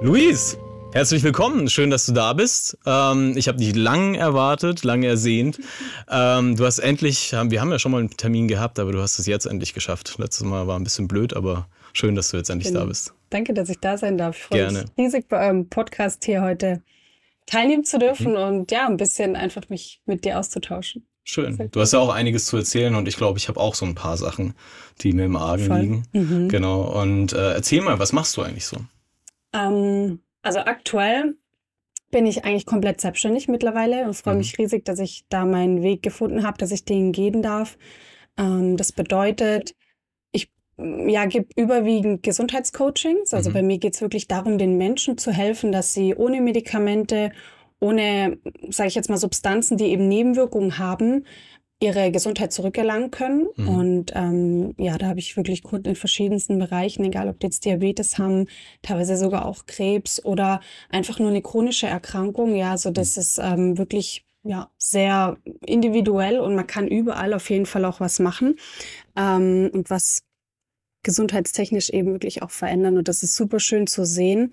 Luis, herzlich willkommen. Schön, dass du da bist. Ich habe dich lang erwartet, lange ersehnt. Du hast endlich, wir haben ja schon mal einen Termin gehabt, aber du hast es jetzt endlich geschafft. Letztes Mal war ein bisschen blöd, aber schön, dass du jetzt endlich da bist. Danke, dass ich da sein darf. Ich freue mich riesig, bei eurem Podcast hier heute teilnehmen zu dürfen und ja, ein bisschen einfach mich mit dir auszutauschen. Schön. Du hast ja auch einiges zu erzählen und ich glaube, ich habe auch so ein paar Sachen, die mir im Argen liegen. Genau. Und erzähl mal, was machst du eigentlich so? Also aktuell bin ich eigentlich komplett selbstständig mittlerweile und freue mich riesig, dass ich da meinen Weg gefunden habe, dass ich den gehen darf. Das bedeutet, ich gebe überwiegend Gesundheitscoachings. Also bei mir geht es wirklich darum, den Menschen zu helfen, dass sie ohne Medikamente, ohne, sage ich jetzt mal, Substanzen, die eben Nebenwirkungen haben, ihre Gesundheit zurückerlangen können. Und da habe ich wirklich Kunden in verschiedensten Bereichen, egal ob die jetzt Diabetes haben, teilweise sogar auch Krebs oder einfach nur eine chronische Erkrankung. Ja, also das ist wirklich sehr individuell und man kann überall auf jeden Fall auch was machen und was gesundheitstechnisch eben wirklich auch verändern. Und das ist super schön zu sehen.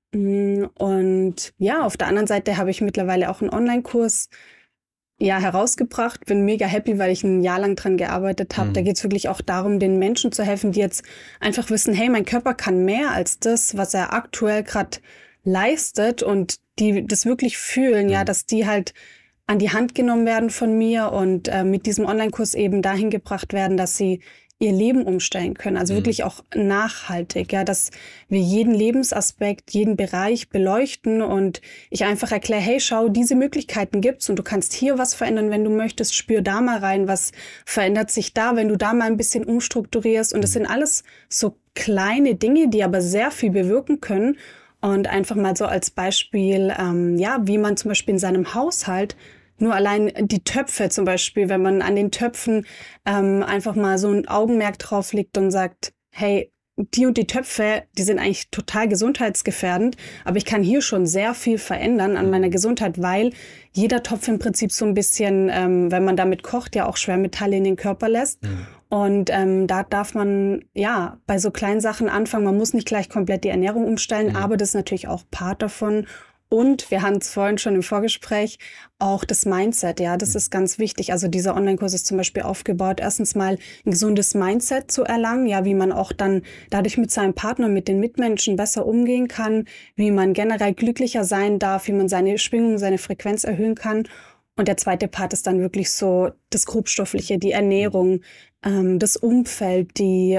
Und ja, auf der anderen Seite habe ich mittlerweile auch einen Online-Kurs herausgebracht. Bin mega happy, weil ich ein Jahr lang dran gearbeitet habe. Da geht es wirklich auch darum, den Menschen zu helfen, die jetzt einfach wissen, hey, mein Körper kann mehr als das, was er aktuell gerade leistet und die das wirklich fühlen, dass die halt an die Hand genommen werden von mir und mit diesem Online-Kurs eben dahin gebracht werden, dass sie ihr Leben umstellen können. Also wirklich auch nachhaltig, dass wir jeden Lebensaspekt, jeden Bereich beleuchten und ich einfach erkläre, hey, schau, diese Möglichkeiten gibt's und du kannst hier was verändern, wenn du möchtest, spür da mal rein, was verändert sich da, wenn du da mal ein bisschen umstrukturierst. Und das sind alles so kleine Dinge, die aber sehr viel bewirken können. Und einfach mal so als Beispiel, wie man zum Beispiel in seinem Haushalt nur allein die Töpfe zum Beispiel, wenn man an den Töpfen einfach mal so ein Augenmerk drauf legt und sagt, hey, die und die Töpfe, die sind eigentlich total gesundheitsgefährdend, aber ich kann hier schon sehr viel verändern an meiner Gesundheit, weil jeder Topf im Prinzip so ein bisschen, wenn man damit kocht, ja auch Schwermetalle in den Körper lässt. Und da darf man bei so kleinen Sachen anfangen. Man muss nicht gleich komplett die Ernährung umstellen, aber das ist natürlich auch Part davon. Und wir hatten es vorhin schon im Vorgespräch, auch das Mindset, das ist ganz wichtig. Also dieser Online-Kurs ist zum Beispiel aufgebaut, erstens mal ein gesundes Mindset zu erlangen, wie man auch dann dadurch mit seinem Partner, mit den Mitmenschen besser umgehen kann, wie man generell glücklicher sein darf, wie man seine Schwingung, seine Frequenz erhöhen kann. Und der zweite Part ist dann wirklich so das Grobstoffliche, die Ernährung, das Umfeld,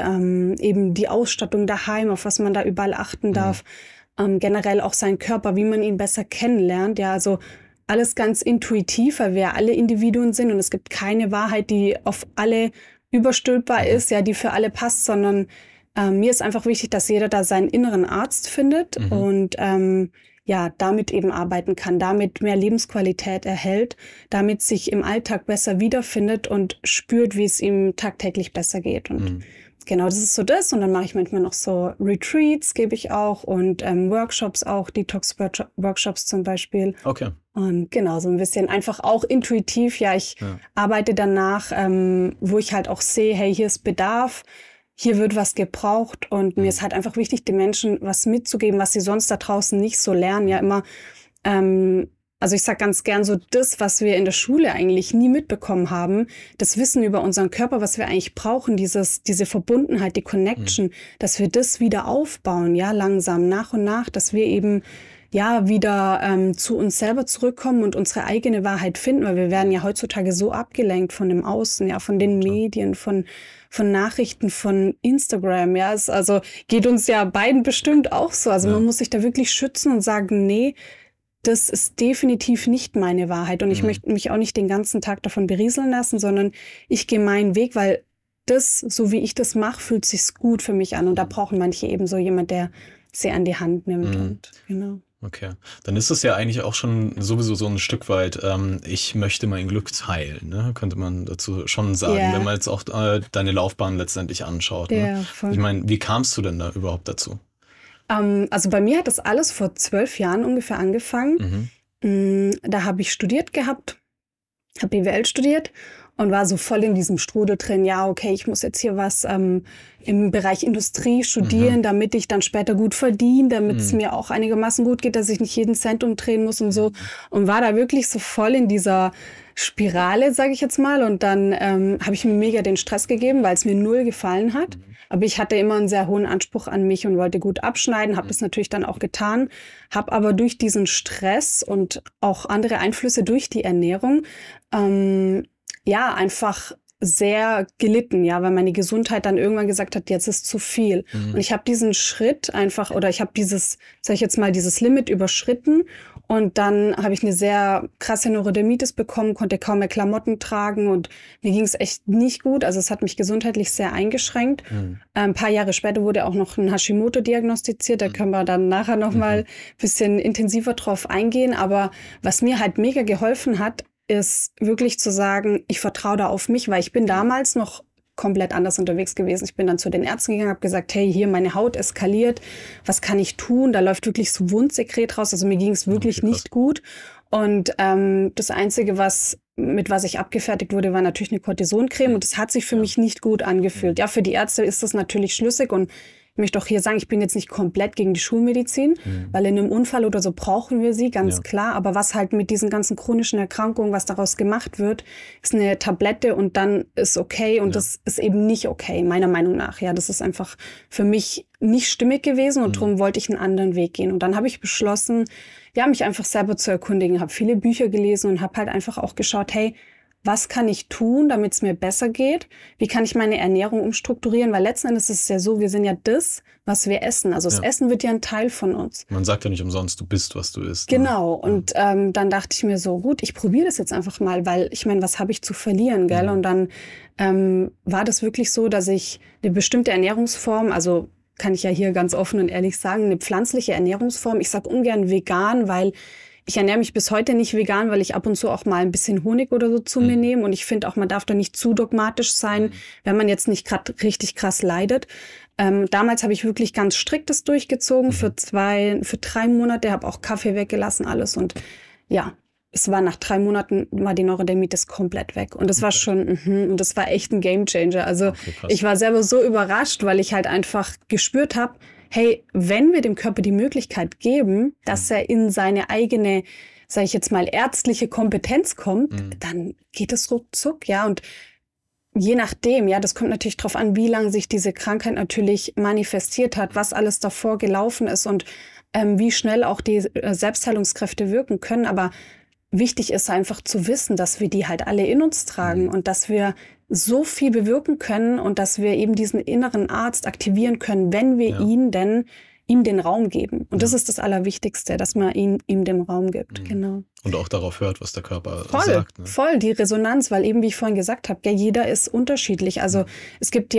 eben die Ausstattung daheim, auf was man da überall achten darf. Generell auch seinen Körper, wie man ihn besser kennenlernt. Also alles ganz intuitiv, weil wir alle Individuen sind und es gibt keine Wahrheit, die auf alle überstülpbar ist, die für alle passt, sondern mir ist einfach wichtig, dass jeder da seinen inneren Arzt findet und damit eben arbeiten kann, damit mehr Lebensqualität erhält, damit sich im Alltag besser wiederfindet und spürt, wie es ihm tagtäglich besser geht. Und genau, das ist so das. Und dann mache ich manchmal noch so Retreats, gebe ich auch und Workshops auch, Detox-Workshops zum Beispiel. Okay. Und genau, so ein bisschen einfach auch intuitiv. Ich arbeite danach, wo ich halt auch sehe, hey, hier ist Bedarf, hier wird was gebraucht. Und mir ist halt einfach wichtig, den Menschen was mitzugeben, was sie sonst da draußen nicht so lernen. Immer also ich sage ganz gern so, das, was wir in der Schule eigentlich nie mitbekommen haben, das Wissen über unseren Körper, was wir eigentlich brauchen, diese Verbundenheit, die Connection, dass wir das wieder aufbauen, langsam, nach und nach, dass wir eben wieder zu uns selber zurückkommen und unsere eigene Wahrheit finden, weil wir werden ja heutzutage so abgelenkt von dem Außen, von den Medien, von Nachrichten, von Instagram, es also geht uns ja beiden bestimmt auch so. Also man muss sich da wirklich schützen und sagen, nee, das ist definitiv nicht meine Wahrheit und ich möchte mich auch nicht den ganzen Tag davon berieseln lassen, sondern ich gehe meinen Weg, weil das, so wie ich das mache, fühlt sich's gut für mich an und da brauchen manche eben so jemand, der sie an die Hand nimmt und genau. Okay, dann ist es ja eigentlich auch schon sowieso so ein Stück weit, ich möchte mein Glück teilen, ne? Könnte man dazu schon sagen, wenn man jetzt auch deine Laufbahn letztendlich anschaut. Ne? Voll. Ich meine, wie kamst du denn da überhaupt dazu? Also bei mir hat das alles vor 12 Jahren ungefähr angefangen. Da habe ich studiert gehabt, habe BWL studiert und war so voll in diesem Strudel drin. Ja, okay, ich muss jetzt hier was im Bereich Industrie studieren, damit ich dann später gut verdiene, damit es mir auch einigermaßen gut geht, dass ich nicht jeden Cent umdrehen muss und so. Und war da wirklich so voll in dieser Spirale, sage ich jetzt mal. Und dann habe ich mir mega den Stress gegeben, weil es mir null gefallen hat. Aber ich hatte immer einen sehr hohen Anspruch an mich und wollte gut abschneiden, habe das natürlich dann auch getan, habe aber durch diesen Stress und auch andere Einflüsse durch die Ernährung einfach sehr gelitten, ja, weil meine Gesundheit dann irgendwann gesagt hat, jetzt ist zu viel. Und ich habe diesen Schritt einfach, oder ich habe dieses, sag ich jetzt mal, dieses Limit überschritten. Und dann habe ich eine sehr krasse Neurodermitis bekommen, konnte kaum mehr Klamotten tragen und mir ging es echt nicht gut. Also es hat mich gesundheitlich sehr eingeschränkt. Ein paar Jahre später wurde auch noch ein Hashimoto diagnostiziert. Da können wir dann nachher noch mal ein bisschen intensiver drauf eingehen. Aber was mir halt mega geholfen hat, ist wirklich zu sagen, ich vertraue da auf mich, weil ich bin damals noch komplett anders unterwegs gewesen. Ich bin dann zu den Ärzten gegangen, habe gesagt, hey, hier meine Haut eskaliert, was kann ich tun? Da läuft wirklich so Wundsekret raus, also mir ging es wirklich nicht gut. Und das Einzige, mit was ich abgefertigt wurde, war natürlich eine Cortisoncreme und das hat sich für mich nicht gut angefühlt. Ja, für die Ärzte ist das natürlich schlüssig und ich möchte auch hier sagen, ich bin jetzt nicht komplett gegen die Schulmedizin, weil in einem Unfall oder so brauchen wir sie, ganz klar. Aber was halt mit diesen ganzen chronischen Erkrankungen, was daraus gemacht wird, ist eine Tablette und dann ist okay. Und das ist eben nicht okay, meiner Meinung nach. Ja, das ist einfach für mich nicht stimmig gewesen und darum wollte ich einen anderen Weg gehen. Und dann habe ich beschlossen, ja, mich einfach selber zu erkundigen, habe viele Bücher gelesen und habe halt einfach auch geschaut, hey, was kann ich tun, damit es mir besser geht? Wie kann ich meine Ernährung umstrukturieren? Weil letzten Endes ist es ja so, wir sind ja das, was wir essen. Also das Essen wird ja ein Teil von uns. Man sagt ja nicht umsonst, du bist, was du isst. Genau. Ne? Und dann dachte ich mir so, gut, ich probiere das jetzt einfach mal, weil ich meine, was habe ich zu verlieren, gell? Und dann war das wirklich so, dass ich eine bestimmte Ernährungsform, also kann ich ja hier ganz offen und ehrlich sagen, eine pflanzliche Ernährungsform, ich sage ungern vegan, weil ich ernähre mich bis heute nicht vegan, weil ich ab und zu auch mal ein bisschen Honig oder so zu mir nehme. Und ich finde auch, man darf da nicht zu dogmatisch sein, wenn man jetzt nicht gerade richtig krass leidet. Damals habe ich wirklich ganz striktes durchgezogen für 3 Monate, habe auch Kaffee weggelassen, alles. Und ja, es war nach 3 Monaten, war die Neurodermitis komplett weg. Und das war schon, und das war echt ein Gamechanger. Also ich war selber so überrascht, weil ich halt einfach gespürt habe, hey, wenn wir dem Körper die Möglichkeit geben, dass er in seine eigene, sage ich jetzt mal, ärztliche Kompetenz kommt, dann geht es ruckzuck, ja. Und je nachdem, ja, das kommt natürlich drauf an, wie lange sich diese Krankheit natürlich manifestiert hat, was alles davor gelaufen ist und wie schnell auch die Selbstheilungskräfte wirken können. Aber wichtig ist einfach zu wissen, dass wir die halt alle in uns tragen und dass wir so viel bewirken können und dass wir eben diesen inneren Arzt aktivieren können, wenn wir ihm den Raum geben. Und das ist das Allerwichtigste, dass man ihm den Raum gibt. Genau. Und auch darauf hört, was der Körper sagt. Ne? Voll, die Resonanz, weil eben, wie ich vorhin gesagt habe, ja, jeder ist unterschiedlich. Also es gibt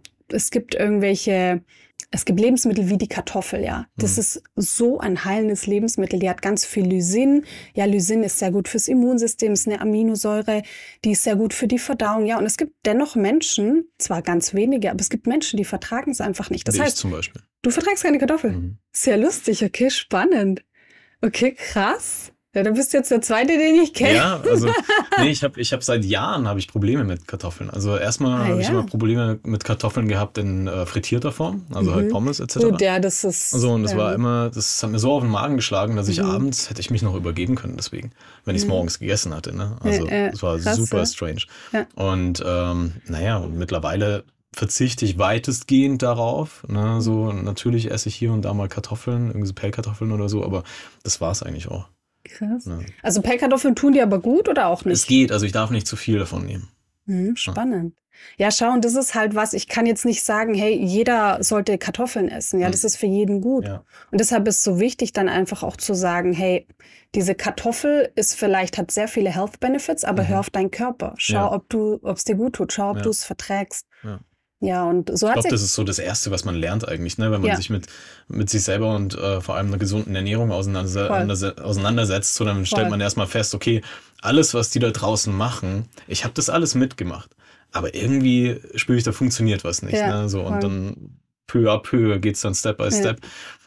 Lebensmittel wie die Kartoffel, ja. Das ist so ein heilendes Lebensmittel. Die hat ganz viel Lysin. Ja, Lysin ist sehr gut fürs Immunsystem, ist eine Aminosäure, die ist sehr gut für die Verdauung. Ja, und es gibt dennoch Menschen, zwar ganz wenige, aber es gibt Menschen, die vertragen es einfach nicht. Das heißt, ich zum Beispiel. Du verträgst keine Kartoffel. Sehr lustig, okay, spannend. Okay, krass. Ja, du bist jetzt der Zweite, den ich kenne. Ja, also ich habe seit Jahren Probleme mit Kartoffeln. Also erstmal habe ich immer Probleme mit Kartoffeln gehabt in frittierter Form, also halt Pommes etc. Gut, ja, das ist... Also und das war immer, das hat mir so auf den Magen geschlagen, dass ich abends hätte ich mich noch übergeben können deswegen, wenn ich es morgens gegessen hatte. Ne? Also das war krass, super strange. Ja. Und mittlerweile verzichte ich weitestgehend darauf. Ne? So, natürlich esse ich hier und da mal Kartoffeln, irgendwie so Pellkartoffeln oder so, aber das war es eigentlich auch. Krass. Ja. Also Pellkartoffeln tun die aber gut oder auch nicht? Es geht, also ich darf nicht zu viel davon nehmen. Spannend. Ja, schau, und das ist halt was, ich kann jetzt nicht sagen, hey, jeder sollte Kartoffeln essen. Ja, das ist für jeden gut. Ja. Und deshalb ist es so wichtig, dann einfach auch zu sagen, hey, diese Kartoffel hat sehr viele Health Benefits, aber hör auf deinen Körper. Schau, ob es dir gut tut. Schau, ob du es verträgst. Ja. Ja, und so ich glaube, das ist so das Erste, was man lernt eigentlich, ne? Wenn man sich mit sich selber und vor allem einer gesunden Ernährung auseinandersetzt, so dann stellt man erstmal fest, okay, alles, was die da draußen machen, ich habe das alles mitgemacht, aber irgendwie spüre ich, da funktioniert was nicht. Ne? So, und dann peu à peu geht es dann Step by Step.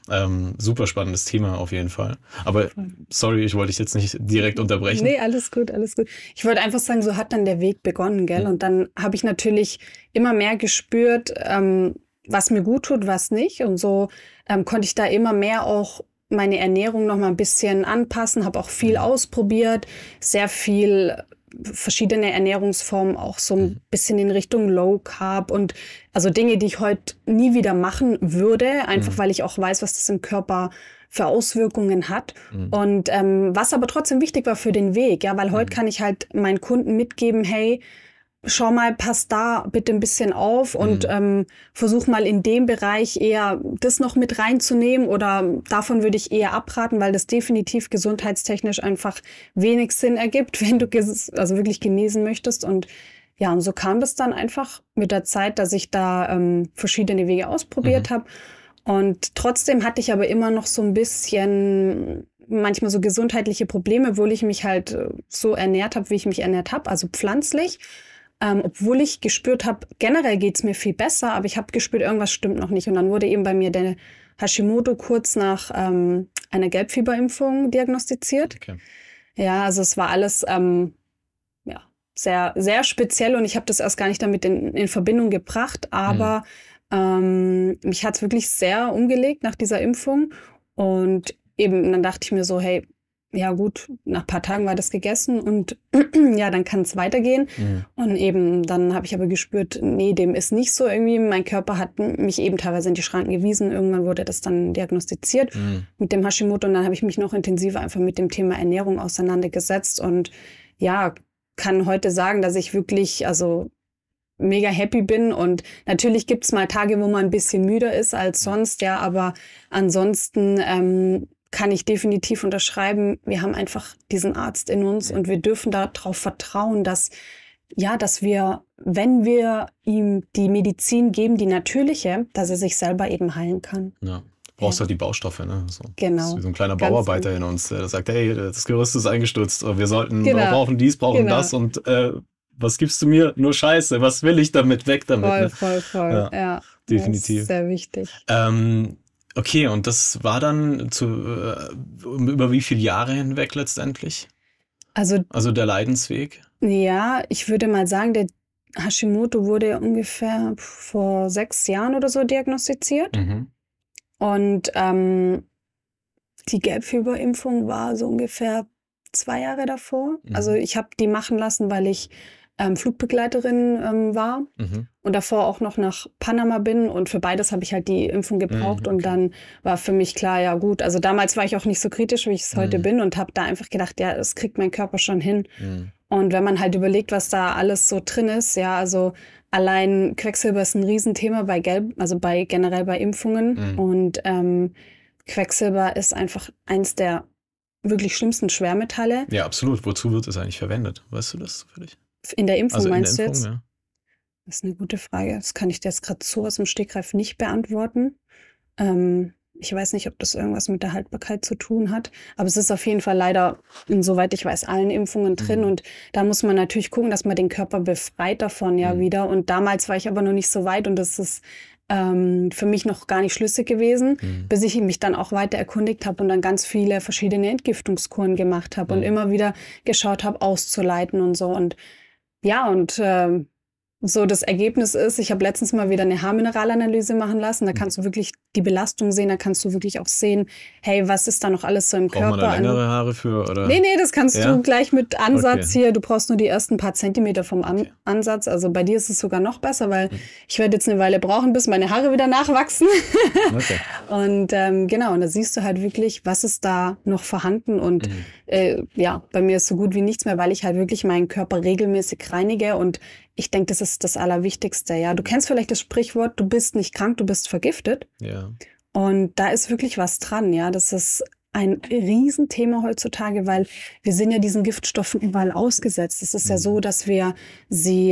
Super spannendes Thema auf jeden Fall. Aber sorry, ich wollte dich jetzt nicht direkt unterbrechen. Nee, alles gut, alles gut. Ich wollte einfach sagen, so hat dann der Weg begonnen, gell? Und dann habe ich natürlich immer mehr gespürt, was mir gut tut, was nicht. Und so konnte ich da immer mehr auch meine Ernährung noch mal ein bisschen anpassen, habe auch viel ausprobiert, sehr viel verschiedene Ernährungsformen, auch so ein bisschen in Richtung Low Carb und also Dinge, die ich heute nie wieder machen würde, einfach weil ich auch weiß, was das im Körper für Auswirkungen hat. Und was aber trotzdem wichtig war für den Weg, ja, weil heute kann ich halt meinen Kunden mitgeben, hey, schau mal, pass da bitte ein bisschen auf und versuch mal in dem Bereich eher das noch mit reinzunehmen oder davon würde ich eher abraten, weil das definitiv gesundheitstechnisch einfach wenig Sinn ergibt, wenn du also wirklich genesen möchtest. Und ja, und so kam das dann einfach mit der Zeit, dass ich da verschiedene Wege ausprobiert habe. Und trotzdem hatte ich aber immer noch so ein bisschen manchmal so gesundheitliche Probleme, obwohl ich mich halt so ernährt habe, wie ich mich ernährt habe, also pflanzlich. Obwohl ich gespürt habe, generell geht's mir viel besser, aber ich habe gespürt, irgendwas stimmt noch nicht. Und dann wurde eben bei mir der Hashimoto kurz nach einer Gelbfieberimpfung diagnostiziert. Okay. Ja, also es war alles ja, sehr, sehr speziell und ich habe das erst gar nicht damit in Verbindung gebracht, aber mich hat's wirklich sehr umgelegt nach dieser Impfung. Und eben, dann dachte ich mir so, hey, ja gut, nach ein paar Tagen war das gegessen und ja, dann kann es weitergehen. Und eben, dann habe ich aber gespürt, nee, dem ist nicht so irgendwie. Mein Körper hat mich eben teilweise in die Schranken gewiesen. Irgendwann wurde das dann diagnostiziert mit dem Hashimoto. Und dann habe ich mich noch intensiver einfach mit dem Thema Ernährung auseinandergesetzt. Und ja, kann heute sagen, dass ich wirklich, also mega happy bin. Und natürlich gibt es mal Tage, wo man ein bisschen müder ist als sonst, ja, aber ansonsten kann ich definitiv unterschreiben, wir haben einfach diesen Arzt in uns und wir dürfen darauf vertrauen, dass wir, wenn wir ihm die Medizin geben, die natürliche, dass er sich selber eben heilen kann. Ja. Brauchst halt die Baustoffe, ne? So. Genau. Das ist wie so ein kleiner Bauarbeiter in uns, der sagt, hey, das Gerüst ist eingestürzt, wir brauchen dies, brauchen das und was gibst du mir? Nur Scheiße, was will ich damit? Weg damit. Voll. Ja. Definitiv. Das ist sehr wichtig. Okay, und das war dann über wie viele Jahre hinweg letztendlich? Also der Leidensweg? Ja, ich würde mal sagen, der Hashimoto wurde ungefähr vor 6 Jahren oder so diagnostiziert. Und die Gelbfieberimpfung war so ungefähr 2 Jahre davor. Also ich habe die machen lassen, weil ich Flugbegleiterin war und davor auch noch nach Panama bin und für beides habe ich halt die Impfung gebraucht und dann war für mich klar, ja gut, also damals war ich auch nicht so kritisch, wie ich es heute bin und habe da einfach gedacht, ja, das kriegt mein Körper schon hin. Und wenn man halt überlegt, was da alles so drin ist, ja, also allein Quecksilber ist ein Riesenthema generell bei Impfungen und Quecksilber ist einfach eins der wirklich schlimmsten Schwermetalle. Ja, absolut. Wozu wird es eigentlich verwendet? Weißt du das für dich? In der Impfung Also meinst du jetzt? Ja. Das ist eine gute Frage. Das kann ich dir jetzt gerade so aus dem Stegreif nicht beantworten. Ich weiß nicht, ob das irgendwas mit der Haltbarkeit zu tun hat. Aber es ist auf jeden Fall leider, insoweit ich weiß, allen Impfungen drin. Und da muss man natürlich gucken, dass man den Körper befreit davon wieder. Und damals war ich aber noch nicht so weit und das ist für mich noch gar nicht schlüssig gewesen, bis ich mich dann auch weiter erkundigt habe und dann ganz viele verschiedene Entgiftungskuren gemacht habe und immer wieder geschaut habe, auszuleiten und so. Und ja, und so das Ergebnis ist, ich habe letztens mal wieder eine Haarmineralanalyse machen lassen. Da kannst du wirklich die Belastung sehen, da kannst du wirklich auch sehen, hey, was ist da noch alles so im Körper? Braucht man da längere Haare für? Oder? Nee, das kannst du gleich mit Ansatz hier. Du brauchst nur die ersten paar Zentimeter vom Ansatz. Also bei dir ist es sogar noch besser, weil ich werde jetzt eine Weile brauchen, bis meine Haare wieder nachwachsen. Und genau, und da siehst du halt wirklich, was ist da noch vorhanden. Und bei mir ist so gut wie nichts mehr, weil ich halt wirklich meinen Körper regelmäßig reinige und ich denke, das ist das Allerwichtigste, ja. Du kennst vielleicht das Sprichwort, du bist nicht krank, du bist vergiftet. Ja. Und da ist wirklich was dran, ja. Das ist ein Riesenthema heutzutage, weil wir sind ja diesen Giftstoffen überall ausgesetzt. Es ist ja so, dass wir sie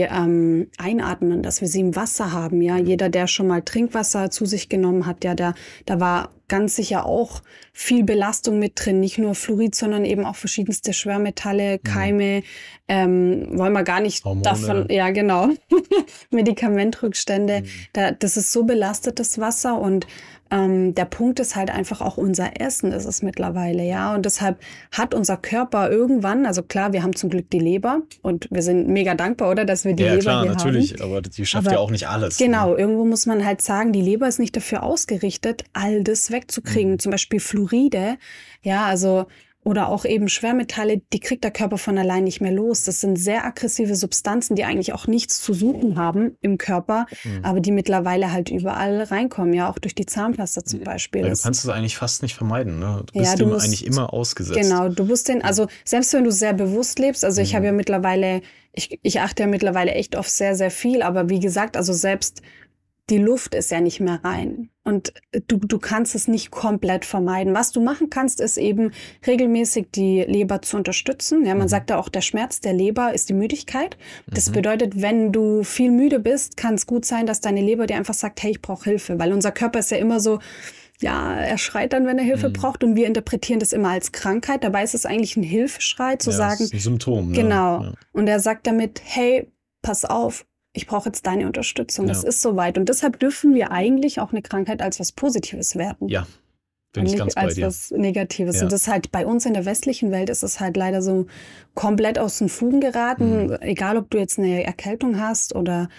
einatmen, dass wir sie im Wasser haben, ja. Jeder, der schon mal Trinkwasser zu sich genommen hat, ja, da war ganz sicher auch viel Belastung mit drin. Nicht nur Fluorid, sondern eben auch verschiedenste Schwermetalle, Keime. Wollen wir gar nicht Hormone. davon, ja genau, Medikamentrückstände. Das ist so belastet, das Wasser. Und der Punkt ist halt einfach auch unser Essen ist es mittlerweile, ja. Und deshalb hat unser Körper irgendwann, also klar, wir haben zum Glück die Leber und wir sind mega dankbar, oder, dass wir die Leber klar, hier natürlich, haben. aber die schafft ja auch nicht alles. Genau, irgendwo muss man halt sagen, die Leber ist nicht dafür ausgerichtet, all das wegzukriegen. Zum Beispiel Fluoride, ja, also oder auch eben Schwermetalle, die kriegt der Körper von allein nicht mehr los. Das sind sehr aggressive Substanzen, die eigentlich auch nichts zu suchen haben im Körper, aber die mittlerweile halt überall reinkommen, ja, auch durch die Zahnpasta zum Beispiel. Weil du kannst es eigentlich fast nicht vermeiden, ne? Du Ja, bist du dem musst- eigentlich immer ausgesetzt. Genau, du musst also selbst wenn du sehr bewusst lebst, also ich habe ja mittlerweile, ich achte ja mittlerweile echt auf sehr, sehr viel, aber wie gesagt, also selbst die Luft ist ja nicht mehr rein. Und du kannst es nicht komplett vermeiden. Was du machen kannst, ist eben regelmäßig die Leber zu unterstützen. Ja, man sagt ja auch, der Schmerz der Leber ist die Müdigkeit. Das bedeutet, wenn du viel müde bist, kann es gut sein, dass deine Leber dir einfach sagt, hey, ich brauche Hilfe. Weil unser Körper ist ja immer so, ja, er schreit dann, wenn er Hilfe braucht. Und wir interpretieren das immer als Krankheit. Dabei ist es eigentlich ein Hilfeschrei, zu sagen. Das ist ein Symptom. Ne? Genau. Ja. Und er sagt damit, hey, pass auf, ich brauche jetzt deine Unterstützung. Es Ja. ist soweit. Und deshalb dürfen wir eigentlich auch eine Krankheit als was Positives werten. Ja, bin Und ich nicht ganz bei als dir. was Negatives. Ja. Und das ist halt bei uns in der westlichen Welt ist es halt leider so komplett aus den Fugen geraten. Egal, ob du jetzt eine Erkältung hast oder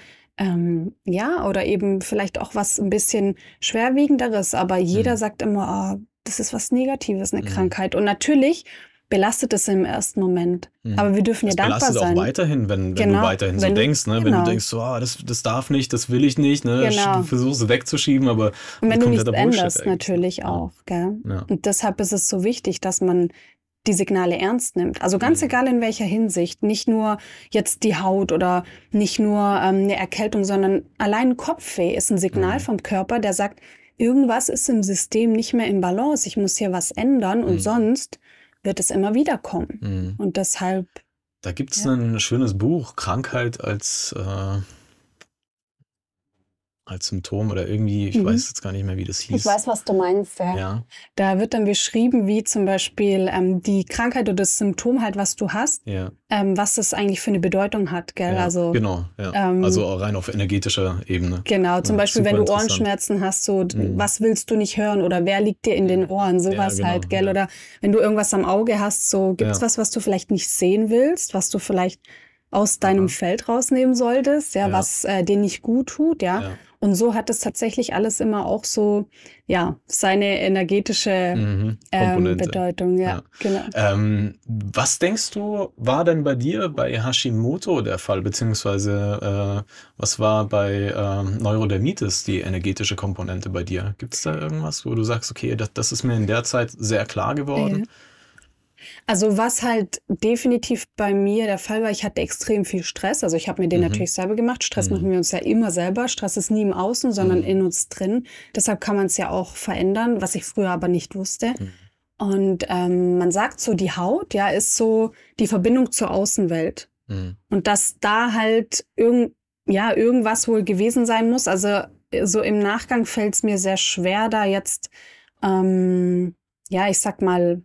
oder eben vielleicht auch was ein bisschen schwerwiegenderes. Aber jeder sagt immer, das ist was Negatives, eine Krankheit. Und natürlich belastet es im ersten Moment. Aber wir dürfen ja Das dankbar belastet sein. auch weiterhin, wenn du Genau, weiterhin so wenn du- denkst. Ne? Wenn genau. du denkst, so, das darf nicht, das will ich nicht. Ne? Genau. Du versuchst es wegzuschieben, aber Und wenn du nichts kompletter Bullshit änderst, eigentlich. natürlich auch. Gell? Ja. Und deshalb ist es so wichtig, dass man die Signale ernst nimmt. Also ganz egal in welcher Hinsicht. Nicht nur jetzt die Haut oder nicht nur eine Erkältung, sondern allein Kopfweh ist ein Signal vom Körper, der sagt, irgendwas ist im System nicht mehr in Balance. Ich muss hier was ändern und sonst wird es immer wieder kommen. Und deshalb, Da gibt es ein schönes Buch, Krankheit als Symptom oder irgendwie, ich weiß jetzt gar nicht mehr, wie das hieß. ich weiß, was du meinst. Ja. Ja, Da wird dann beschrieben, wie zum Beispiel die Krankheit oder das Symptom halt, was du hast, ja. was das eigentlich für eine Bedeutung hat. Gell? Ja, Also genau, ja. Also auch rein auf energetischer Ebene. Genau, zum Ja, Beispiel, wenn super du interessant. Ohrenschmerzen hast, so, was willst du nicht hören oder wer liegt dir in den Ohren, sowas genau, halt, gell? ja. Oder wenn du irgendwas am Auge hast, so, gibt's Ja. was du vielleicht nicht sehen willst, was du vielleicht aus deinem Feld rausnehmen solltest, ja, Ja. was dir nicht gut tut, ja. Ja. Und so hat es tatsächlich alles immer auch so, ja, seine energetische Komponente. Bedeutung, ja, genau. Was denkst du, war denn bei dir bei Hashimoto der Fall, beziehungsweise was war bei Neurodermitis die energetische Komponente bei dir? Gibt es da irgendwas, wo du sagst, okay, das ist mir in der Zeit sehr klar geworden? Also was halt definitiv bei mir der Fall war, ich hatte extrem viel Stress. Also ich habe mir den natürlich selber gemacht. Stress machen wir uns ja immer selber. Stress ist nie im Außen, sondern in uns drin. Deshalb kann man es ja auch verändern, was ich früher aber nicht wusste. Und man sagt so, die Haut, ja, ist so die Verbindung zur Außenwelt. Und dass da halt irgendwas wohl gewesen sein muss. Also so im Nachgang fällt es mir sehr schwer, da jetzt, ich sag mal,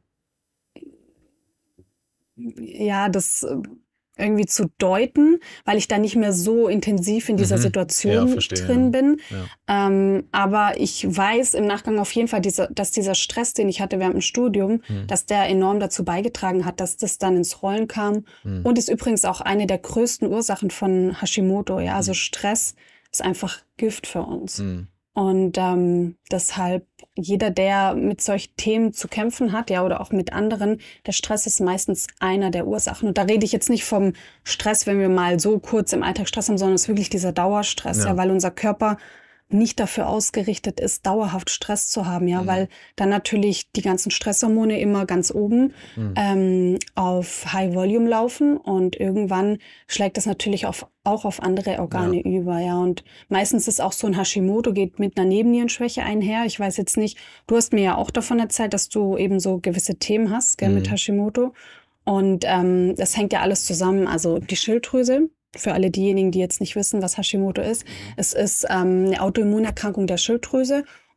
das irgendwie zu deuten, weil ich da nicht mehr so intensiv in dieser Situation verstehe, drin bin. Ja. Aber ich weiß im Nachgang auf jeden Fall, dass dieser Stress, den ich hatte während dem Studium, dass der enorm dazu beigetragen hat, dass das dann ins Rollen kam. Und ist übrigens auch eine der größten Ursachen von Hashimoto. Ja, also Stress ist einfach Gift für uns. Und deshalb jeder, der mit solchen Themen zu kämpfen hat, ja, oder auch mit anderen, der Stress ist meistens einer der Ursachen. Und da rede ich jetzt nicht vom Stress, wenn wir mal so kurz im Alltag Stress haben, sondern es ist wirklich dieser Dauerstress, ja, weil unser Körper nicht dafür ausgerichtet ist, dauerhaft Stress zu haben, ja, weil dann natürlich die ganzen Stresshormone immer ganz oben auf High Volume laufen und irgendwann schlägt das natürlich auch auf andere Organe über, ja, und meistens ist auch so ein Hashimoto geht mit einer Nebennierenschwäche einher. Ich weiß jetzt nicht, du hast mir ja auch davon erzählt, dass du eben so gewisse Themen hast, gell, mit Hashimoto und das hängt ja alles zusammen, also die Schilddrüse. Für alle diejenigen, die jetzt nicht wissen, was Hashimoto ist. Es ist eine Autoimmunerkrankung der Schilddrüse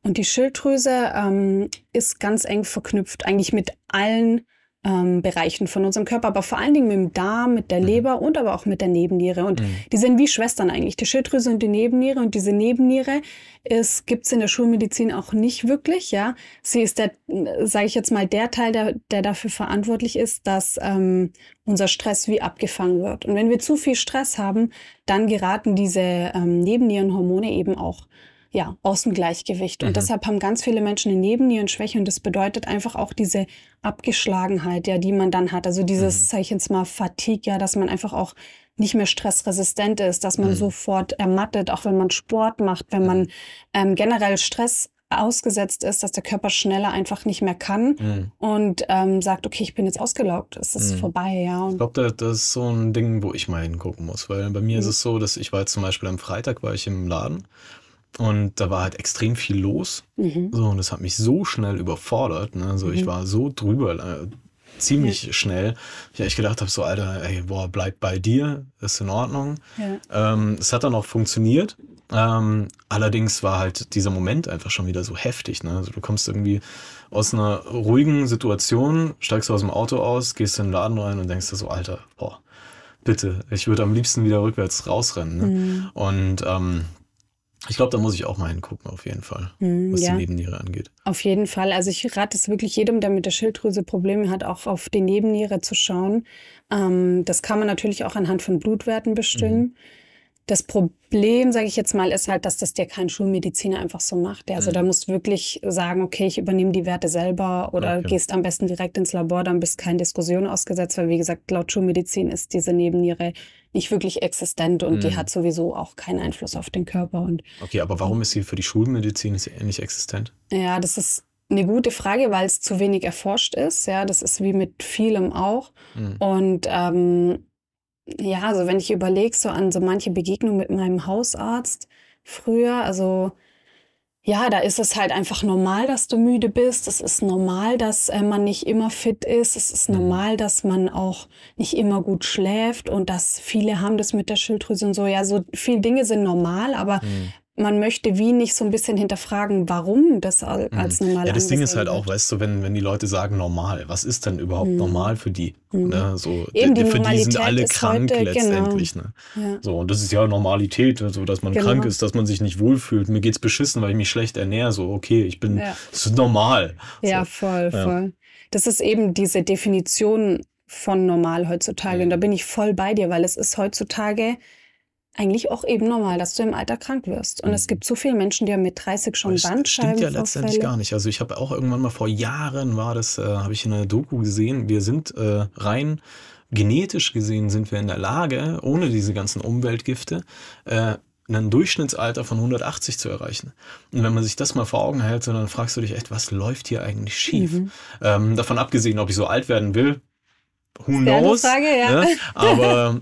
Und die Schilddrüse ist ganz eng verknüpft, eigentlich mit allen Bereichen von unserem Körper, aber vor allen Dingen mit dem Darm, mit der Leber und aber auch mit der Nebenniere. Und die sind wie Schwestern eigentlich, die Schilddrüse und die Nebenniere. Und diese Nebenniere gibt es in der Schulmedizin auch nicht wirklich. Ja, sie ist sage ich jetzt mal, der Teil, der dafür verantwortlich ist, dass unser Stress wie abgefangen wird. Und wenn wir zu viel Stress haben, dann geraten diese Nebennierenhormone eben auch aus dem Gleichgewicht. Und deshalb haben ganz viele Menschen eine Nebennierenschwäche und das bedeutet einfach auch diese Abgeschlagenheit, die man dann hat. Also dieses, sag ich jetzt mal, Fatigue, dass man einfach auch nicht mehr stressresistent ist, dass man sofort ermattet, auch wenn man Sport macht, wenn man generell Stress ausgesetzt ist, dass der Körper schneller einfach nicht mehr kann und sagt, okay, ich bin jetzt ausgelaugt, es ist vorbei. Ja. Ich glaube, das ist so ein Ding, wo ich mal hingucken muss, weil bei mir ist es so, dass ich war jetzt zum Beispiel am Freitag, war ich im Laden. Und da war halt extrem viel los. So, und das hat mich so schnell überfordert. Ne? Also ich war so drüber, ziemlich schnell. Ich echt gedacht habe, so Alter, ey, boah, bleib bei dir, ist in Ordnung. Es hat dann auch funktioniert. Allerdings war halt dieser Moment einfach schon wieder so heftig. Ne? Also du kommst irgendwie aus einer ruhigen Situation, steigst aus dem Auto aus, gehst in den Laden rein und denkst dir so, Alter, boah, bitte, ich würde am liebsten wieder rückwärts rausrennen. Ne? Und ich glaube, da muss ich auch mal hingucken, auf jeden Fall, was die Nebenniere angeht. Auf jeden Fall. Also ich rate es wirklich jedem, der mit der Schilddrüse Probleme hat, auch auf die Nebenniere zu schauen. Das kann man natürlich auch anhand von Blutwerten bestimmen. Das Problem, sage ich jetzt mal, ist halt, dass das dir kein Schulmediziner einfach so macht. Also da musst du wirklich sagen, okay, ich übernehme die Werte selber oder gehst am besten direkt ins Labor, dann bist keine Diskussion ausgesetzt, weil wie gesagt, laut Schulmedizin ist diese Nebenniere nicht wirklich existent und die hat sowieso auch keinen Einfluss auf den Körper. Und okay, aber warum ist sie für die Schulmedizin nicht existent? Ja, das ist eine gute Frage, weil es zu wenig erforscht ist. Ja, das ist wie mit vielem auch. Und also wenn ich überlege, so an so manche Begegnungen mit meinem Hausarzt früher, also da ist es halt einfach normal, dass du müde bist. Es ist normal, dass man nicht immer fit ist. Es ist normal, dass man auch nicht immer gut schläft und dass viele haben das mit der Schilddrüse und so. Ja, so viele Dinge sind normal, aber man möchte wie nicht so ein bisschen hinterfragen, warum das als normal Ja, das Ding ist halt wird. auch, weißt du, wenn die Leute sagen normal, was ist denn überhaupt normal für die? Ne? So, Eben, die für die Normalität sind alle ist krank heute, letztendlich. genau. Ne? Ja. So, und das ist ja Normalität, so dass man krank ist, dass man sich nicht wohlfühlt. Mir geht's beschissen, weil ich mich schlecht ernähre. So, okay, es ist normal. Ja, So. voll. Das ist eben diese Definition von normal heutzutage. Und da bin ich voll bei dir, weil es ist heutzutage eigentlich auch eben normal, dass du im Alter krank wirst. Und es gibt so viele Menschen, die haben mit 30 schon Das stimmt ja letztendlich Bandscheibenvorfälle. gar nicht. Also ich habe auch irgendwann mal vor Jahren habe ich in einer Doku gesehen, wir sind rein genetisch gesehen sind wir in der Lage, ohne diese ganzen Umweltgifte, ein Durchschnittsalter von 180 zu erreichen. Und wenn man sich das mal vor Augen hält, dann fragst du dich echt, was läuft hier eigentlich schief? Davon abgesehen, ob ich so alt werden will, who knows? Frage, ja. Ne? Aber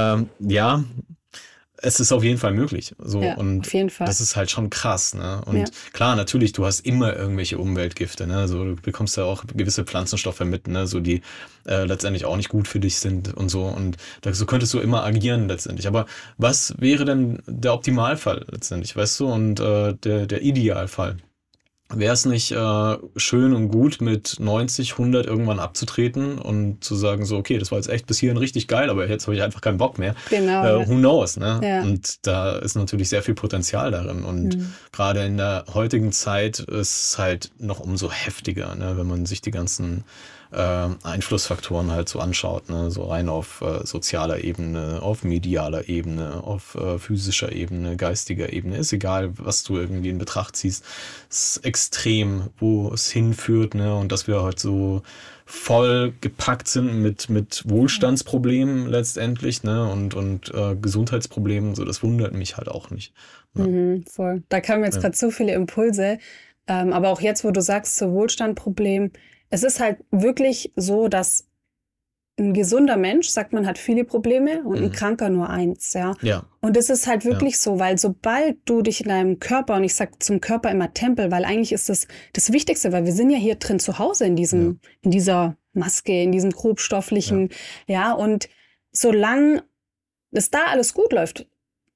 es ist auf jeden Fall möglich. So, und auf jeden Fall. das ist halt schon krass. Ne? Und klar, natürlich, du hast immer irgendwelche Umweltgifte. Ne? So, du bekommst ja auch gewisse Pflanzenstoffe mit, ne? So, die letztendlich auch nicht gut für dich sind und so. Und so könntest du immer agieren letztendlich. Aber was wäre denn der Optimalfall letztendlich, weißt du? Und der Idealfall? Wäre es nicht schön und gut, mit 90, 100 irgendwann abzutreten und zu sagen, so, okay, das war jetzt echt bis hierhin richtig geil, aber jetzt habe ich einfach keinen Bock mehr. Genau. Who knows, ne? Ja. Und da ist natürlich sehr viel Potenzial darin. Und gerade in der heutigen Zeit ist es halt noch umso heftiger, ne? Wenn man sich die ganzen Einflussfaktoren halt so anschaut, ne? So rein auf sozialer Ebene, auf medialer Ebene, auf physischer Ebene, geistiger Ebene, ist egal, was du irgendwie in Betracht ziehst, ist extrem, wo es hinführt, ne? Und dass wir heute so voll gepackt sind mit Wohlstandsproblemen letztendlich, ne? Und Gesundheitsproblemen, so, das wundert mich halt auch nicht. Ne? Voll. Da kamen jetzt gerade so viele Impulse, aber auch jetzt, wo du sagst, so Wohlstandproblem, es ist halt wirklich so, dass ein gesunder Mensch, sagt man, hat viele Probleme und ein Kranker nur eins, ja. Und es ist halt wirklich so, weil sobald du dich in deinem Körper, und ich sag zum Körper immer Tempel, weil eigentlich ist das Wichtigste, weil wir sind ja hier drin zu Hause in dieser Maske, in diesem grobstofflichen, und solange es da alles gut läuft,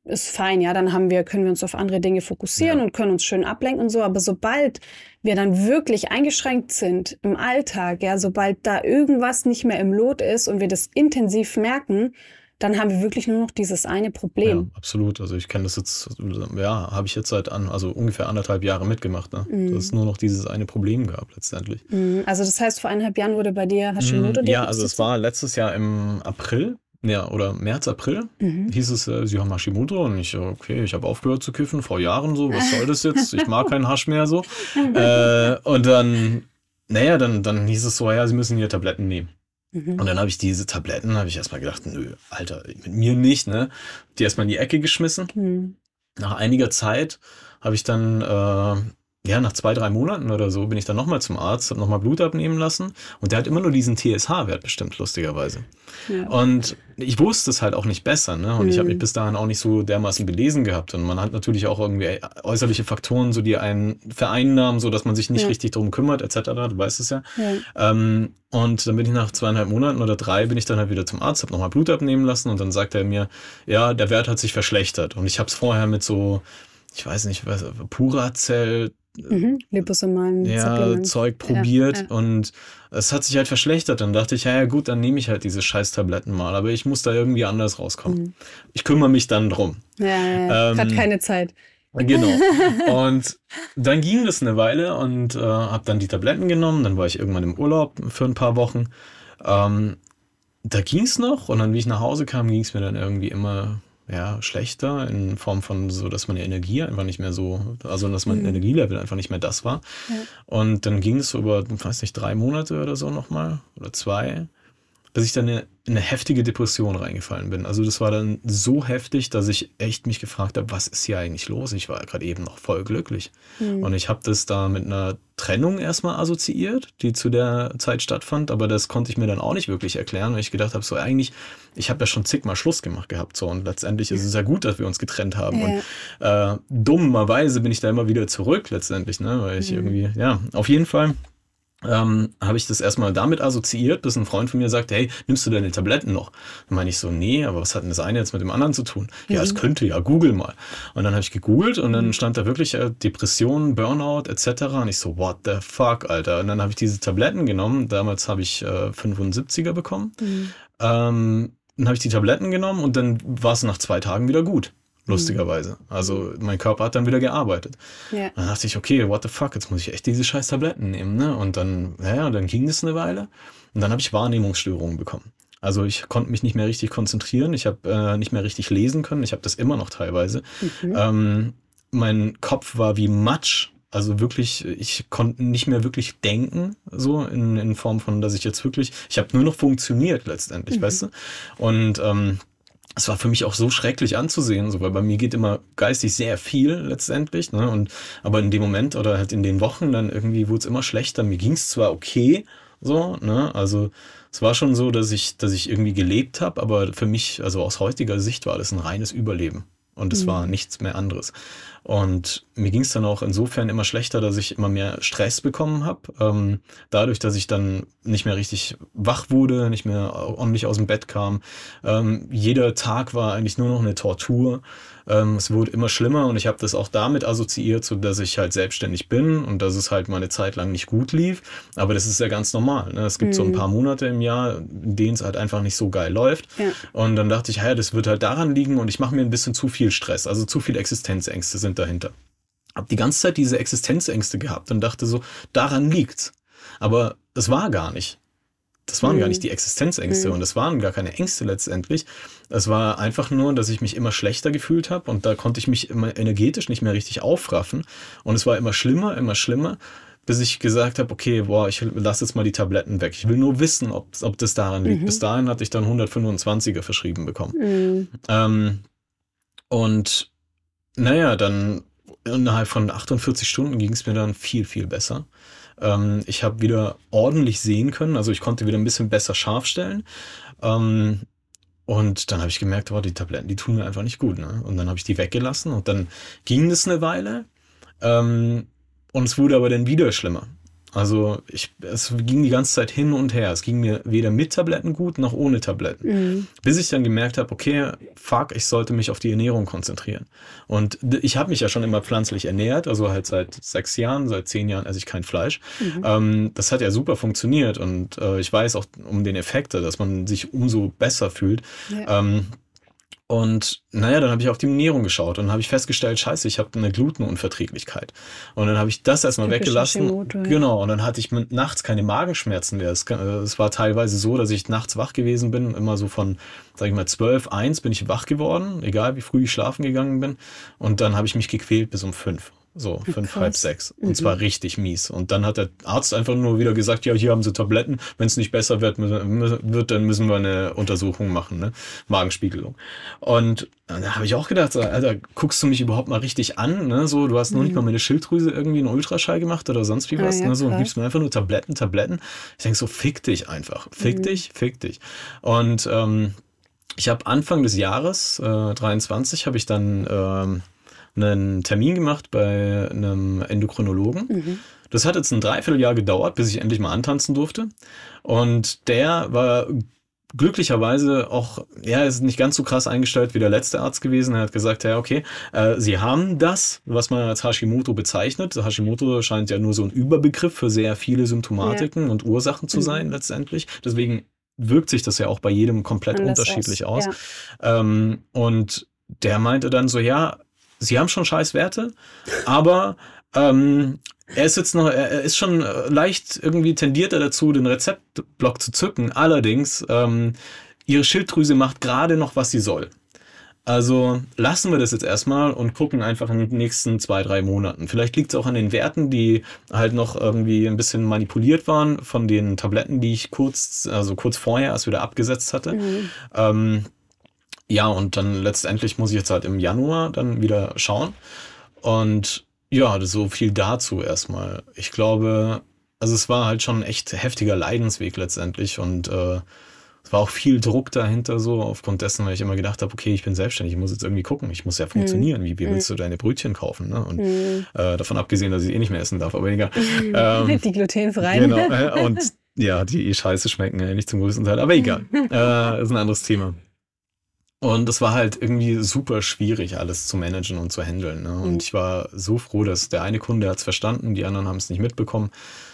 ist fein, ja, dann können wir uns auf andere Dinge fokussieren Ja. und können uns schön ablenken und so. Aber sobald wir dann wirklich eingeschränkt sind im Alltag, ja, sobald da irgendwas nicht mehr im Lot ist und wir das intensiv merken, dann haben wir wirklich nur noch dieses eine Ja, Problem. absolut. Also ich kenne das jetzt, ja, habe ich jetzt also ungefähr 1,5 Jahre mitgemacht, ne? Dass es nur noch dieses eine Problem gab letztendlich. Also das heißt, vor 1,5 Jahren wurde bei dir Hashimoto Ja, also es diagnostiziert? war letztes Jahr im April, ja, oder März, April, hieß es, sie haben Hashimoto und ich, okay, ich habe aufgehört zu kiffen, vor Jahren so, was soll das jetzt? Ich mag keinen Hasch mehr so. Und dann, naja, dann hieß es so, ja, sie müssen hier Tabletten nehmen. Und dann habe ich diese Tabletten, habe ich erstmal gedacht, nö, Alter, mit mir nicht, ne? Die erstmal in die Ecke geschmissen. Nach einiger Zeit habe ich dann, ja, nach 2, 3 Monaten oder so bin ich dann nochmal zum Arzt, habe nochmal Blut abnehmen lassen und der hat immer nur diesen TSH-Wert bestimmt, lustigerweise. Ja. Und ich wusste es halt auch nicht besser, ne? Und ich habe mich bis dahin auch nicht so dermaßen belesen gehabt. Und man hat natürlich auch irgendwie äußerliche Faktoren, so die einen vereinnahmen, so dass man sich nicht richtig drum kümmert, etc. Du weißt es ja. Und dann bin ich nach 2,5 Monaten oder 3 bin ich dann halt wieder zum Arzt, habe nochmal Blut abnehmen lassen und dann sagt er mir, ja, der Wert hat sich verschlechtert. Und ich habe es vorher mit so, ich weiß nicht, was, Puracell, Liposomalen Supplements. Zeug probiert und es hat sich halt verschlechtert. Dann dachte ich, ja gut, dann nehme ich halt diese Scheiß-Tabletten mal, aber ich muss da irgendwie anders rauskommen. Ich kümmere mich dann drum. Hat keine Zeit. Genau. Und dann ging das eine Weile und habe dann die Tabletten genommen. Dann war ich irgendwann im Urlaub für ein paar Wochen. Da ging es noch und dann, wie ich nach Hause kam, ging es mir dann irgendwie immer schlechter in Form von so, dass meine Energie einfach nicht mehr so, also dass mein Energielevel einfach nicht mehr das war. Und dann ging es so über, weiß nicht, 3 Monate oder so nochmal oder 2, bis ich dann in eine heftige Depression reingefallen bin. Also das war dann so heftig, dass ich echt mich gefragt habe, was ist hier eigentlich los? Ich war gerade eben noch voll glücklich. Und ich habe das da mit einer Trennung erstmal assoziiert, die zu der Zeit stattfand, aber das konnte ich mir dann auch nicht wirklich erklären, weil ich gedacht habe, so eigentlich, ich habe ja schon zigmal Schluss gemacht gehabt, so, und letztendlich ist es ja gut, dass wir uns getrennt haben. Und dummerweise bin ich da immer wieder zurück letztendlich, ne, weil ich irgendwie, auf jeden Fall habe ich das erstmal damit assoziiert, bis ein Freund von mir sagte, hey, nimmst du deine Tabletten noch? Dann meine ich so, nee, aber was hat denn das eine jetzt mit dem anderen zu tun? Ja, es könnte ja, google mal. Und dann habe ich gegoogelt und dann stand da wirklich Depression, Burnout etc. Und ich so, what the fuck, Alter? Und dann habe ich diese Tabletten genommen. Damals habe ich 75er bekommen. Dann habe ich die Tabletten genommen und dann war es nach 2 Tagen wieder gut. Lustigerweise. Also mein Körper hat dann wieder gearbeitet. Dann dachte ich, okay, what the fuck, jetzt muss ich echt diese scheiß Tabletten nehmen, ne? Und dann, dann ging das eine Weile und dann habe ich Wahrnehmungsstörungen bekommen. Also ich konnte mich nicht mehr richtig konzentrieren, ich habe nicht mehr richtig lesen können, ich habe das immer noch teilweise. Mein Kopf war wie Matsch, also wirklich, ich konnte nicht mehr wirklich denken, so in Form von, dass ich jetzt wirklich, ich habe nur noch funktioniert letztendlich, weißt du? Und es war für mich auch so schrecklich anzusehen, so, weil bei mir geht immer geistig sehr viel letztendlich, ne? Aber in dem Moment oder halt in den Wochen dann irgendwie wurde es immer schlechter. Mir ging es zwar okay, so, ne? Also es war schon so, dass ich irgendwie gelebt habe, aber für mich, also aus heutiger Sicht, war das ein reines Überleben. Und es war nichts mehr anderes. Und mir ging es dann auch insofern immer schlechter, dass ich immer mehr Stress bekommen habe. Dadurch, dass ich dann nicht mehr richtig wach wurde, nicht mehr ordentlich aus dem Bett kam. Jeder Tag war eigentlich nur noch eine Tortur. Es wurde immer schlimmer und ich habe das auch damit assoziiert, so dass ich halt selbstständig bin und dass es halt mal eine Zeit lang nicht gut lief. Aber das ist ja ganz normal, ne? Es gibt so ein paar Monate im Jahr, in denen es halt einfach nicht so geil läuft. Und dann dachte ich, das wird halt daran liegen und ich mache mir ein bisschen zu viel Stress, also zu viel Existenzängste sind dahinter. Habe die ganze Zeit diese Existenzängste gehabt und dachte so, daran liegt's. Aber es war gar nicht. Das waren gar nicht die Existenzängste und das waren gar keine Ängste letztendlich. Es war einfach nur, dass ich mich immer schlechter gefühlt habe und da konnte ich mich immer energetisch nicht mehr richtig aufraffen. Und es war immer schlimmer, bis ich gesagt habe, okay, ich lasse jetzt mal die Tabletten weg. Ich will nur wissen, ob das daran liegt. Bis dahin hatte ich dann 125er verschrieben bekommen. Und dann innerhalb von 48 Stunden ging es mir dann viel, viel besser. Ich habe wieder ordentlich sehen können, also ich konnte wieder ein bisschen besser scharf stellen. Und dann habe ich gemerkt, die Tabletten, die tun mir einfach nicht gut. Ne? Und dann habe ich die weggelassen und dann ging es eine Weile. Und es wurde aber dann wieder schlimmer. Also es ging die ganze Zeit hin und her. Es ging mir weder mit Tabletten gut, noch ohne Tabletten. Bis ich dann gemerkt habe, okay, fuck, ich sollte mich auf die Ernährung konzentrieren. Und ich habe mich ja schon immer pflanzlich ernährt, also halt seit 6 Jahren, seit 10 Jahren esse ich kein Fleisch. Das hat ja super funktioniert und ich weiß auch um den Effekt, dass man sich umso besser fühlt. Ja. Und naja, dann habe ich auf die Ernährung geschaut und habe ich festgestellt, scheiße, ich habe eine Glutenunverträglichkeit. Und dann habe ich das erstmal Typisch weggelassen. Hashimoto, ja. Genau, und dann hatte ich nachts keine Magenschmerzen mehr. Es war teilweise so, dass ich nachts wach gewesen bin, immer so von, sag ich mal, 12, 1 bin ich wach geworden, egal wie früh ich schlafen gegangen bin. Und dann habe ich mich gequält bis um 5. So, 5, halb 6. Und zwar richtig mies. Und dann hat der Arzt einfach nur wieder gesagt, ja, hier haben Sie Tabletten. Wenn es nicht besser wird, dann müssen wir eine Untersuchung machen, ne? Magenspiegelung. Und da habe ich auch gedacht, so, Alter, guckst du mich überhaupt mal richtig an? Ne? So, du hast noch nicht mal meine Schilddrüse irgendwie einen Ultraschall gemacht oder sonst wie was. Ja, Ne? So, und krass. gibst mir einfach nur Tabletten. Ich denke so, fick dich einfach. Fick dich. Und ich habe Anfang des Jahres 23 habe ich dann einen Termin gemacht bei einem Endokrinologen. Das hat jetzt ein Dreivierteljahr gedauert, bis ich endlich mal antanzen durfte. Und der war glücklicherweise auch, er ist nicht ganz so krass eingestellt wie der letzte Arzt gewesen. Er hat gesagt, ja, okay, Sie haben das, was man als Hashimoto bezeichnet. Hashimoto scheint ja nur so ein Überbegriff für sehr viele Symptomatiken und Ursachen zu sein letztendlich. Deswegen wirkt sich das ja auch bei jedem komplett Anders unterschiedlich aus. Ja. Und der meinte dann so, ja, Sie haben schon scheiß Werte, aber er ist schon leicht irgendwie tendiert er dazu, den Rezeptblock zu zücken. Allerdings, Ihre Schilddrüse macht gerade noch, was sie soll. Also lassen wir das jetzt erstmal und gucken einfach in den nächsten 2, 3 Monaten. Vielleicht liegt es auch an den Werten, die halt noch irgendwie ein bisschen manipuliert waren von den Tabletten, die ich kurz vorher erst wieder abgesetzt hatte. Ja, und dann letztendlich muss ich jetzt halt im Januar dann wieder schauen. Und ja, so viel dazu erstmal. Ich glaube, also es war halt schon ein echt heftiger Leidensweg letztendlich und es war auch viel Druck dahinter so, aufgrund dessen, weil ich immer gedacht habe, okay, ich bin selbstständig, ich muss jetzt irgendwie gucken, ich muss ja funktionieren. Wie willst du deine Brötchen kaufen? Ne? Und davon abgesehen, dass ich eh nicht mehr essen darf, aber egal. Die glutenfreien. Genau, und ja, die scheiße schmecken, nicht zum größten Teil, aber egal. Ist ein anderes Thema. Und es war halt irgendwie super schwierig, alles zu managen und zu handeln. Ne? Und ich war so froh, dass der eine Kunde hat es verstanden, die anderen haben es nicht mitbekommen.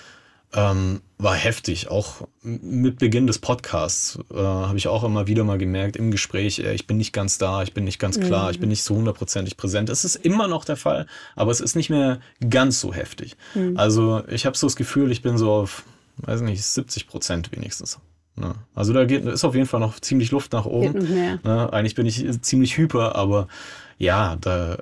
War heftig. Auch mit Beginn des Podcasts habe ich auch immer wieder mal gemerkt im Gespräch, ich bin nicht ganz da, ich bin nicht ganz klar, ich bin nicht so 100%ig präsent. Es ist immer noch der Fall, aber es ist nicht mehr ganz so heftig. Also ich habe so das Gefühl, ich bin so auf, weiß nicht, 70% wenigstens. Ne? Also da ist auf jeden Fall noch ziemlich Luft nach oben. Geht noch mehr. Ne? Eigentlich bin ich ziemlich hyper, aber ja,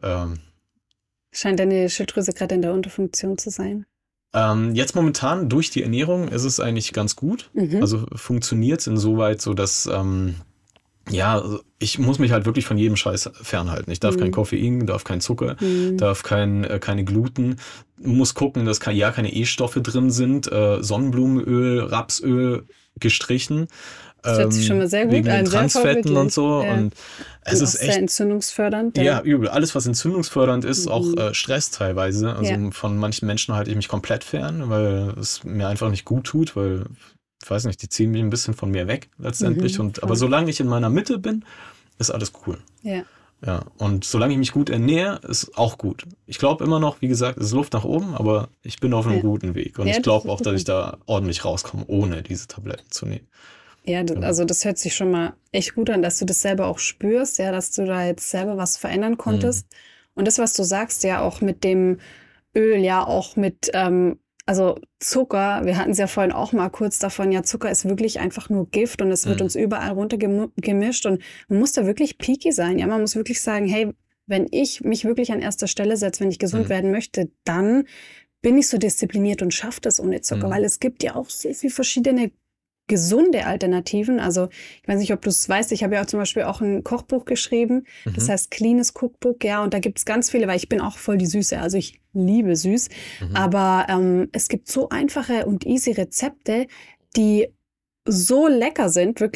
Scheint deine Schilddrüse gerade in der Unterfunktion zu sein. jetzt momentan durch die Ernährung ist es eigentlich ganz gut. Also funktioniert es insoweit so, dass ja, ich muss mich halt wirklich von jedem Scheiß fernhalten. Ich darf kein Koffein, darf kein Zucker, darf keine Gluten. Muss gucken, dass keine E-Stoffe drin sind. Sonnenblumenöl, Rapsöl gestrichen. Das hört sich schon mal sehr gut wegen an, den sehr Transfetten und so. Ja. Und es ist sehr echt entzündungsfördernd. ja, übel. Alles, was entzündungsfördernd ist, auch Stress teilweise. Also Ja. von manchen Menschen halte ich mich komplett fern, weil es mir einfach nicht gut tut, weil, ich weiß nicht, die ziehen mich ein bisschen von mir weg letztendlich. Aber solange ich in meiner Mitte bin, ist alles cool. Ja. Ja, und solange ich mich gut ernähre, ist auch gut. Ich glaube immer noch, wie gesagt, es ist Luft nach oben, aber ich bin auf einem guten Weg. Und Ja, ich das glaube ist auch, dass super. ich da ordentlich rauskomme, ohne diese Tabletten zu nehmen. Ja, also das hört sich schon mal echt gut an, dass du das selber auch spürst, ja, dass du da jetzt selber was verändern konntest. Und das, was du sagst, ja auch mit dem Öl, ja auch mit, also Zucker, wir hatten es ja vorhin auch mal kurz davon, ja, Zucker ist wirklich einfach nur Gift und es wird uns überall runtergemischt und man muss da wirklich picky sein, ja, man muss wirklich sagen, hey, wenn ich mich wirklich an erster Stelle setze, wenn ich gesund werden möchte, dann bin ich so diszipliniert und schaffe das ohne Zucker, weil es gibt ja auch so viele verschiedene gesunde Alternativen. Also ich weiß nicht, ob du es weißt, ich habe ja auch zum Beispiel auch ein Kochbuch geschrieben, das heißt Cleanes Cookbook, ja, und da gibt es ganz viele, weil ich bin auch voll die Süße, also ich liebe süß, aber es gibt so einfache und easy Rezepte, die so lecker sind, wirklich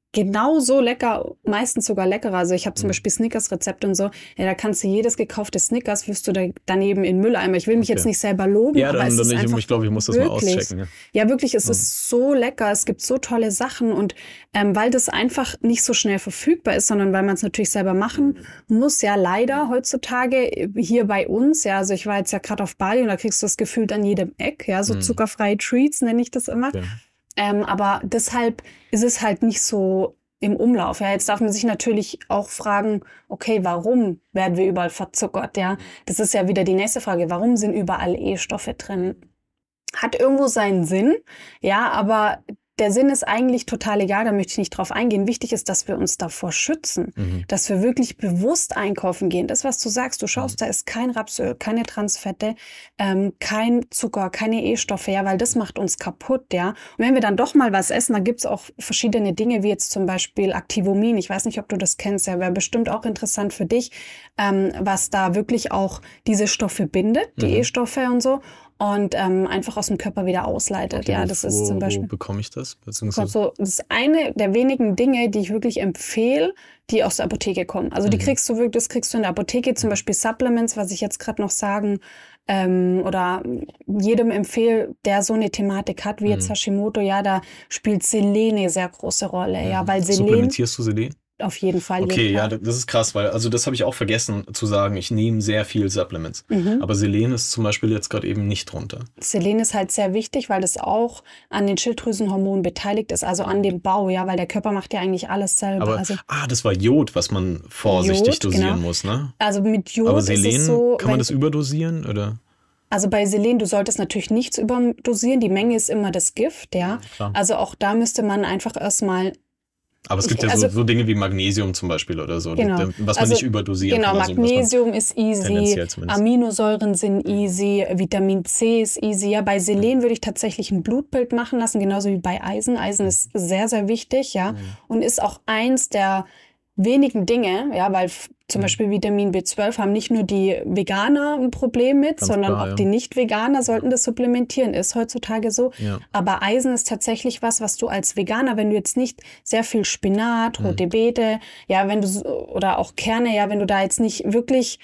genauso lecker, meistens sogar leckerer. Also ich habe zum Beispiel Snickers-Rezept und so. Ja, da kannst du jedes gekaufte Snickers, wirst du da daneben in den Mülleimer. Ich will mich jetzt nicht selber loben, Ja, aber dann, es ist einfach ich glaube, ich muss das mal auschecken. Ja, wirklich, es ist so lecker. Es gibt so tolle Sachen und weil das einfach nicht so schnell verfügbar ist, sondern weil man es natürlich selber machen muss, ja leider heutzutage hier bei uns. Ja, also ich war jetzt ja gerade auf Bali und da kriegst du das gefühlt an jedem Eck. Ja, so zuckerfreie Treats nenne ich das immer. Ja. Aber deshalb ist es halt nicht so im Umlauf. Ja, jetzt darf man sich natürlich auch fragen, okay, warum werden wir überall verzuckert? Ja, das ist ja wieder die nächste Frage. Warum sind überall E-Stoffe drin? Hat irgendwo seinen Sinn, ja, aber der Sinn ist eigentlich total egal, da möchte ich nicht drauf eingehen. Wichtig ist, dass wir uns davor schützen, dass wir wirklich bewusst einkaufen gehen. Das, was du sagst, du schaust, da ist kein Rapsöl, keine Transfette, kein Zucker, keine E-Stoffe, ja, weil das macht uns kaputt, ja. Und wenn wir dann doch mal was essen, da gibt's auch verschiedene Dinge, wie jetzt zum Beispiel Activomin. Ich weiß nicht, ob du das kennst, ja, wäre bestimmt auch interessant für dich, was da wirklich auch diese Stoffe bindet, die E-Stoffe und so. Und einfach aus dem Körper wieder ausleitet. Okay, ja, das ist zum Beispiel. Wo bekomme ich das? Also, das ist eine der wenigen Dinge, die ich wirklich empfehle, die aus der Apotheke kommen. Also die kriegst du wirklich, das kriegst du in der Apotheke, zum Beispiel Supplements, was ich jetzt gerade noch sagen, oder jedem empfehle, der so eine Thematik hat, wie jetzt Hashimoto, ja, da spielt Selen eine sehr große Rolle. Ja, weil Selen. Supplementierst du Selen? Auf jeden Fall. Okay, ja, das ist krass, weil, also das habe ich auch vergessen zu sagen, ich nehme sehr viel Supplements. Aber Selen ist zum Beispiel jetzt gerade eben nicht drunter. Selen ist halt sehr wichtig, weil das auch an den Schilddrüsenhormonen beteiligt ist, also an dem Bau, ja, weil der Körper macht ja eigentlich alles selber. Aber, also, das war Jod, was man vorsichtig Jod, dosieren genau. muss, ne? Also mit Jod aber ist Selen, es so, kann man das überdosieren, oder? Also bei Selen, du solltest natürlich nichts überdosieren, die Menge ist immer das Gift, ja. Klar. Also auch da müsste man einfach erstmal. Aber es gibt so Dinge wie Magnesium zum Beispiel oder so, genau. Was man nicht überdosieren kann. Genau, Magnesium ist easy, tendenziell zumindest. Aminosäuren sind easy, Vitamin C ist easy. Ja, bei Selen würde ich tatsächlich ein Blutbild machen lassen, genauso wie bei Eisen. Eisen ist sehr, sehr wichtig, ja, und ist auch eins der wenigen Dinge, ja, weil zum Beispiel Vitamin B12 haben nicht nur die Veganer ein Problem mit, Ganz sondern klar, auch die Nicht-Veganer sollten das supplementieren, ist heutzutage so. Ja. Aber Eisen ist tatsächlich was du als Veganer, wenn du jetzt nicht sehr viel Spinat, rote Beete, ja, wenn du, oder auch Kerne, ja, wenn du da jetzt nicht wirklich,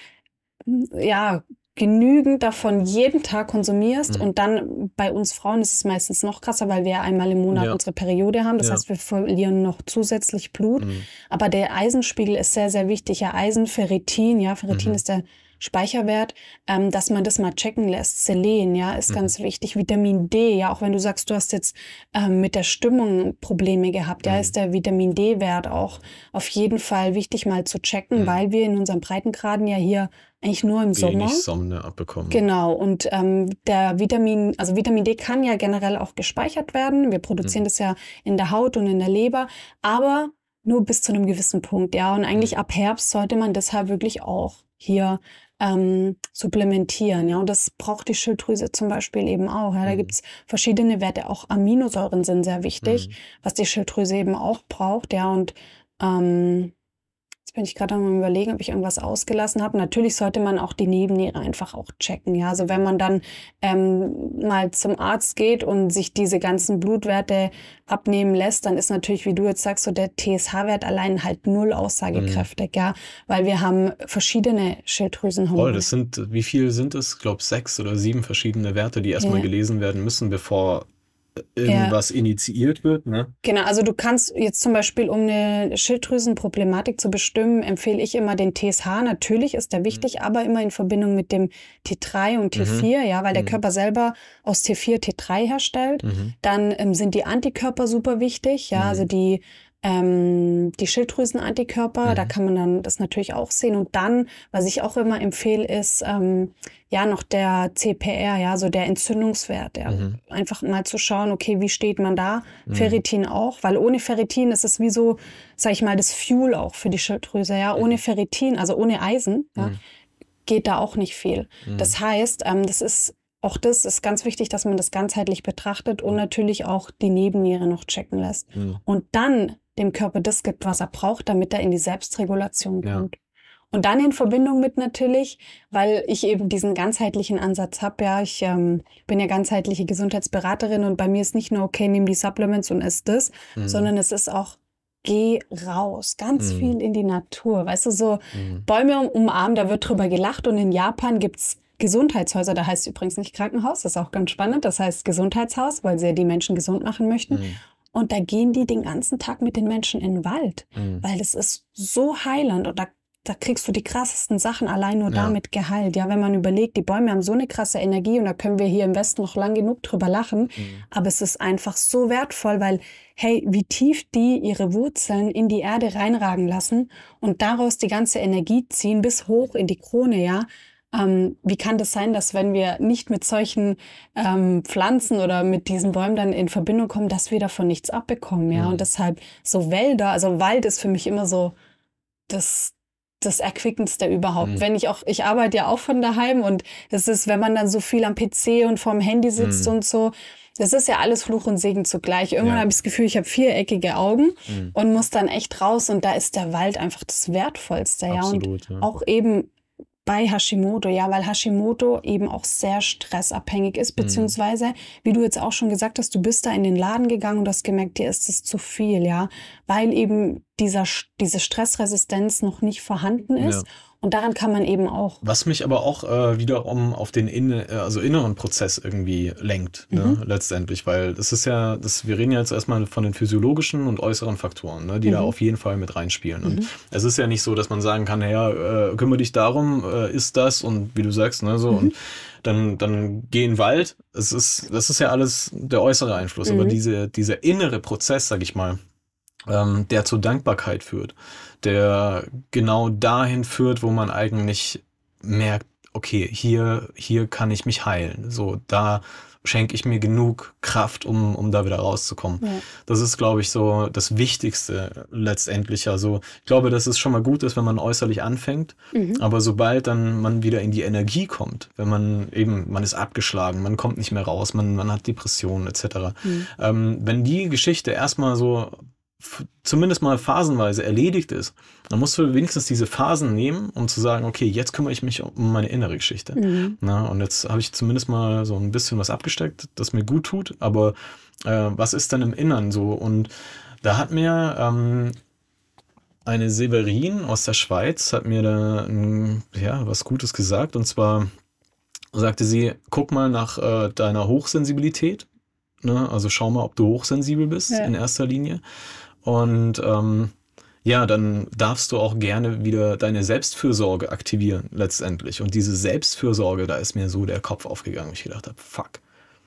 ja, genügend davon jeden Tag konsumierst und dann bei uns Frauen ist es meistens noch krasser, weil wir ja einmal im Monat unsere Periode haben. Das heißt, wir verlieren noch zusätzlich Blut. Aber der Eisenspiegel ist sehr, sehr wichtig. Ja, Eisen, Ferritin, ja, Ferritin ist der Speicherwert, dass man das mal checken lässt. Selen, ja, ist ganz wichtig. Vitamin D, ja, auch wenn du sagst, du hast jetzt mit der Stimmung Probleme gehabt, ja, ist der Vitamin D-Wert auch auf jeden Fall wichtig mal zu checken, weil wir in unseren Breitengraden ja hier eigentlich nur im Sommer. Wenig Sonne abbekommen. Genau, und der Vitamin D kann ja generell auch gespeichert werden. Wir produzieren das ja in der Haut und in der Leber, aber nur bis zu einem gewissen Punkt, ja. Und eigentlich ab Herbst sollte man deshalb wirklich auch hier supplementieren, ja. Und das braucht die Schilddrüse zum Beispiel eben auch. Ja. Da gibt's verschiedene Werte, auch Aminosäuren sind sehr wichtig, was die Schilddrüse eben auch braucht, ja. Und jetzt bin ich gerade am Überlegen, ob ich irgendwas ausgelassen habe. Natürlich sollte man auch die Nebenniere einfach auch checken. Ja, also wenn man dann mal zum Arzt geht und sich diese ganzen Blutwerte abnehmen lässt, dann ist natürlich, wie du jetzt sagst, so der TSH-Wert allein halt null aussagekräftig, ja, weil wir haben verschiedene Schilddrüsenhormone. Das sind, wie viel sind es? Ich glaube 6 oder 7 verschiedene Werte, die erstmal gelesen werden müssen, bevor irgendwas initiiert wird, ne? Genau, also du kannst jetzt zum Beispiel, um eine Schilddrüsenproblematik zu bestimmen, empfehle ich immer den TSH. Natürlich ist der wichtig, aber immer in Verbindung mit dem T3 und T4, ja, weil der Körper selber aus T4 T3 herstellt. Dann sind die Antikörper super wichtig, ja, also die Schilddrüsenantikörper, da kann man dann das natürlich auch sehen. Und dann, was ich auch immer empfehle, ist ja noch der CPR, ja, so der Entzündungswert. Ja. Einfach mal zu schauen, okay, wie steht man da? Ferritin auch, weil ohne Ferritin ist es wie so, sag ich mal, das Fuel auch für die Schilddrüse. Ja, ohne Ferritin, also ohne Eisen, ja, geht da auch nicht viel. Das heißt, das ist ganz wichtig, dass man das ganzheitlich betrachtet und natürlich auch die Nebenniere noch checken lässt. Und dann dem Körper das gibt, was er braucht, damit er in die Selbstregulation kommt. Und dann in Verbindung mit natürlich, weil ich eben diesen ganzheitlichen Ansatz habe, ja, ich bin ja ganzheitliche Gesundheitsberaterin und bei mir ist nicht nur, okay, nimm die Supplements und ess das, sondern es ist auch geh raus, ganz viel in die Natur. Weißt du, so Bäume umarmen, da wird drüber gelacht. Und in Japan gibt's Gesundheitshäuser, da heißt es übrigens nicht Krankenhaus, das ist auch ganz spannend, das heißt Gesundheitshaus, weil sie ja die Menschen gesund machen möchten. Und da gehen die den ganzen Tag mit den Menschen in den Wald, weil das ist so heilend und da kriegst du die krassesten Sachen allein nur damit geheilt. Ja, wenn man überlegt, die Bäume haben so eine krasse Energie und da können wir hier im Westen noch lang genug drüber lachen, aber es ist einfach so wertvoll, weil, hey, wie tief die ihre Wurzeln in die Erde reinragen lassen und daraus die ganze Energie ziehen bis hoch in die Krone, ja. Wie kann das sein, dass wenn wir nicht mit solchen Pflanzen oder mit diesen Bäumen dann in Verbindung kommen, dass wir davon nichts abbekommen, ja? Und deshalb so Wälder, also Wald ist für mich immer so das Erquickendste überhaupt. Ich arbeite ja auch von daheim und das ist, wenn man dann so viel am PC und vorm Handy sitzt und so, das ist ja alles Fluch und Segen zugleich. Irgendwann habe ich das Gefühl, ich habe viereckige Augen und muss dann echt raus und da ist der Wald einfach das Wertvollste, ja? Absolut, Und auch eben bei Hashimoto, ja, weil Hashimoto eben auch sehr stressabhängig ist, beziehungsweise, wie du jetzt auch schon gesagt hast, du bist da in den Laden gegangen und hast gemerkt, dir ist es zu viel, ja, weil eben diese Stressresistenz noch nicht vorhanden ist. Ja. Und daran kann man eben auch. Was mich aber auch wiederum auf den inneren Prozess irgendwie lenkt, ne, letztendlich, weil das ist ja, wir reden ja jetzt erstmal von den physiologischen und äußeren Faktoren, ne, die da auf jeden Fall mit reinspielen. Und es ist ja nicht so, dass man sagen kann, naja, kümmere dich darum, ist das und wie du sagst, ne, so und dann geh in den Wald. Das ist ja alles der äußere Einfluss, aber dieser innere Prozess, sag ich mal, der zur Dankbarkeit führt, der genau dahin führt, wo man eigentlich merkt, okay, hier kann ich mich heilen. So, da schenke ich mir genug Kraft, um da wieder rauszukommen. Ja. Das ist, glaube ich, so das Wichtigste letztendlich. Also ich glaube, dass es schon mal gut ist, wenn man äußerlich anfängt, aber sobald dann man wieder in die Energie kommt, wenn man ist abgeschlagen, man kommt nicht mehr raus, man hat Depressionen etc. Wenn die Geschichte erstmal so zumindest mal phasenweise erledigt ist, dann musst du wenigstens diese Phasen nehmen, um zu sagen, okay, jetzt kümmere ich mich um meine innere Geschichte. Na, und jetzt habe ich zumindest mal so ein bisschen was abgesteckt, das mir gut tut, aber was ist denn im Innern so? Und da hat mir eine Severin aus der Schweiz, hat mir da was Gutes gesagt, und zwar sagte sie, guck mal nach deiner Hochsensibilität, ne? Also schau mal, ob du hochsensibel bist in erster Linie. Und dann darfst du auch gerne wieder deine Selbstfürsorge aktivieren letztendlich. Und diese Selbstfürsorge, da ist mir so der Kopf aufgegangen, wo ich gedacht habe, fuck.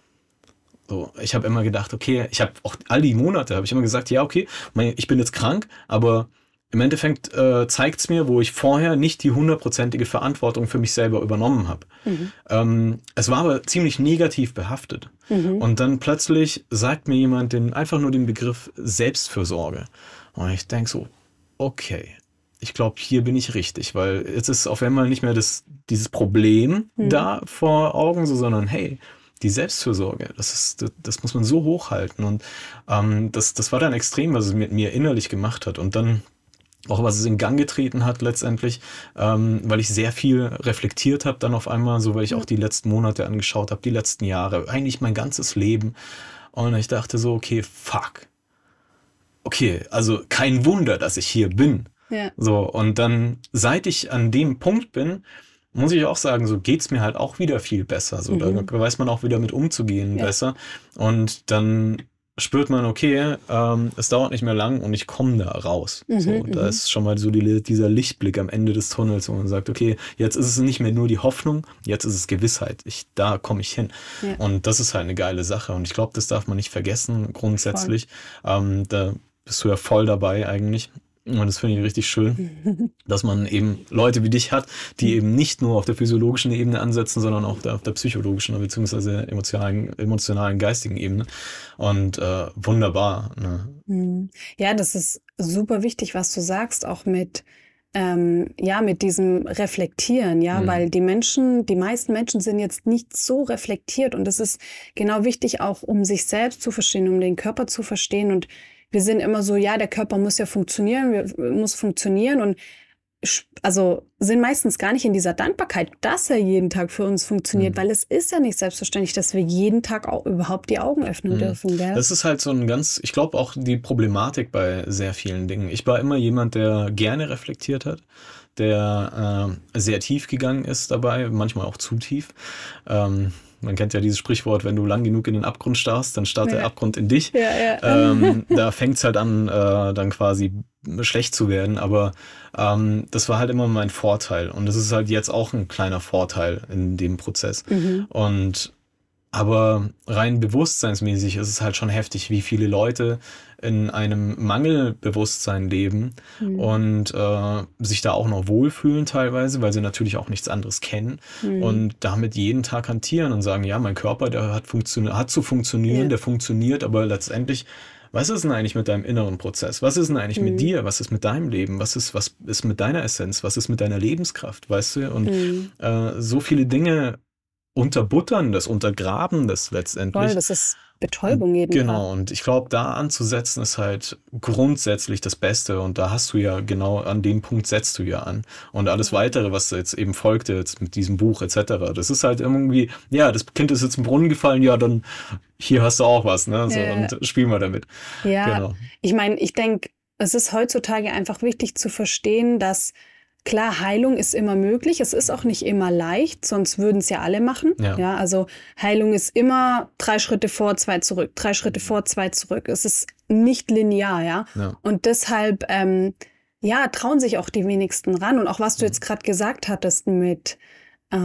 So, ich habe immer gedacht, okay, ich habe auch all die Monate, habe ich immer gesagt, ja, okay, ich bin jetzt krank, aber im Endeffekt zeigt es mir, wo ich vorher nicht die 100%ige Verantwortung für mich selber übernommen habe. Es war aber ziemlich negativ behaftet. Und dann plötzlich sagt mir jemand einfach nur den Begriff Selbstfürsorge. Und ich denke so, okay, ich glaube, hier bin ich richtig, weil jetzt ist auf einmal nicht mehr dieses Problem da vor Augen, sondern hey, die Selbstfürsorge, das muss man so hochhalten. Und das war dann extrem, was es mit mir innerlich gemacht hat. Und dann auch was es in Gang getreten hat letztendlich, weil ich sehr viel reflektiert habe dann auf einmal, so weil ich auch die letzten Monate angeschaut habe, die letzten Jahre, eigentlich mein ganzes Leben. Und ich dachte so, okay, fuck. Okay, also kein Wunder, dass ich hier bin. Ja. So, und dann, seit ich an dem Punkt bin, muss ich auch sagen, so geht's mir halt auch wieder viel besser. So, da weiß man auch wieder mit umzugehen besser. Und dann spürt man, okay, es dauert nicht mehr lang und ich komme da raus. Da ist schon mal so dieser Lichtblick am Ende des Tunnels, wo man sagt, okay, jetzt ist es nicht mehr nur die Hoffnung, jetzt ist es Gewissheit. Da komme ich hin. Ja. Und das ist halt eine geile Sache. Und ich glaube, das darf man nicht vergessen, grundsätzlich. Da bist du ja voll dabei eigentlich. Und das finde ich richtig schön, dass man eben Leute wie dich hat, die eben nicht nur auf der physiologischen Ebene ansetzen, sondern auch auf der psychologischen bzw. emotionalen, geistigen Ebene. Und wunderbar. Ne? Ja, das ist super wichtig, was du sagst, auch mit diesem Reflektieren, weil die meisten Menschen sind jetzt nicht so reflektiert und das ist genau wichtig auch, um sich selbst zu verstehen, um den Körper zu verstehen und wir sind immer so, ja, der Körper muss ja funktionieren, muss funktionieren und also sind meistens gar nicht in dieser Dankbarkeit, dass er jeden Tag für uns funktioniert, weil es ist ja nicht selbstverständlich, dass wir jeden Tag auch überhaupt die Augen öffnen dürfen. Gell? Das ist halt so ich glaube auch die Problematik bei sehr vielen Dingen. Ich war immer jemand, der gerne reflektiert hat, der sehr tief gegangen ist dabei, manchmal auch zu tief. Man kennt ja dieses Sprichwort, wenn du lang genug in den Abgrund starrst, dann starrt der Abgrund in dich. Da fängt es halt an, dann quasi schlecht zu werden. Aber das war halt immer mein Vorteil. Und das ist halt jetzt auch ein kleiner Vorteil in dem Prozess. Aber rein bewusstseinsmäßig ist es halt schon heftig, wie viele Leute in einem Mangelbewusstsein leben und sich da auch noch wohlfühlen teilweise, weil sie natürlich auch nichts anderes kennen und damit jeden Tag hantieren und sagen, ja, mein Körper, der hat zu funktionieren, der funktioniert, aber letztendlich, was ist denn eigentlich mit deinem inneren Prozess? Was ist denn eigentlich mit dir? Was ist mit deinem Leben? Was ist mit deiner Essenz? Was ist mit deiner Lebenskraft? Weißt du? Und so viele Dinge unterbuttern das, untergraben das letztendlich. Voll, das ist Betäubung jeden Tag. Genau, und ich glaube, da anzusetzen ist halt grundsätzlich das Beste und da hast du ja genau, an dem Punkt setzt du ja an. Und alles Weitere, was jetzt eben folgte jetzt mit diesem Buch etc., das ist halt irgendwie, ja, das Kind ist jetzt im Brunnen gefallen, ja, dann hier hast du auch was, ne, so, und spiel mal damit. Ja, genau. Ich meine, ich denke, es ist heutzutage einfach wichtig zu verstehen, dass klar, Heilung ist immer möglich. Es ist auch nicht immer leicht, sonst würden es ja alle machen. Ja, also Heilung ist immer 3 Schritte vor, 2 zurück, 3 Schritte vor, 2 zurück. Es ist nicht linear, ja. Und deshalb, trauen sich auch die wenigsten ran. Und auch was du jetzt gerade gesagt hattest mit, das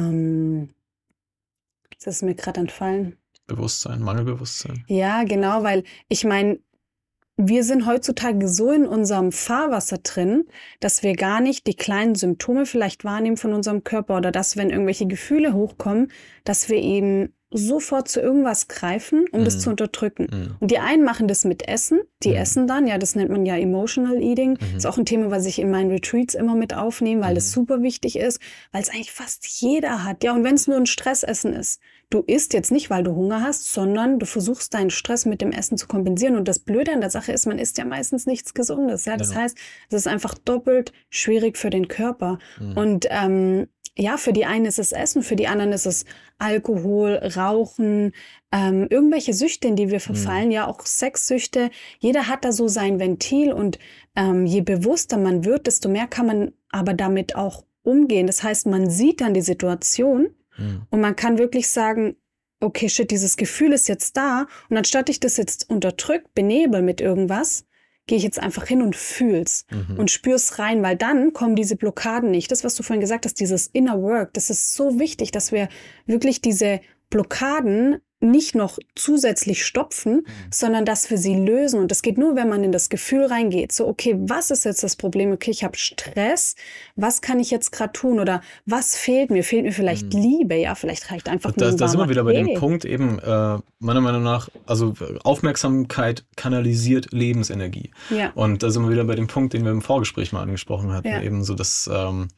ist mir gerade entfallen. Bewusstsein, Mangelbewusstsein. Ja, genau, weil ich meine, wir sind heutzutage so in unserem Fahrwasser drin, dass wir gar nicht die kleinen Symptome vielleicht wahrnehmen von unserem Körper oder dass, wenn irgendwelche Gefühle hochkommen, dass wir eben sofort zu irgendwas greifen, um das zu unterdrücken. Und die einen machen das mit Essen, die essen dann, ja, das nennt man ja Emotional Eating. Ist auch ein Thema, was ich in meinen Retreats immer mit aufnehme, weil das super wichtig ist, weil es eigentlich fast jeder hat. Ja, und wenn es nur ein Stressessen ist, du isst jetzt nicht, weil du Hunger hast, sondern du versuchst deinen Stress mit dem Essen zu kompensieren. Und das Blöde an der Sache ist, man isst ja meistens nichts Gesundes. Ja, das heißt, es ist einfach doppelt schwierig für den Körper. Und für die einen ist es Essen, für die anderen ist es Alkohol, Rauchen, irgendwelche Süchte, in die wir verfallen, ja auch Sexsüchte. Jeder hat da so sein Ventil und je bewusster man wird, desto mehr kann man aber damit auch umgehen. Das heißt, man sieht dann die Situation und man kann wirklich sagen, okay, shit, dieses Gefühl ist jetzt da und anstatt ich das jetzt unterdrück, benebel mit irgendwas, gehe ich jetzt einfach hin und fühl's und spür's rein, weil dann kommen diese Blockaden nicht. Das, was du vorhin gesagt hast, dieses Inner Work, das ist so wichtig, dass wir wirklich diese Blockaden nicht noch zusätzlich stopfen, sondern dass wir sie lösen. Und das geht nur, wenn man in das Gefühl reingeht. So, okay, was ist jetzt das Problem? Okay, ich habe Stress. Was kann ich jetzt gerade tun? Oder was fehlt mir? Fehlt mir vielleicht Liebe? Ja, vielleicht reicht einfach nur ein warmer Da sind wir wieder bei dem Tee. Punkt eben, meiner Meinung nach, also Aufmerksamkeit kanalisiert Lebensenergie. Ja. Und da sind wir wieder bei dem Punkt, den wir im Vorgespräch mal angesprochen hatten. Ja. Eben so, dass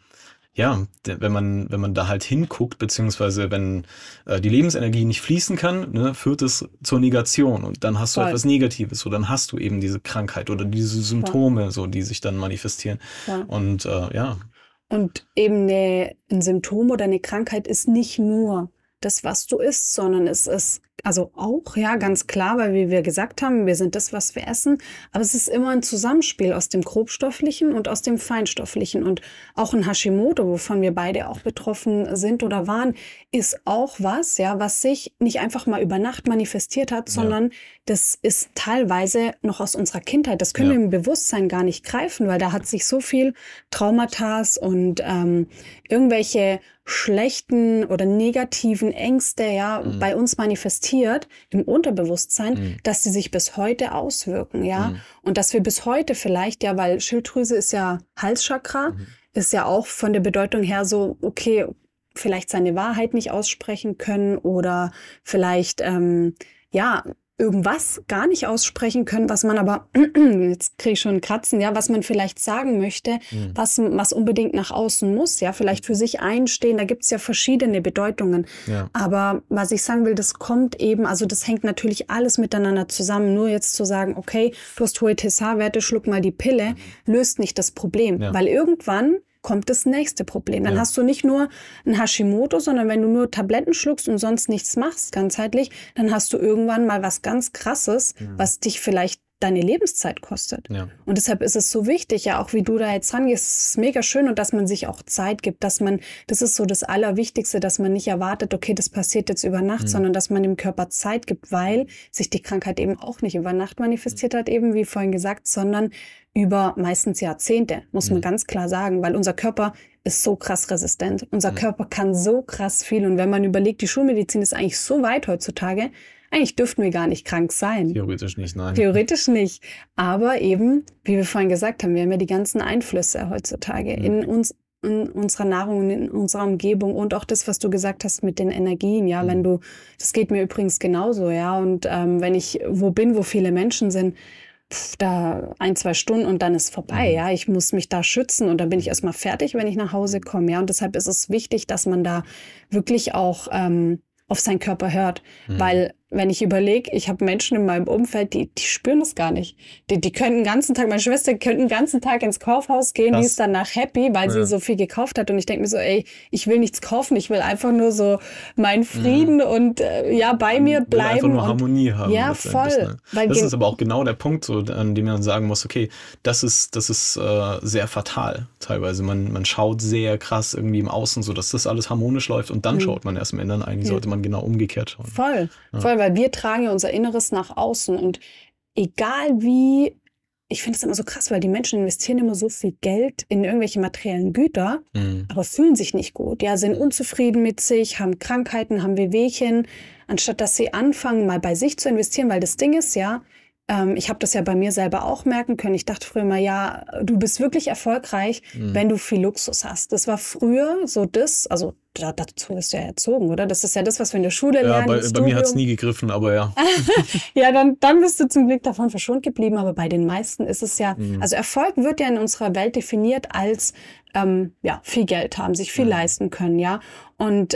wenn man da halt hinguckt, beziehungsweise wenn die Lebensenergie nicht fließen kann, ne, führt es zur Negation und dann hast du Voll. etwas Negatives, so dann hast du eben diese Krankheit oder diese Symptome, so die sich dann manifestieren. Voll. Und Und eben ein Symptom oder eine Krankheit ist nicht nur das, was du isst, sondern es ist also auch, ja, ganz klar, weil wie wir gesagt haben, wir sind das, was wir essen, aber es ist immer ein Zusammenspiel aus dem Grobstofflichen und aus dem Feinstofflichen und auch ein Hashimoto, wovon wir beide auch betroffen sind oder waren, ist auch was, ja, was sich nicht einfach mal über Nacht manifestiert hat, sondern das ist teilweise noch aus unserer Kindheit. Das können wir im Bewusstsein gar nicht greifen, weil da hat sich so viel Traumata und irgendwelche schlechten oder negativen Ängste ja bei uns manifestiert im Unterbewusstsein, dass sie sich bis heute auswirken, ja. Und dass wir bis heute vielleicht, ja, weil Schilddrüse ist ja Halschakra, ist ja auch von der Bedeutung her so, okay, vielleicht seine Wahrheit nicht aussprechen können oder vielleicht, irgendwas gar nicht aussprechen können, was man aber, jetzt kriege ich schon einen Kratzen, ja, was man vielleicht sagen möchte, was unbedingt nach außen muss, ja, vielleicht für sich einstehen, da gibt es ja verschiedene Bedeutungen. Ja. Aber was ich sagen will, das kommt eben, also das hängt natürlich alles miteinander zusammen, nur jetzt zu sagen, okay, du hast hohe TSH-Werte, schluck mal die Pille, löst nicht das Problem, weil irgendwann kommt das nächste Problem. Dann Ja. hast du nicht nur ein Hashimoto, sondern wenn du nur Tabletten schluckst und sonst nichts machst, ganzheitlich, dann hast du irgendwann mal was ganz Krasses, was dich vielleicht deine Lebenszeit kostet. Ja. Und deshalb ist es so wichtig, ja, auch wie du da jetzt rangehst, es ist mega schön und dass man sich auch Zeit gibt, das ist so das Allerwichtigste, dass man nicht erwartet, okay, das passiert jetzt über Nacht, sondern dass man dem Körper Zeit gibt, weil sich die Krankheit eben auch nicht über Nacht manifestiert hat, eben wie vorhin gesagt, sondern über meistens Jahrzehnte, muss man ganz klar sagen, weil unser Körper ist so krass resistent. Unser Körper kann so krass viel und wenn man überlegt, die Schulmedizin ist eigentlich so weit heutzutage, eigentlich dürften wir gar nicht krank sein. Theoretisch nicht, nein. Theoretisch nicht. Aber eben, wie wir vorhin gesagt haben, wir haben ja die ganzen Einflüsse heutzutage in uns, in unserer Nahrung und in unserer Umgebung und auch das, was du gesagt hast mit den Energien. Ja, das geht mir übrigens genauso, ja. Und wenn ich wo bin, wo viele Menschen sind, da 1-2 Stunden und dann ist vorbei, ja. Ich muss mich da schützen und dann bin ich erstmal fertig, wenn ich nach Hause komme, ja. Und deshalb ist es wichtig, dass man da wirklich auch auf seinen Körper hört. Weil, wenn ich überlege, ich habe Menschen in meinem Umfeld, die spüren das gar nicht. Die können den ganzen Tag, meine Schwester könnte den ganzen Tag ins Kaufhaus gehen, die ist danach happy, weil sie so viel gekauft hat. Und ich denke mir so, ey, ich will nichts kaufen, ich will einfach nur so meinen Frieden und bei mir bleiben. Will einfach nur Harmonie haben. Ja, voll. Ne? Weil das ist aber auch genau der Punkt, so, an dem man sagen muss, okay, das ist sehr fatal teilweise. Man schaut sehr krass irgendwie im Außen, so dass das alles harmonisch läuft und dann schaut man erst im Inneren. Eigentlich sollte man genau umgekehrt schauen. Voll, weil wir tragen ja unser Inneres nach außen und egal wie, ich finde es immer so krass, weil die Menschen investieren immer so viel Geld in irgendwelche materiellen Güter, aber fühlen sich nicht gut, ja, sind unzufrieden mit sich, haben Krankheiten, haben Wehwehchen, anstatt dass sie anfangen, mal bei sich zu investieren, weil das Ding ist ja, ich habe das ja bei mir selber auch merken können. Ich dachte früher mal, ja, du bist wirklich erfolgreich, wenn du viel Luxus hast. Das war früher so also dazu wirst du ja erzogen, oder? Das ist ja das, was wir in der Schule lernen. Ja, bei mir hat es nie gegriffen, aber ja. Ja, dann bist du zum Glück davon verschont geblieben, aber bei den meisten ist es ja, also Erfolg wird ja in unserer Welt definiert als viel Geld haben, sich viel leisten können, ja. Und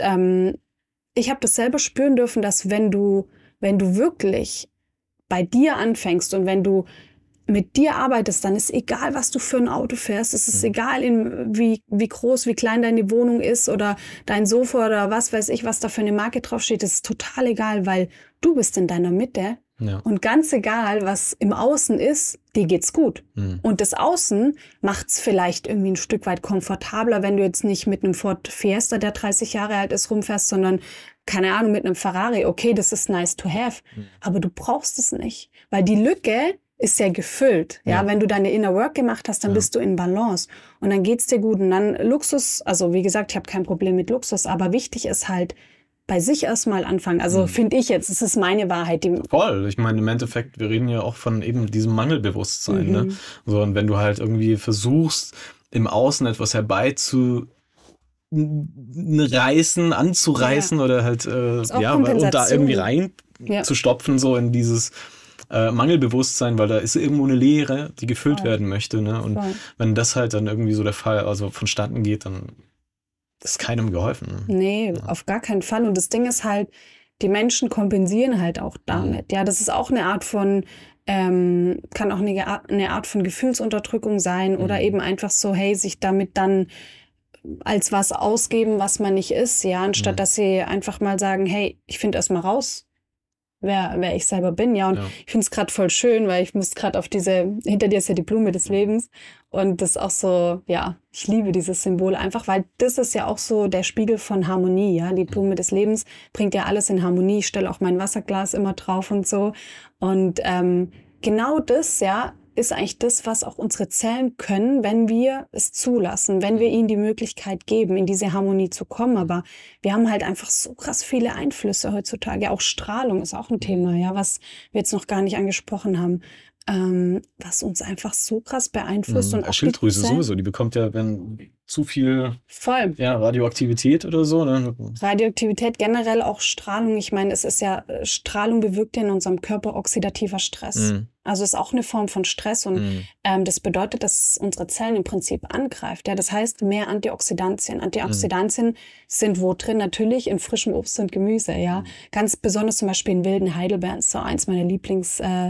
ich habe das selber spüren dürfen, dass wenn du wirklich bei dir anfängst und wenn du mit dir arbeitest, dann ist egal, was du für ein Auto fährst. Es ist egal, wie groß, wie klein deine Wohnung ist oder dein Sofa oder was weiß ich, was da für eine Marke draufsteht. Das ist total egal, weil du bist in deiner Mitte. Ja. Und ganz egal, was im Außen ist, dir geht's gut. Und das Außen macht's vielleicht irgendwie ein Stück weit komfortabler, wenn du jetzt nicht mit einem Ford Fiesta, der 30 Jahre alt ist, rumfährst, sondern keine Ahnung, mit einem Ferrari. Okay, das ist nice to have, aber du brauchst es nicht, weil die Lücke ist ja gefüllt. Ja, wenn du deine Inner Work gemacht hast, dann bist du in Balance und dann geht's dir gut. Und dann Luxus, also wie gesagt, ich habe kein Problem mit Luxus, aber wichtig ist halt, bei sich erstmal anfangen. Also finde ich jetzt, es ist meine Wahrheit. Voll. Ich meine, im Endeffekt, wir reden ja auch von eben diesem Mangelbewusstsein. Ne? So, und wenn du halt irgendwie versuchst, im Außen etwas anzureißen oder halt und da irgendwie reinzustopfen, so in dieses Mangelbewusstsein, weil da ist irgendwo eine Leere, die gefüllt werden möchte. Ne? Und wenn das halt dann irgendwie so der Fall, also vonstatten geht, dann ist keinem geholfen. Ne? Nee, auf gar keinen Fall. Und das Ding ist halt, die Menschen kompensieren halt auch damit. Ja, das ist auch eine Art von, kann auch eine Art von Gefühlsunterdrückung sein oder eben einfach so, hey, sich damit dann als was ausgeben, was man nicht ist, ja, anstatt dass sie einfach mal sagen, hey, ich finde erst mal raus, wer ich selber bin, ja, und ich finde es gerade voll schön, weil ich muss gerade auf hinter dir ist ja die Blume des Lebens und das ist auch so, ja, ich liebe dieses Symbol einfach, weil das ist ja auch so der Spiegel von Harmonie, ja, die Blume des Lebens bringt ja alles in Harmonie, ich stelle auch mein Wasserglas immer drauf und so und genau das, ja, ist eigentlich das, was auch unsere Zellen können, wenn wir es zulassen, wenn wir ihnen die Möglichkeit geben, in diese Harmonie zu kommen. Aber wir haben halt einfach so krass viele Einflüsse heutzutage. Auch Strahlung ist auch ein Thema, ja, was wir jetzt noch gar nicht angesprochen haben, was uns einfach so krass beeinflusst. Und auch Schilddrüse sowieso, die bekommt ja, wenn zu viel Radioaktivität oder so. Ne? Radioaktivität, generell auch Strahlung. Ich meine, es ist ja, Strahlung bewirkt ja in unserem Körper oxidativer Stress. Also ist auch eine Form von Stress und das bedeutet, dass unsere Zellen im Prinzip angreift. Ja? Das heißt, mehr Antioxidantien. Antioxidantien sind wo drin? Natürlich in frischem Obst und Gemüse. Ja, ganz besonders zum Beispiel in wilden Heidelbeeren, so eins meiner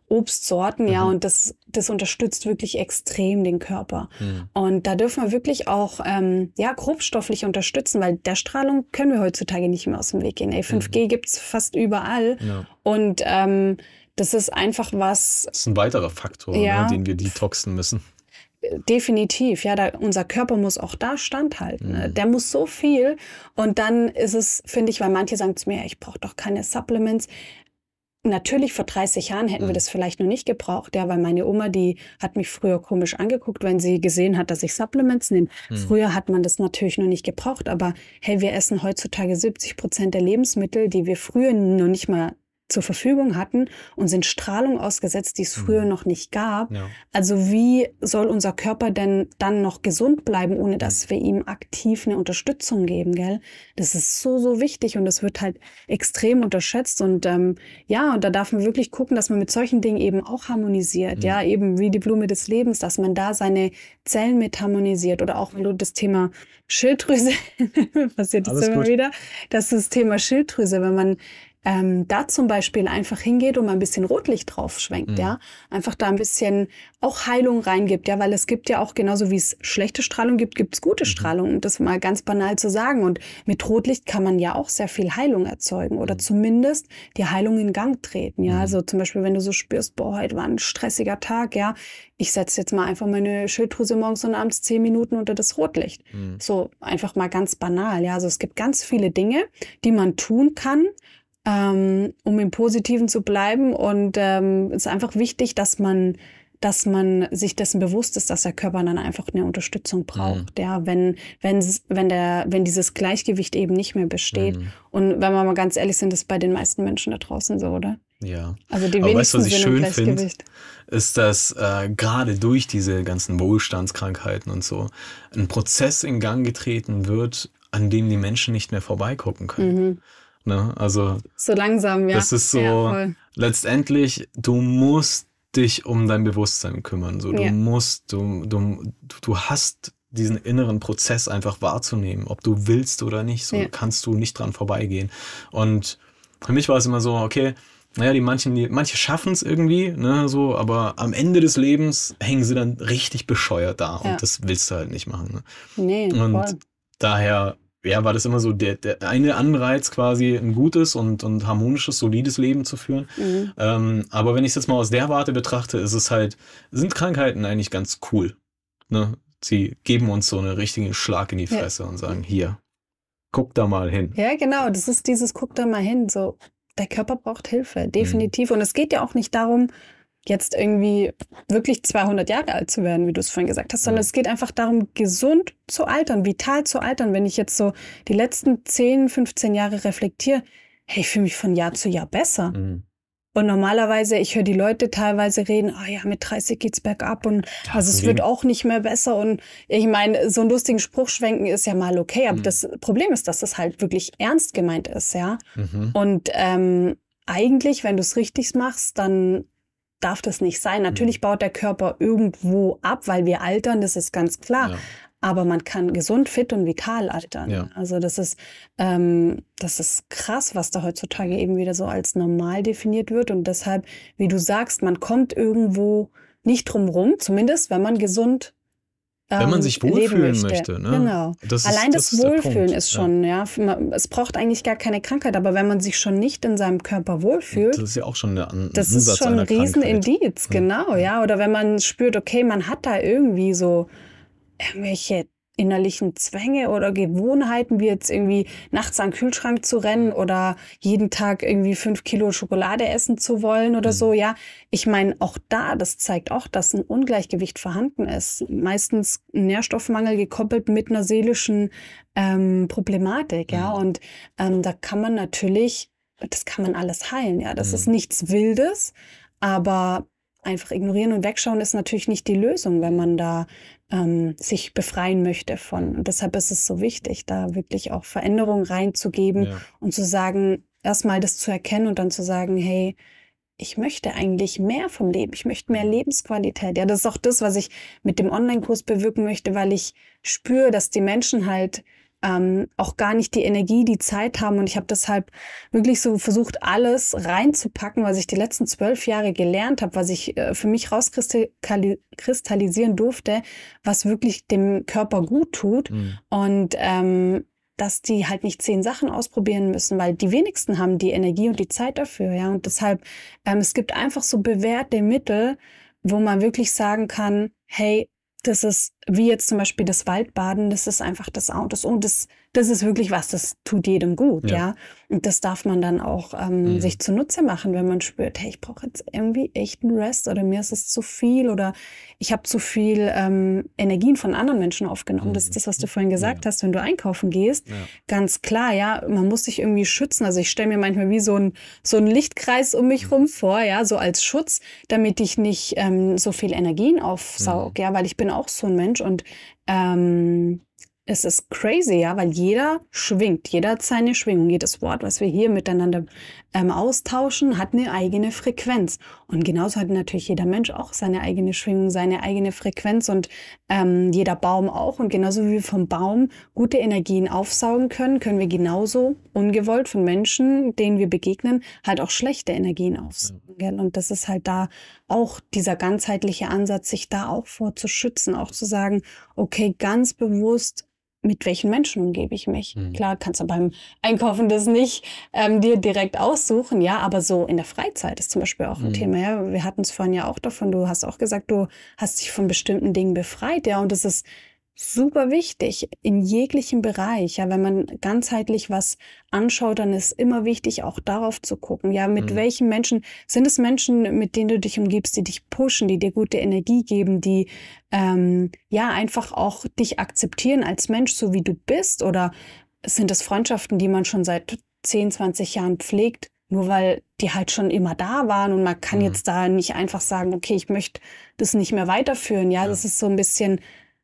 Obstsorten, ja, und das unterstützt wirklich extrem den Körper. Und da dürfen wir wirklich auch grobstofflich unterstützen, weil der Strahlung können wir heutzutage nicht mehr aus dem Weg gehen. 5G gibt's fast überall. Ja. Und das ist einfach was. Das ist ein weiterer Faktor, Ja. ne, den wir detoxen müssen. Definitiv, ja, unser Körper muss auch da standhalten. Ne? Der muss so viel. Und dann ist es, finde ich, weil manche sagen zu mir, ich brauche doch keine Supplements. Natürlich, vor 30 Jahren hätten wir das vielleicht noch nicht gebraucht, ja, weil meine Oma, die hat mich früher komisch angeguckt, wenn sie gesehen hat, dass ich Supplements nehme. Früher hat man das natürlich noch nicht gebraucht, aber hey, wir essen heutzutage 70% der Lebensmittel, die wir früher noch nicht mal zur Verfügung hatten und sind Strahlung ausgesetzt, die es früher noch nicht gab. Ja. Also wie soll unser Körper denn dann noch gesund bleiben, ohne dass wir ihm aktiv eine Unterstützung geben, gell? Das ist so, so wichtig und das wird halt extrem unterschätzt und und da darf man wirklich gucken, dass man mit solchen Dingen eben auch harmonisiert, ja, eben wie die Blume des Lebens, dass man da seine Zellen mit harmonisiert oder auch wenn du das Thema Schilddrüse, passiert das immer wieder, dass das Thema Schilddrüse, wenn man da zum Beispiel einfach hingeht und mal ein bisschen Rotlicht drauf schwenkt, ja, einfach da ein bisschen auch Heilung reingibt, ja, weil es gibt ja auch genauso wie es schlechte Strahlung gibt, gibt es gute Strahlung, um das mal ganz banal zu sagen und mit Rotlicht kann man ja auch sehr viel Heilung erzeugen oder zumindest die Heilung in Gang treten, ja, also zum Beispiel, wenn du so spürst, boah, heute war ein stressiger Tag, ja, ich setze jetzt mal einfach meine Schilddrüse morgens und abends 10 Minuten unter das Rotlicht, so einfach mal ganz banal, ja, also es gibt ganz viele Dinge, die man tun kann, um im Positiven zu bleiben und es ist einfach wichtig, dass man sich dessen bewusst ist, dass der Körper dann einfach eine Unterstützung braucht, ja, wenn dieses Gleichgewicht eben nicht mehr besteht und wenn wir mal ganz ehrlich sind, ist bei den meisten Menschen da draußen so, oder? Ja. Also die Aber weißt du, wenigsten was ich sind im schön finde, Gleichgewicht. ist, dass gerade durch diese ganzen Wohlstandskrankheiten und so ein Prozess in Gang getreten wird, an dem die Menschen nicht mehr vorbeigucken können. Ne? Also So langsam, ja. das ist so, Ja, voll. letztendlich, du musst dich um dein Bewusstsein kümmern. So, Ja. du hast diesen inneren Prozess einfach wahrzunehmen, ob du willst oder nicht. So kannst du nicht dran vorbeigehen. Und für mich war es immer so, okay, naja, manche schaffen es irgendwie, ne, so, aber am Ende des Lebens hängen sie dann richtig bescheuert da und das willst du halt nicht machen. Ne? Nee, Und voll. daher war das immer so der eine Anreiz quasi, ein gutes und harmonisches, solides Leben zu führen. Aber wenn ich es jetzt mal aus der Warte betrachte, sind Krankheiten eigentlich ganz cool. Ne? Sie geben uns so einen richtigen Schlag in die Fresse und sagen, hier, guck da mal hin. Ja, genau, das ist dieses guck da mal hin, so der Körper braucht Hilfe, definitiv. Und es geht ja auch nicht darum, jetzt irgendwie wirklich 200 Jahre alt zu werden, wie du es vorhin gesagt hast, sondern es geht einfach darum, gesund zu altern, vital zu altern. Wenn ich jetzt so die letzten 10, 15 Jahre reflektiere, hey, ich fühle mich von Jahr zu Jahr besser. Und normalerweise, ich höre die Leute teilweise reden, ja, mit 30 geht's bergab und also es wird auch nicht mehr besser. Und ich meine, so einen lustigen Spruch schwenken ist ja mal okay, aber das Problem ist, dass das halt wirklich ernst gemeint ist, ja. Und eigentlich, wenn du es richtig machst, dann darf das nicht sein. Natürlich baut der Körper irgendwo ab, weil wir altern, das ist ganz klar. Ja. Aber man kann gesund, fit und vital altern. Ja. Also das ist krass, was da heutzutage eben wieder so als normal definiert wird. Und deshalb, wie du sagst, man kommt irgendwo nicht drum rum, zumindest wenn man gesund wenn man sich wohlfühlen möchte. Ne? Genau. Allein das Wohlfühlen ist schon, es braucht eigentlich gar keine Krankheit, aber wenn man sich schon nicht in seinem Körper wohlfühlt, das ist ja auch schon das ist schon ein Riesenindiz, genau, ja. Oder wenn man spürt, okay, man hat da irgendwie so irgendwelche innerlichen Zwänge oder Gewohnheiten, wie jetzt irgendwie nachts an den Kühlschrank zu rennen oder jeden Tag irgendwie 5 Kilo Schokolade essen zu wollen oder so, ja. Ich meine, auch das zeigt auch, dass ein Ungleichgewicht vorhanden ist. Meistens ein Nährstoffmangel gekoppelt mit einer seelischen Problematik, ja. Und da kann man natürlich, das kann man alles heilen, ja. Das ist nichts Wildes, aber einfach ignorieren und wegschauen ist natürlich nicht die Lösung, wenn man da sich befreien möchte von. Und deshalb ist es so wichtig, da wirklich auch Veränderungen reinzugeben und zu sagen, erstmal das zu erkennen und dann zu sagen, hey, ich möchte eigentlich mehr vom Leben. Ich möchte mehr Lebensqualität. Ja, das ist auch das, was ich mit dem Online-Kurs bewirken möchte, weil ich spüre, dass die Menschen halt auch gar nicht die Energie, die Zeit haben. Und ich habe deshalb wirklich so versucht, alles reinzupacken, was ich die letzten 12 Jahre gelernt habe, was ich für mich rauskristallisieren durfte, was wirklich dem Körper gut tut. Und dass die halt nicht 10 Sachen ausprobieren müssen, weil die wenigsten haben die Energie und die Zeit dafür. Ja, und deshalb, es gibt einfach so bewährte Mittel, wo man wirklich sagen kann, hey, das ist wie jetzt zum Beispiel das Waldbaden, das ist einfach das A und das O. Das ist wirklich was, das tut jedem gut, ja. Und das darf man dann auch sich zunutze machen, wenn man spürt, hey, ich brauche jetzt irgendwie echt einen Rest oder mir ist es zu viel oder ich habe zu viel Energien von anderen Menschen aufgenommen. Das ist das, was du vorhin gesagt hast, wenn du einkaufen gehst. Ja. Ganz klar, ja, man muss sich irgendwie schützen. Also ich stelle mir manchmal wie so ein Lichtkreis um mich rum vor, ja, so als Schutz, damit ich nicht so viel Energien aufsauge, ja, weil ich bin auch so ein Mensch und es ist crazy, ja, weil jeder schwingt, jeder hat seine Schwingung. Jedes Wort, was wir hier miteinander austauschen, hat eine eigene Frequenz. Und genauso hat natürlich jeder Mensch auch seine eigene Schwingung, seine eigene Frequenz und jeder Baum auch. Und genauso wie wir vom Baum gute Energien aufsaugen können, können wir genauso ungewollt von Menschen, denen wir begegnen, halt auch schlechte Energien aufsaugen. Ja. Und das ist halt da auch dieser ganzheitliche Ansatz, sich da auch vor zu schützen, auch zu sagen, okay, ganz bewusst, mit welchen Menschen umgebe ich mich? Klar, kannst du beim Einkaufen das nicht dir direkt aussuchen, ja, aber so in der Freizeit ist zum Beispiel auch ein Thema, ja. Wir hatten es vorhin ja auch davon, du hast auch gesagt, du hast dich von bestimmten Dingen befreit, ja, und das ist super wichtig in jeglichem Bereich, ja, wenn man ganzheitlich was anschaut, dann ist immer wichtig, auch darauf zu gucken, ja, mit welchen Menschen, sind es Menschen, mit denen du dich umgibst, die dich pushen, die dir gute Energie geben, die ja, einfach auch dich akzeptieren als Mensch, so wie du bist, oder sind es Freundschaften, die man schon seit 10, 20 Jahren pflegt, nur weil die halt schon immer da waren und man kann jetzt da nicht einfach sagen, okay, ich möchte das nicht mehr weiterführen, ja, das ist so ein bisschen,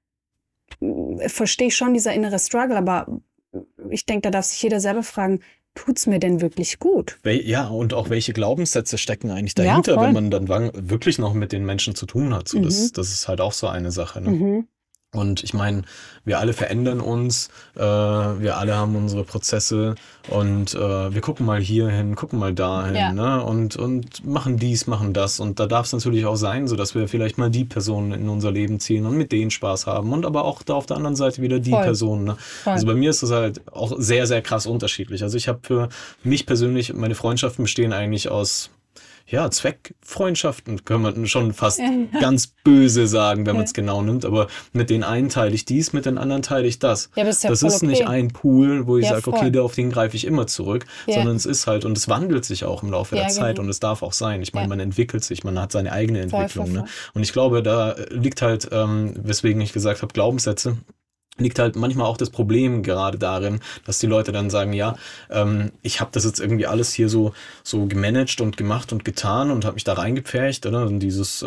verstehe ich schon, dieser innere Struggle, aber ich denke, da darf sich jeder selber fragen, tut's mir denn wirklich gut? Ja, und auch welche Glaubenssätze stecken eigentlich dahinter, wenn man dann wirklich noch mit den Menschen zu tun hat. So, das ist halt auch so eine Sache. Ne? Und ich meine, wir alle verändern uns, wir alle haben unsere Prozesse und wir gucken mal hier hin, gucken mal dahin, ne? und machen dies, machen das. Und da darf es natürlich auch sein, so dass wir vielleicht mal die Personen in unser Leben ziehen und mit denen Spaß haben und aber auch da auf der anderen Seite wieder die Personen. Ne? Also bei mir ist das halt auch sehr, sehr krass unterschiedlich. Also ich habe für mich persönlich, meine Freundschaften bestehen eigentlich aus Zweckfreundschaften, kann man schon fast ganz böse sagen, wenn man es genau nimmt. Aber mit den einen teile ich dies, mit den anderen teile ich das. Ja, das ist nicht ein Pool, wo ich sage, okay, auf den greife ich immer zurück, sondern es ist halt, und es wandelt sich auch im Laufe der Zeit und es darf auch sein. Ich meine, man entwickelt sich, man hat seine eigene Entwicklung. Ne? Und ich glaube, da liegt halt, weswegen ich gesagt habe, Glaubenssätze, liegt halt manchmal auch das Problem gerade darin, dass die Leute dann sagen, ja, ich habe das jetzt irgendwie alles hier so gemanagt und gemacht und getan und habe mich da reingepfercht, oder? In dieses,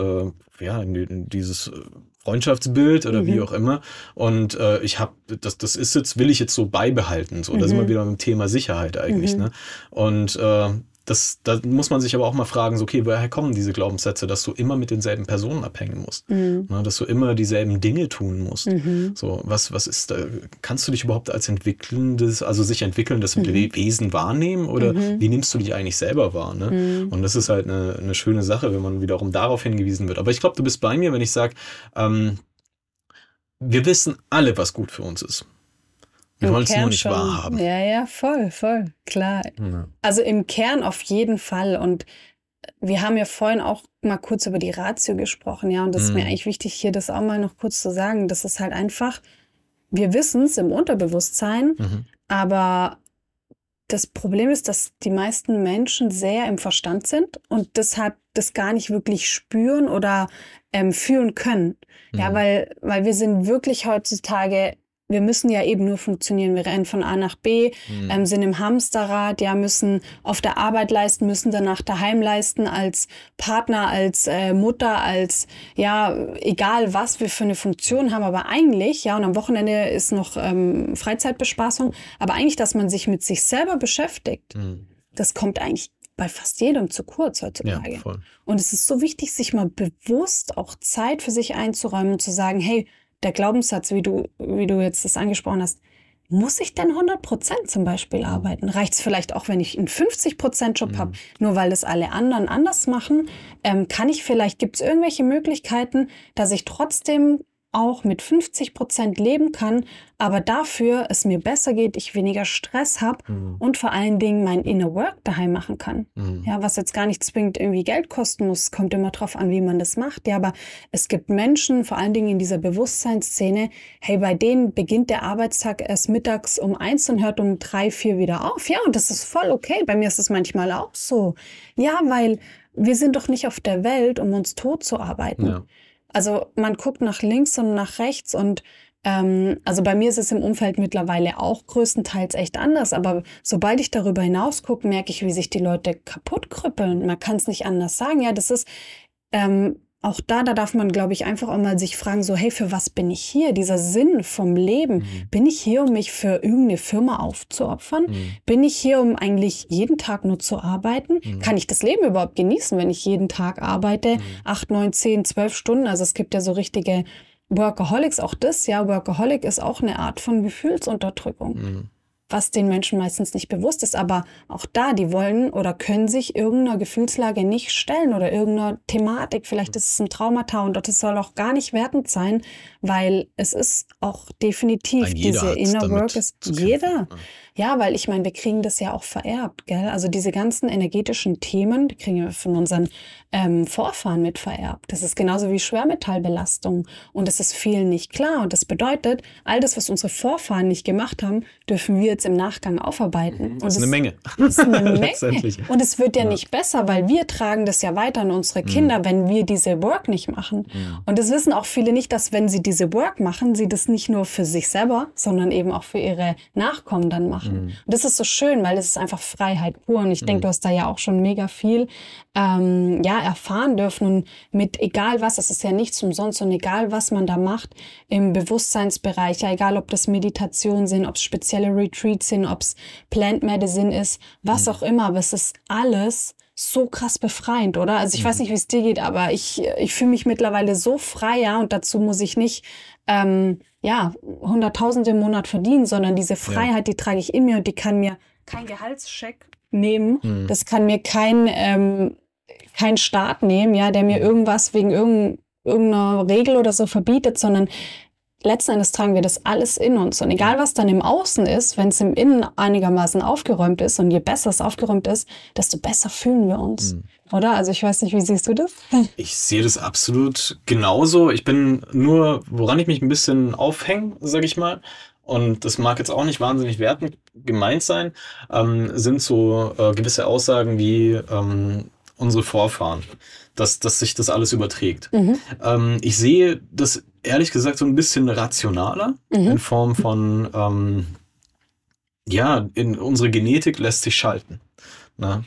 in dieses Freundschaftsbild oder wie auch immer. Und ich habe, das ist jetzt, will ich jetzt so beibehalten. So, da sind wir wieder beim Thema Sicherheit eigentlich. Ne? Und da muss man sich aber auch mal fragen, so, okay, woher kommen diese Glaubenssätze, dass du immer mit denselben Personen abhängen musst, ne, dass du immer dieselben Dinge tun musst. So, was ist da, kannst du dich überhaupt als sich entwickelndes Wesen wahrnehmen oder wie nimmst du dich eigentlich selber wahr? Ne? Und das ist halt eine schöne Sache, wenn man wiederum darauf hingewiesen wird. Aber ich glaube, du bist bei mir, wenn ich sage, wir wissen alle, was gut für uns ist. Wir wollen es nur nicht wahrhaben. Ja, voll, klar. Ja. Also im Kern auf jeden Fall. Und wir haben ja vorhin auch mal kurz über die Ratio gesprochen, ja. Und das ist mir eigentlich wichtig, hier das auch mal noch kurz zu sagen. Das ist halt einfach, wir wissen es im Unterbewusstsein, aber das Problem ist, dass die meisten Menschen sehr im Verstand sind und deshalb das gar nicht wirklich spüren oder fühlen können. Ja, weil wir sind wirklich heutzutage, wir müssen ja eben nur funktionieren. Wir rennen von A nach B, sind im Hamsterrad, ja, müssen auf der Arbeit leisten, müssen danach daheim leisten, als Partner, als Mutter, als, ja, egal was wir für eine Funktion haben. Aber eigentlich, ja, und am Wochenende ist noch Freizeitbespaßung, aber eigentlich, dass man sich mit sich selber beschäftigt, das kommt eigentlich bei fast jedem zu kurz heutzutage. Ja, voll. Und es ist so wichtig, sich mal bewusst auch Zeit für sich einzuräumen und zu sagen, hey, der Glaubenssatz, wie du jetzt das angesprochen hast, muss ich denn 100% zum Beispiel arbeiten? Reicht es vielleicht auch, wenn ich einen 50%-Job habe, nur weil es alle anderen anders machen? Gibt es irgendwelche Möglichkeiten, dass ich trotzdem auch mit 50% leben kann, aber dafür es mir besser geht, ich weniger Stress habe und vor allen Dingen mein Inner Work daheim machen kann. Ja, was jetzt gar nicht zwingend irgendwie Geld kosten muss, kommt immer drauf an, wie man das macht. Ja, aber es gibt Menschen, vor allen Dingen in dieser Bewusstseinsszene, hey, bei denen beginnt der Arbeitstag erst mittags um 1 und hört um 3, 4 wieder auf. Ja, und das ist voll okay. Bei mir ist es manchmal auch so. Ja, weil wir sind doch nicht auf der Welt, um uns tot zu arbeiten. Ja. Also man guckt nach links und nach rechts und also bei mir ist es im Umfeld mittlerweile auch größtenteils echt anders, aber sobald ich darüber hinaus gucke, merke ich, wie sich die Leute kaputt krüppeln. Man kann es nicht anders sagen. Ja, das ist auch da darf man, glaube ich, einfach auch mal sich fragen, so, hey, für was bin ich hier? Dieser Sinn vom Leben. Bin ich hier, um mich für irgendeine Firma aufzuopfern? Bin ich hier, um eigentlich jeden Tag nur zu arbeiten? Kann ich das Leben überhaupt genießen, wenn ich jeden Tag arbeite? 8, 9, 10, 12 Stunden. Also es gibt ja so richtige Workaholics, auch das, ja, Workaholic ist auch eine Art von Gefühlsunterdrückung. Was den Menschen meistens nicht bewusst ist. Aber auch da, die wollen oder können sich irgendeiner Gefühlslage nicht stellen oder irgendeiner Thematik. Vielleicht ist es ein Traumata und das soll auch gar nicht wertend sein, weil es ist auch definitiv diese Inner Work ist jeder. Ja, weil ich meine, wir kriegen das ja auch vererbt, gell? Also diese ganzen energetischen Themen, die kriegen wir von unseren Vorfahren mit vererbt. Das ist genauso wie Schwermetallbelastung und es ist vielen nicht klar. Und das bedeutet, all das, was unsere Vorfahren nicht gemacht haben, dürfen wir jetzt im Nachgang aufarbeiten. Das ist eine Menge. Das ist eine Menge. Und es wird ja nicht besser, weil wir tragen das ja weiter an unsere Kinder, wenn wir diese Work nicht machen. Und das wissen auch viele nicht, dass wenn sie diese Work machen, sie das nicht nur für sich selber, sondern eben auch für ihre Nachkommen dann machen. Und das ist so schön, weil es ist einfach Freiheit pur. Und ich denke, du hast da ja auch schon mega viel erfahren dürfen. Und mit egal was, es ist ja nichts umsonst und egal was man da macht im Bewusstseinsbereich, ja, egal ob das Meditationen sind, ob es spezielle Retreats sind, ob es Plant Medicine ist, was auch immer, aber es ist alles so krass befreiend, oder? Also ich weiß nicht, wie es dir geht, aber ich fühle mich mittlerweile so frei, ja, und dazu muss ich nicht Hunderttausende im Monat verdienen, sondern diese Freiheit, die trage ich in mir und die kann mir kein Gehaltscheck nehmen. Das kann mir kein Staat nehmen, ja, der mir irgendwas wegen irgendeiner Regel oder so verbietet, sondern letzten Endes tragen wir das alles in uns. Und egal, was dann im Außen ist, wenn es im Innen einigermaßen aufgeräumt ist und je besser es aufgeräumt ist, desto besser fühlen wir uns. Oder? Also ich weiß nicht, wie siehst du das? Ich sehe das absolut genauso. Ich bin nur, woran ich mich ein bisschen aufhänge, sage ich mal, und das mag jetzt auch nicht wahnsinnig wertend gemeint sein, sind so gewisse Aussagen wie unsere Vorfahren, dass sich das alles überträgt. Ich sehe das ehrlich gesagt so ein bisschen rationaler in Form von, in unsere Genetik lässt sich schalten. Na?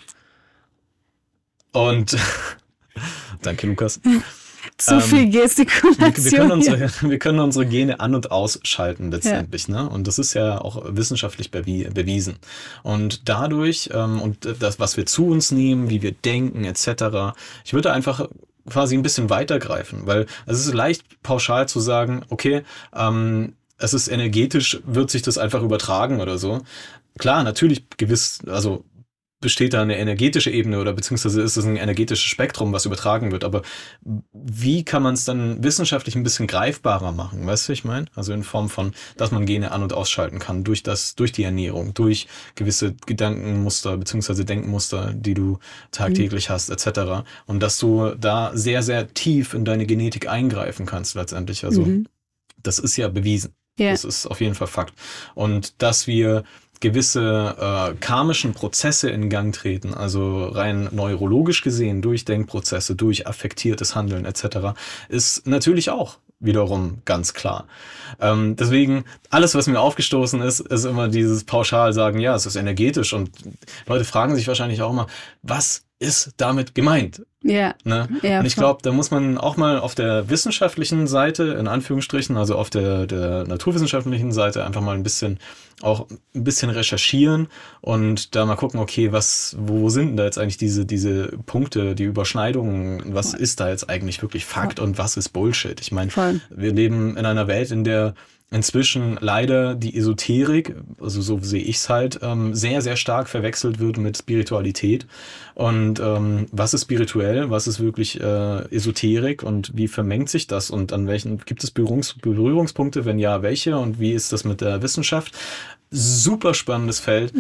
Und danke, Lukas. Zu viel Gestikulation. Wir können unsere Gene an- und ausschalten letztendlich. Ne? Und das ist ja auch wissenschaftlich bewiesen. Und dadurch, und das, was wir zu uns nehmen, wie wir denken, etc., ich würde einfach quasi ein bisschen weitergreifen, weil es ist leicht pauschal zu sagen, okay, es ist energetisch, wird sich das einfach übertragen oder so. Klar, natürlich also besteht da eine energetische Ebene oder beziehungsweise ist es ein energetisches Spektrum, was übertragen wird. Aber wie kann man es dann wissenschaftlich ein bisschen greifbarer machen? Weißt du, ich meine? Also in Form von, dass man Gene an- und ausschalten kann durch die Ernährung, durch gewisse Gedankenmuster beziehungsweise Denkmuster, die du tagtäglich hast, etc. Und dass du da sehr, sehr tief in deine Genetik eingreifen kannst letztendlich. Also das ist ja bewiesen. Das ist auf jeden Fall Fakt. Und dass wir gewisse karmischen Prozesse in Gang treten, also rein neurologisch gesehen, durch Denkprozesse, durch affektiertes Handeln etc., ist natürlich auch wiederum ganz klar. Deswegen, alles, was mir aufgestoßen ist immer dieses pauschal sagen, ja, es ist energetisch und Leute fragen sich wahrscheinlich auch immer, was ist damit gemeint? Ja. Ne? Ja, und ich glaube, da muss man auch mal auf der wissenschaftlichen Seite, in Anführungsstrichen, also auf der naturwissenschaftlichen Seite einfach mal ein bisschen recherchieren und da mal gucken, okay, wo sind denn da jetzt eigentlich diese Punkte, die Überschneidungen, was ist da jetzt eigentlich wirklich Fakt und was ist Bullshit? Ich meine, wir leben in einer Welt, in der inzwischen leider die Esoterik, also so sehe ich es halt, sehr, sehr stark verwechselt wird mit Spiritualität. Und was ist spirituell, was ist wirklich Esoterik und wie vermengt sich das und an welchen, gibt es Berührungspunkte, wenn ja, welche und wie ist das mit der Wissenschaft? Super spannendes Feld.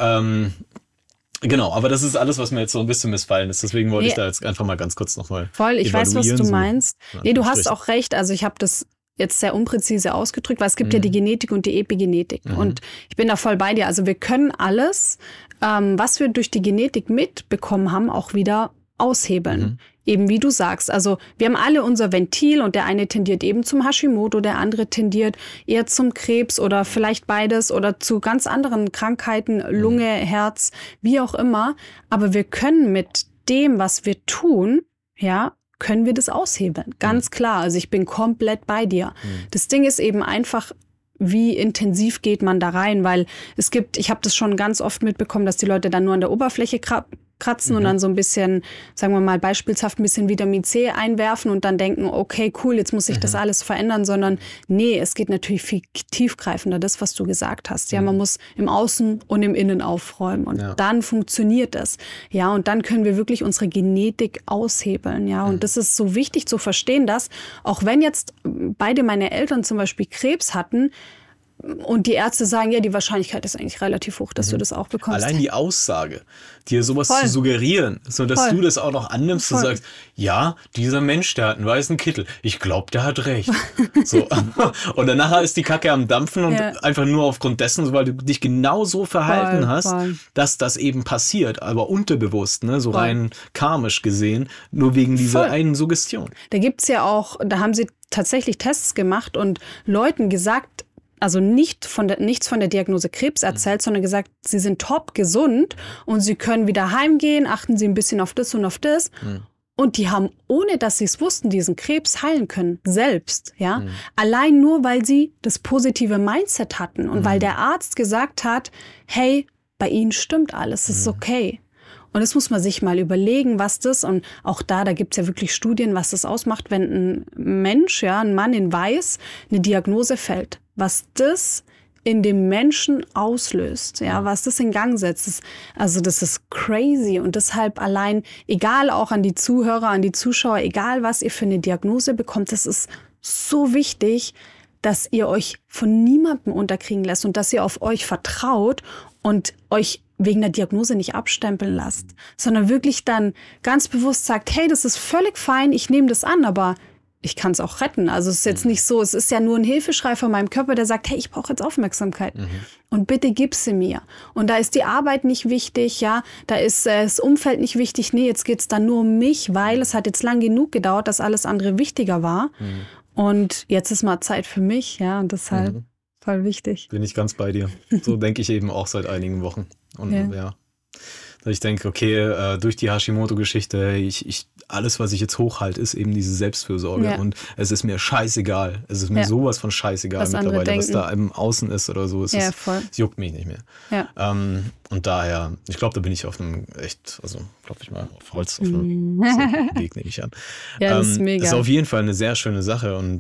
Genau, aber das ist alles, was mir jetzt so ein bisschen missfallen ist. Deswegen wollte ich da jetzt einfach mal ganz kurz nochmal voll, ich weiß, was du meinst. So, du hast auch recht. Also ich habe das jetzt sehr unpräzise ausgedrückt, weil es gibt ja die Genetik und die Epigenetik. Und ich bin da voll bei dir. Also wir können alles, was wir durch die Genetik mitbekommen haben, auch wieder aushebeln. Eben wie du sagst. Also wir haben alle unser Ventil und der eine tendiert eben zum Hashimoto, der andere tendiert eher zum Krebs oder vielleicht beides oder zu ganz anderen Krankheiten, Lunge, Herz, wie auch immer. Aber wir können mit dem, was wir tun, können wir das aushebeln. Ganz klar. Also ich bin komplett bei dir. Das Ding ist eben einfach, wie intensiv geht man da rein? Weil ich habe das schon ganz oft mitbekommen, dass die Leute dann nur an der Oberfläche kratzen und dann so ein bisschen, sagen wir mal beispielshaft ein bisschen Vitamin C einwerfen und dann denken, okay, cool, jetzt muss sich das alles verändern, sondern nee, es geht natürlich viel tiefgreifender, das, was du gesagt hast. Ja, man muss im Außen und im Innen aufräumen und dann funktioniert das. Ja, und dann können wir wirklich unsere Genetik aushebeln. Ja, und das ist so wichtig zu verstehen, dass auch wenn jetzt beide meine Eltern zum Beispiel Krebs hatten, und die Ärzte sagen, ja, die Wahrscheinlichkeit ist eigentlich relativ hoch, dass du das auch bekommst. Allein die Aussage, dir sowas zu suggerieren, so dass du das auch noch annimmst und sagst, ja, dieser Mensch, der hat einen weißen Kittel. Ich glaube, der hat recht. So. Und dann nachher ist die Kacke am Dampfen und einfach nur aufgrund dessen, weil du dich genau so verhalten hast, dass das eben passiert, aber unterbewusst, ne, so rein karmisch gesehen, nur wegen dieser einen Suggestion. Da gibt's ja auch, da haben sie tatsächlich Tests gemacht und Leuten gesagt, also nichts von der Diagnose Krebs erzählt, sondern gesagt, sie sind top gesund und sie können wieder heimgehen, achten sie ein bisschen auf das und auf das. Und die haben, ohne dass sie es wussten, diesen Krebs heilen können, selbst. Ja? Allein nur, weil sie das positive Mindset hatten und weil der Arzt gesagt hat, hey, bei ihnen stimmt alles, es ist okay. Und das muss man sich mal überlegen, was das, und auch da gibt's ja wirklich Studien, was das ausmacht, wenn ein Mensch, ein Mann in Weiß, eine Diagnose fällt. Was das in dem Menschen auslöst, was das in Gang setzt. Das ist crazy. Und deshalb allein, egal auch an die Zuhörer, an die Zuschauer, egal was ihr für eine Diagnose bekommt, das ist so wichtig, dass ihr euch von niemandem unterkriegen lässt und dass ihr auf euch vertraut und euch wegen der Diagnose nicht abstempeln lasst, sondern wirklich dann ganz bewusst sagt, hey, das ist völlig fein, ich nehme das an, aber ich kann es auch retten. Also es ist jetzt nicht so, es ist ja nur ein Hilfeschrei von meinem Körper, der sagt, hey, ich brauche jetzt Aufmerksamkeit. Und bitte gib sie mir. Und da ist die Arbeit nicht wichtig, da ist das Umfeld nicht wichtig. Nee, jetzt geht's dann nur um mich, weil es hat jetzt lang genug gedauert, dass alles andere wichtiger war. Und jetzt ist mal Zeit für mich, und deshalb voll wichtig. Bin ich ganz bei dir. So denke ich eben auch seit einigen Wochen. Und ich denke, okay, durch die Hashimoto-Geschichte, alles, was ich jetzt hochhalte, ist eben diese Selbstfürsorge. Und es ist mir scheißegal. Es ist mir sowas von scheißegal was mittlerweile, was da im Außen ist oder so. Es juckt mich nicht mehr. Und daher, ich glaube, da bin ich auf einem klopfe ich mal auf Holz, auf einem Weg, nehme ich an. Das ist mega. Das ist auf jeden Fall eine sehr schöne Sache. Und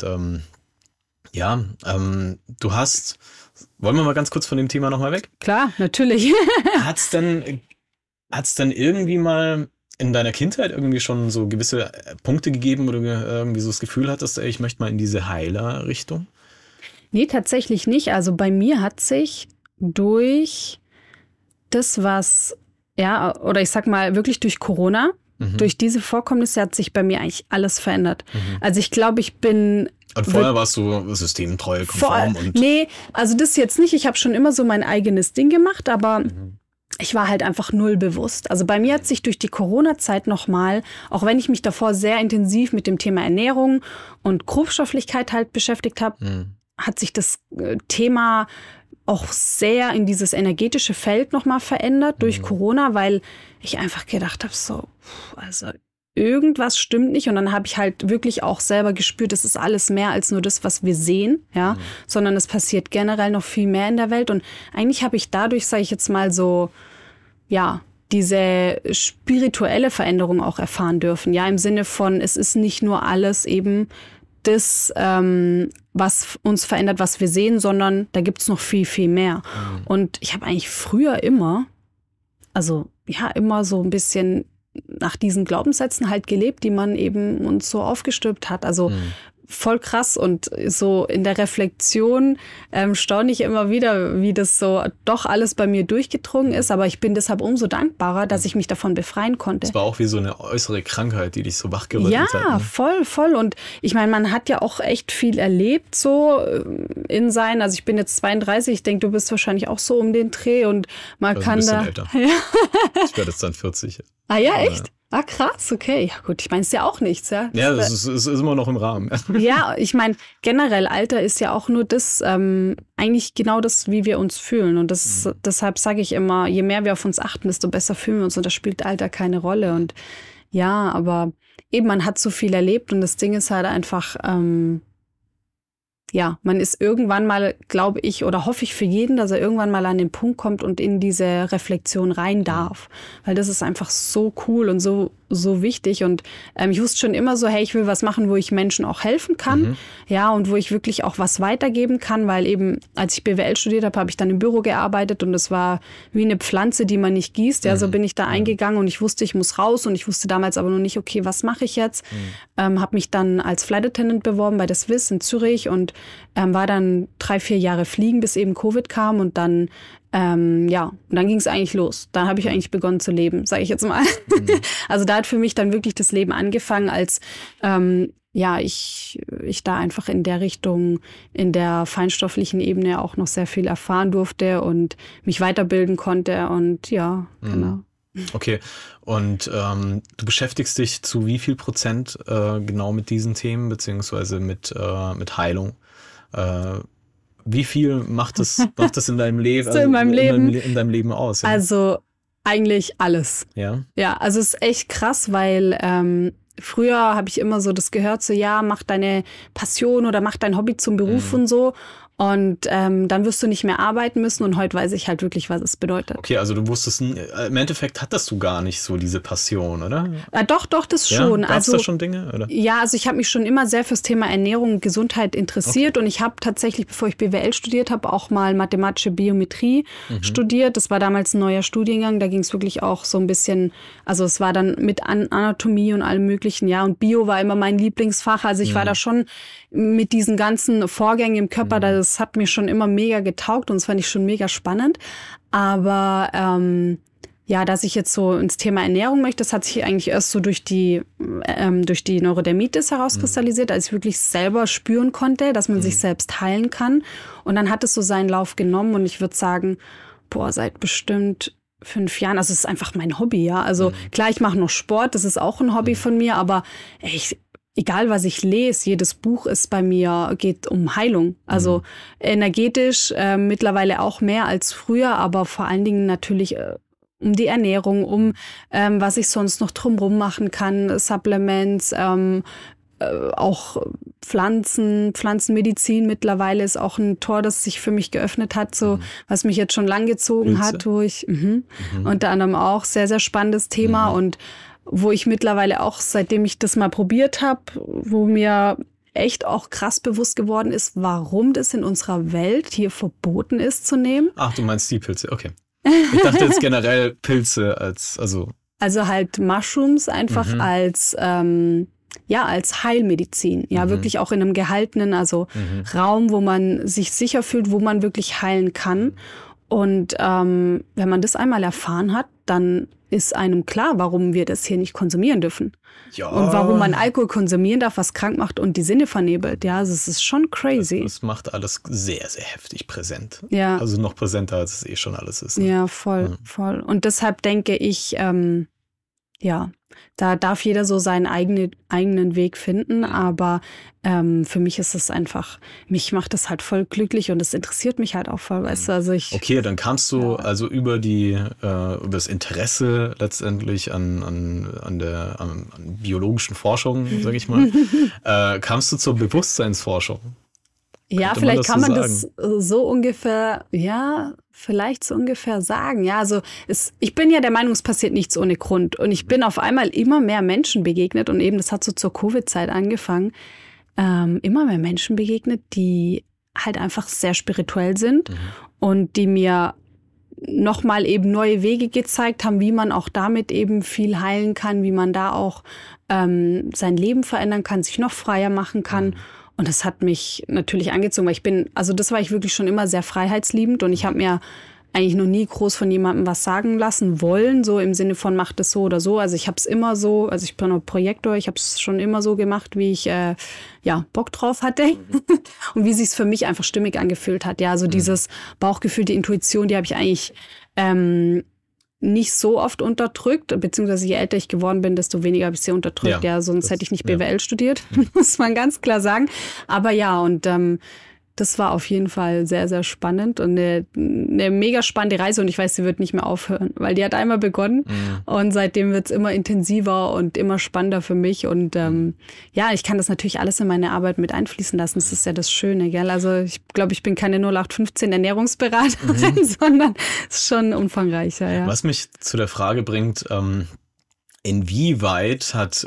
du hast, wollen wir mal ganz kurz von dem Thema nochmal weg? Klar, natürlich. Hat's dann irgendwie mal in deiner Kindheit irgendwie schon so gewisse Punkte gegeben, wo du irgendwie so das Gefühl hattest, ey, ich möchte mal in diese Heiler-Richtung? Nee, tatsächlich nicht. Also bei mir hat sich durch das, was, oder ich sag mal wirklich durch Corona, durch diese Vorkommnisse hat sich bei mir eigentlich alles verändert. Also ich glaube, ich bin... Und vorher warst du systemtreu, konform und... Nee, also das jetzt nicht. Ich habe schon immer so mein eigenes Ding gemacht, aber ich war halt einfach null bewusst. Also bei mir hat sich durch die Corona-Zeit nochmal, auch wenn ich mich davor sehr intensiv mit dem Thema Ernährung und Grobstofflichkeit halt beschäftigt habe, hat sich das Thema auch sehr in dieses energetische Feld nochmal verändert durch Corona, weil ich einfach gedacht habe, so, also irgendwas stimmt nicht. Und dann habe ich halt wirklich auch selber gespürt, es ist alles mehr als nur das, was wir sehen, sondern es passiert generell noch viel mehr in der Welt. Und eigentlich habe ich dadurch, sage ich jetzt mal so, diese spirituelle Veränderung auch erfahren dürfen. Ja, im Sinne von, es ist nicht nur alles eben das, was uns verändert, was wir sehen, sondern da gibt es noch viel, viel mehr. Und ich habe eigentlich früher immer so ein bisschen nach diesen Glaubenssätzen halt gelebt, die man eben uns so aufgestülpt hat. Also voll krass, und so in der Reflexion staune ich immer wieder, wie das so doch alles bei mir durchgedrungen ist, aber ich bin deshalb umso dankbarer, dass ich mich davon befreien konnte. Es war auch wie so eine äußere Krankheit, die dich so wachgerüttelt hat. Ja, voll. Und ich meine, man hat ja auch echt viel erlebt so also ich bin jetzt 32, ich denke, du bist wahrscheinlich auch so um den Dreh, und man kann ein da... bisschen älter. Ja. Ich werde jetzt dann 40. Ah ja, echt? Ah, krass, okay. Ja gut, ich meine, es ist ja auch nichts, ja. Ja, das ist immer noch im Rahmen. Ja, ich meine, generell Alter ist ja auch nur das, eigentlich genau das, wie wir uns fühlen. Und deshalb sage ich immer, je mehr wir auf uns achten, desto besser fühlen wir uns. Und da spielt Alter keine Rolle. Und ja, aber eben, man hat so viel erlebt, und das Ding ist halt einfach, man ist irgendwann mal, glaube ich, oder hoffe ich für jeden, dass er irgendwann mal an den Punkt kommt und in diese Reflexion rein darf. Weil das ist einfach so cool und so wichtig. Und ich wusste schon immer so, hey, ich will was machen, wo ich Menschen auch helfen kann. Ja, und wo ich wirklich auch was weitergeben kann, weil eben, als ich BWL studiert habe, habe ich dann im Büro gearbeitet, und es war wie eine Pflanze, die man nicht gießt. Ja, so bin ich da eingegangen, und ich wusste, ich muss raus, und ich wusste damals aber noch nicht, okay, was mache ich jetzt? Habe mich dann als Flight Attendant beworben bei der Swiss in Zürich und war dann 3-4 Jahre fliegen, bis eben Covid kam, und dann und dann ging es eigentlich los. Da habe ich eigentlich begonnen zu leben, sage ich jetzt mal. Also da hat für mich dann wirklich das Leben angefangen, als ich da einfach in der Richtung, in der feinstofflichen Ebene auch noch sehr viel erfahren durfte und mich weiterbilden konnte, und genau. Okay, und du beschäftigst dich zu wie viel Prozent genau mit diesen Themen, beziehungsweise mit Heilung? Wie viel macht das in deinem Leben, in meinem Leben? In deinem Leben aus? Ja? Also eigentlich alles. Ja? Ja, also es ist echt krass, weil früher habe ich immer so das gehört, so mach deine Passion oder mach dein Hobby zum Beruf und so. Und dann wirst du nicht mehr arbeiten müssen, und heute weiß ich halt wirklich, was es bedeutet. Okay, also du wusstest, im Endeffekt hattest du gar nicht so diese Passion, oder? Doch, das schon. Gab's da schon Dinge? Oder? Ja, also ich habe mich schon immer sehr fürs Thema Ernährung und Gesundheit interessiert, und ich habe tatsächlich, bevor ich BWL studiert habe, auch mal mathematische Biometrie studiert. Das war damals ein neuer Studiengang, da ging es wirklich auch so ein bisschen, also es war dann mit Anatomie und allem möglichen, und Bio war immer mein Lieblingsfach, also ich war da schon mit diesen ganzen Vorgängen im Körper, das hat mir schon immer mega getaugt, und das fand ich schon mega spannend. Aber dass ich jetzt so ins Thema Ernährung möchte, das hat sich eigentlich erst so durch die Neurodermitis herauskristallisiert, als ich wirklich selber spüren konnte, dass man sich selbst heilen kann. Und dann hat es so seinen Lauf genommen, und ich würde sagen, seit bestimmt 5 Jahren, also es ist einfach mein Hobby, ja. Also klar, ich mache noch Sport, das ist auch ein Hobby von mir, aber egal was ich lese, jedes Buch ist bei mir, geht um Heilung. Also energetisch mittlerweile auch mehr als früher, aber vor allen Dingen natürlich um die Ernährung, um was ich sonst noch drumherum machen kann, Supplements, auch Pflanzenmedizin mittlerweile ist auch ein Tor, das sich für mich geöffnet hat, so was mich jetzt schon lang gezogen hat, durch unter anderem auch sehr, sehr spannendes Thema, und wo ich mittlerweile auch, seitdem ich das mal probiert habe, wo mir echt auch krass bewusst geworden ist, warum das in unserer Welt hier verboten ist zu nehmen. Ach, du meinst die Pilze, okay. Ich dachte jetzt generell Pilze also halt Mushrooms einfach als Heilmedizin. Ja, wirklich auch in einem gehaltenen, Raum, wo man sich sicher fühlt, wo man wirklich heilen kann. Und wenn man das einmal erfahren hat, dann ist einem klar, warum wir das hier nicht konsumieren dürfen. Ja. Und warum man Alkohol konsumieren darf, was krank macht und die Sinne vernebelt. Ja, also es ist schon crazy. Das macht alles sehr, sehr heftig präsent. Ja. Also noch präsenter, als es schon alles ist. Ne? Ja, voll. Und deshalb denke ich, da darf jeder so seinen eigenen Weg finden, aber für mich ist es einfach, mich macht das halt voll glücklich, und es interessiert mich halt auch voll, weißt du, also Okay, dann kamst du also über das Interesse letztendlich an biologischen Forschung, sag ich mal, kamst du zur Bewusstseinsforschung? Ja, vielleicht kann man das so ungefähr, vielleicht so ungefähr sagen. Ja, also ich bin ja der Meinung, es passiert nichts ohne Grund. Und ich bin auf einmal immer mehr Menschen begegnet, und eben, das hat so zur Covid-Zeit angefangen, immer mehr Menschen begegnet, die halt einfach sehr spirituell sind und die mir nochmal eben neue Wege gezeigt haben, wie man auch damit eben viel heilen kann, wie man da auch sein Leben verändern kann, sich noch freier machen kann. Und das hat mich natürlich angezogen, weil das war ich wirklich schon immer sehr freiheitsliebend und ich habe mir eigentlich noch nie groß von jemandem was sagen lassen wollen, so im Sinne von macht es so oder so. Also ich habe es immer so, also ich bin ein Projektor, ich habe es schon immer so gemacht, wie ich Bock drauf hatte und wie sich es für mich einfach stimmig angefühlt hat. Ja, also dieses Bauchgefühl, die Intuition, die habe ich eigentlich nicht so oft unterdrückt, beziehungsweise je älter ich geworden bin, desto weniger habe ich sie unterdrückt. Ja, sonst hätte ich nicht BWL studiert, muss man ganz klar sagen. Aber ja, und das war auf jeden Fall sehr, sehr spannend und eine mega spannende Reise und ich weiß, sie wird nicht mehr aufhören, weil die hat einmal begonnen und seitdem wird es immer intensiver und immer spannender für mich und ich kann das natürlich alles in meine Arbeit mit einfließen lassen. Das ist ja das Schöne, gell? Also ich glaube, ich bin keine 0815 Ernährungsberaterin, sondern es ist schon umfangreicher, ja. Was mich zu der Frage bringt, inwieweit hat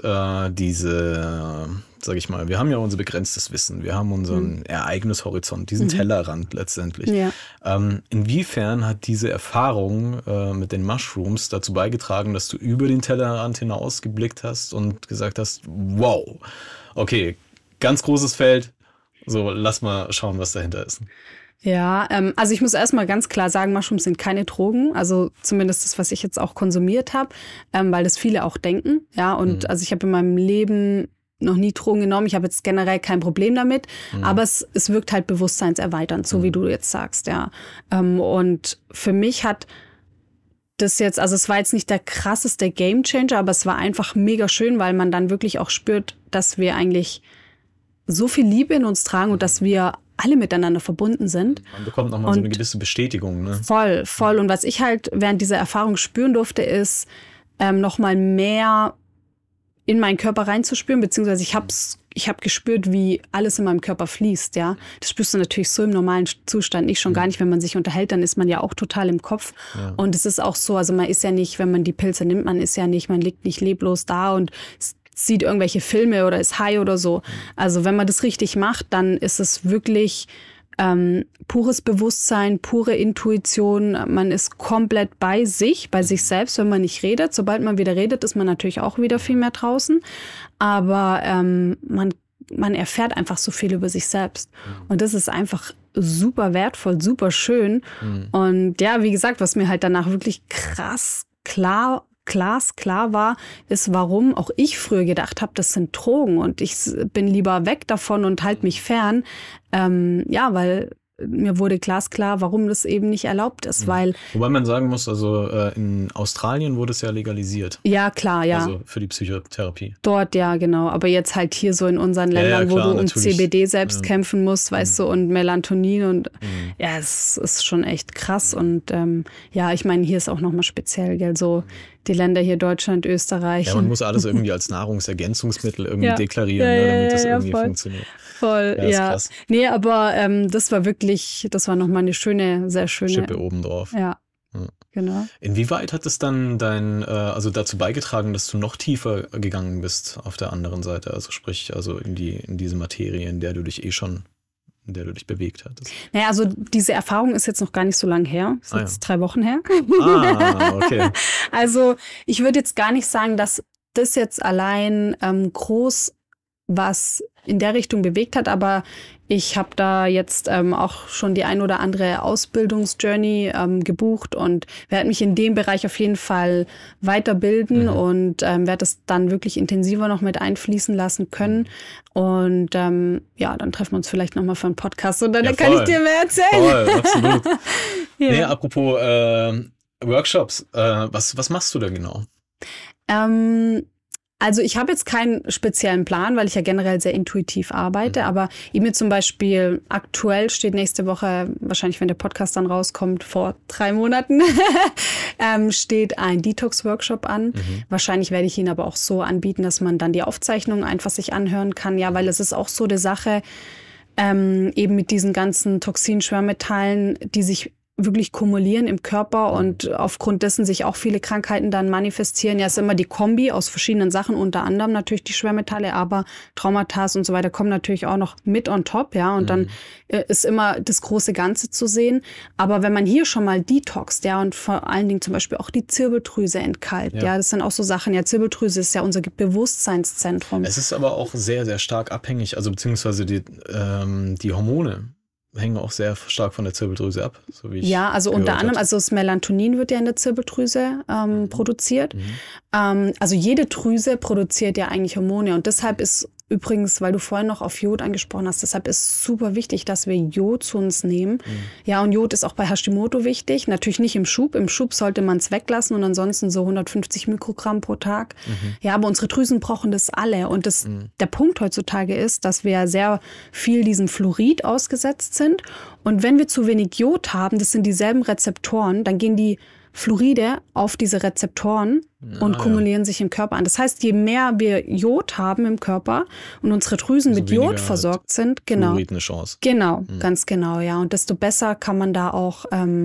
sag ich mal, wir haben ja unser begrenztes Wissen, wir haben unseren Ereignishorizont, diesen Tellerrand letztendlich. Ja. Inwiefern hat diese Erfahrung mit den Mushrooms dazu beigetragen, dass du über den Tellerrand hinaus geblickt hast und gesagt hast, wow, okay, ganz großes Feld, so lass mal schauen, was dahinter ist. Ja, also ich muss erstmal ganz klar sagen, Mushrooms sind keine Drogen, also zumindest das, was ich jetzt auch konsumiert habe, weil das viele auch denken. Ja, und also ich habe in meinem Leben noch nie Drogen genommen. Ich habe jetzt generell kein Problem damit, aber es wirkt halt bewusstseinserweiternd, so wie du jetzt sagst, ja. Und für mich hat das jetzt, also es war jetzt nicht der krasseste Gamechanger, aber es war einfach mega schön, weil man dann wirklich auch spürt, dass wir eigentlich so viel Liebe in uns tragen und dass wir alle miteinander verbunden sind. Man bekommt nochmal so eine gewisse Bestätigung, ne? Voll. Und was ich halt während dieser Erfahrung spüren durfte, ist nochmal mehr in meinen Körper reinzuspüren, beziehungsweise ich habe gespürt, wie alles in meinem Körper fließt, ja. Das spürst du natürlich so im normalen Zustand nicht, schon gar nicht, wenn man sich unterhält, dann ist man ja auch total im Kopf. Ja. Und es ist auch so, also man ist ja nicht, wenn man die Pilze nimmt, man liegt nicht leblos da und sieht irgendwelche Filme oder ist high oder so. Also wenn man das richtig macht, dann ist es wirklich pures Bewusstsein, pure Intuition. Man ist komplett bei sich selbst, wenn man nicht redet. Sobald man wieder redet, ist man natürlich auch wieder viel mehr draußen. Aber man erfährt einfach so viel über sich selbst. Und das ist einfach super wertvoll, super schön. Und ja, wie gesagt, was mir halt danach wirklich glasklar war, ist, warum auch ich früher gedacht habe, das sind Drogen und ich bin lieber weg davon und halte mich fern. Weil mir wurde glasklar, warum das eben nicht erlaubt ist. Weil wobei man sagen muss, also in Australien wurde es ja legalisiert. Ja, klar, ja. Also für die Psychotherapie. Dort, ja, genau. Aber jetzt halt hier so in unseren Ländern, klar, wo du natürlich um CBD selbst kämpfen musst, weißt du, und Melatonin und ja, es ist schon echt krass. Und ich meine, hier ist auch nochmal speziell, gell, so die Länder hier, Deutschland, Österreich. Ja, man muss alles irgendwie als Nahrungsergänzungsmittel irgendwie deklarieren, damit das irgendwie funktioniert. Voll, ja. Krass. Nee, aber das war nochmal eine sehr schöne Schippe obendrauf. Ja, genau. Inwieweit hat es dann dazu beigetragen, dass du noch tiefer gegangen bist auf der anderen Seite? Also sprich, in diese Materie, in der du dich bewegt hattest? Naja, also diese Erfahrung ist jetzt noch gar nicht so lang her. Ist jetzt 3 Wochen her. Okay. Also ich würde jetzt gar nicht sagen, dass das jetzt allein groß was in der Richtung bewegt hat, aber ich habe da jetzt auch schon die ein oder andere Ausbildungsjourney gebucht und werde mich in dem Bereich auf jeden Fall weiterbilden und werde das dann wirklich intensiver noch mit einfließen lassen können. Und dann treffen wir uns vielleicht nochmal für einen Podcast und dann kann ich dir mehr erzählen. Voll, absolut. Ja. Nee, apropos Workshops, was machst du da genau? Also ich habe jetzt keinen speziellen Plan, weil ich ja generell sehr intuitiv arbeite, aber mir zum Beispiel aktuell steht nächste Woche, wahrscheinlich wenn der Podcast dann rauskommt, vor 3 Monaten, steht ein Detox-Workshop an. Wahrscheinlich werde ich ihn aber auch so anbieten, dass man dann die Aufzeichnungen einfach sich anhören kann, ja, weil es ist auch so eine Sache, eben mit diesen ganzen Toxin-Schwermetallen, die sich wirklich kumulieren im Körper und aufgrund dessen sich auch viele Krankheiten dann manifestieren. Ja, ist immer die Kombi aus verschiedenen Sachen, unter anderem natürlich die Schwermetalle, aber Traumata und so weiter kommen natürlich auch noch mit on top, ja, und dann ist immer das große Ganze zu sehen. Aber wenn man hier schon mal detoxt, ja, und vor allen Dingen zum Beispiel auch die Zirbeldrüse entkalkt, ja, das sind auch so Sachen, ja, Zirbeldrüse ist ja unser Bewusstseinszentrum. Es ist aber auch sehr, sehr stark abhängig, also beziehungsweise die Hormone hängen auch sehr stark von der Zirbeldrüse ab. So wie ich also unter anderem, also das Melatonin wird ja in der Zirbeldrüse produziert. Also jede Drüse produziert ja eigentlich Hormone und deshalb ist übrigens, weil du vorhin noch auf Jod angesprochen hast, deshalb ist super wichtig, dass wir Jod zu uns nehmen. Ja, und Jod ist auch bei Hashimoto wichtig. Natürlich nicht im Schub. Im Schub sollte man es weglassen und ansonsten so 150 Mikrogramm pro Tag. Ja, aber unsere Drüsen brauchen das alle. Und der Punkt heutzutage ist, dass wir sehr viel diesem Fluorid ausgesetzt sind. Und wenn wir zu wenig Jod haben, das sind dieselben Rezeptoren, dann gehen die Fluoride auf diese Rezeptoren und kumulieren sich im Körper an. Das heißt, je mehr wir Jod haben im Körper und unsere Drüsen mit Jod versorgt sind, Fluorid eine Chance. Genau, ganz genau, ja. Und desto besser kann man da auch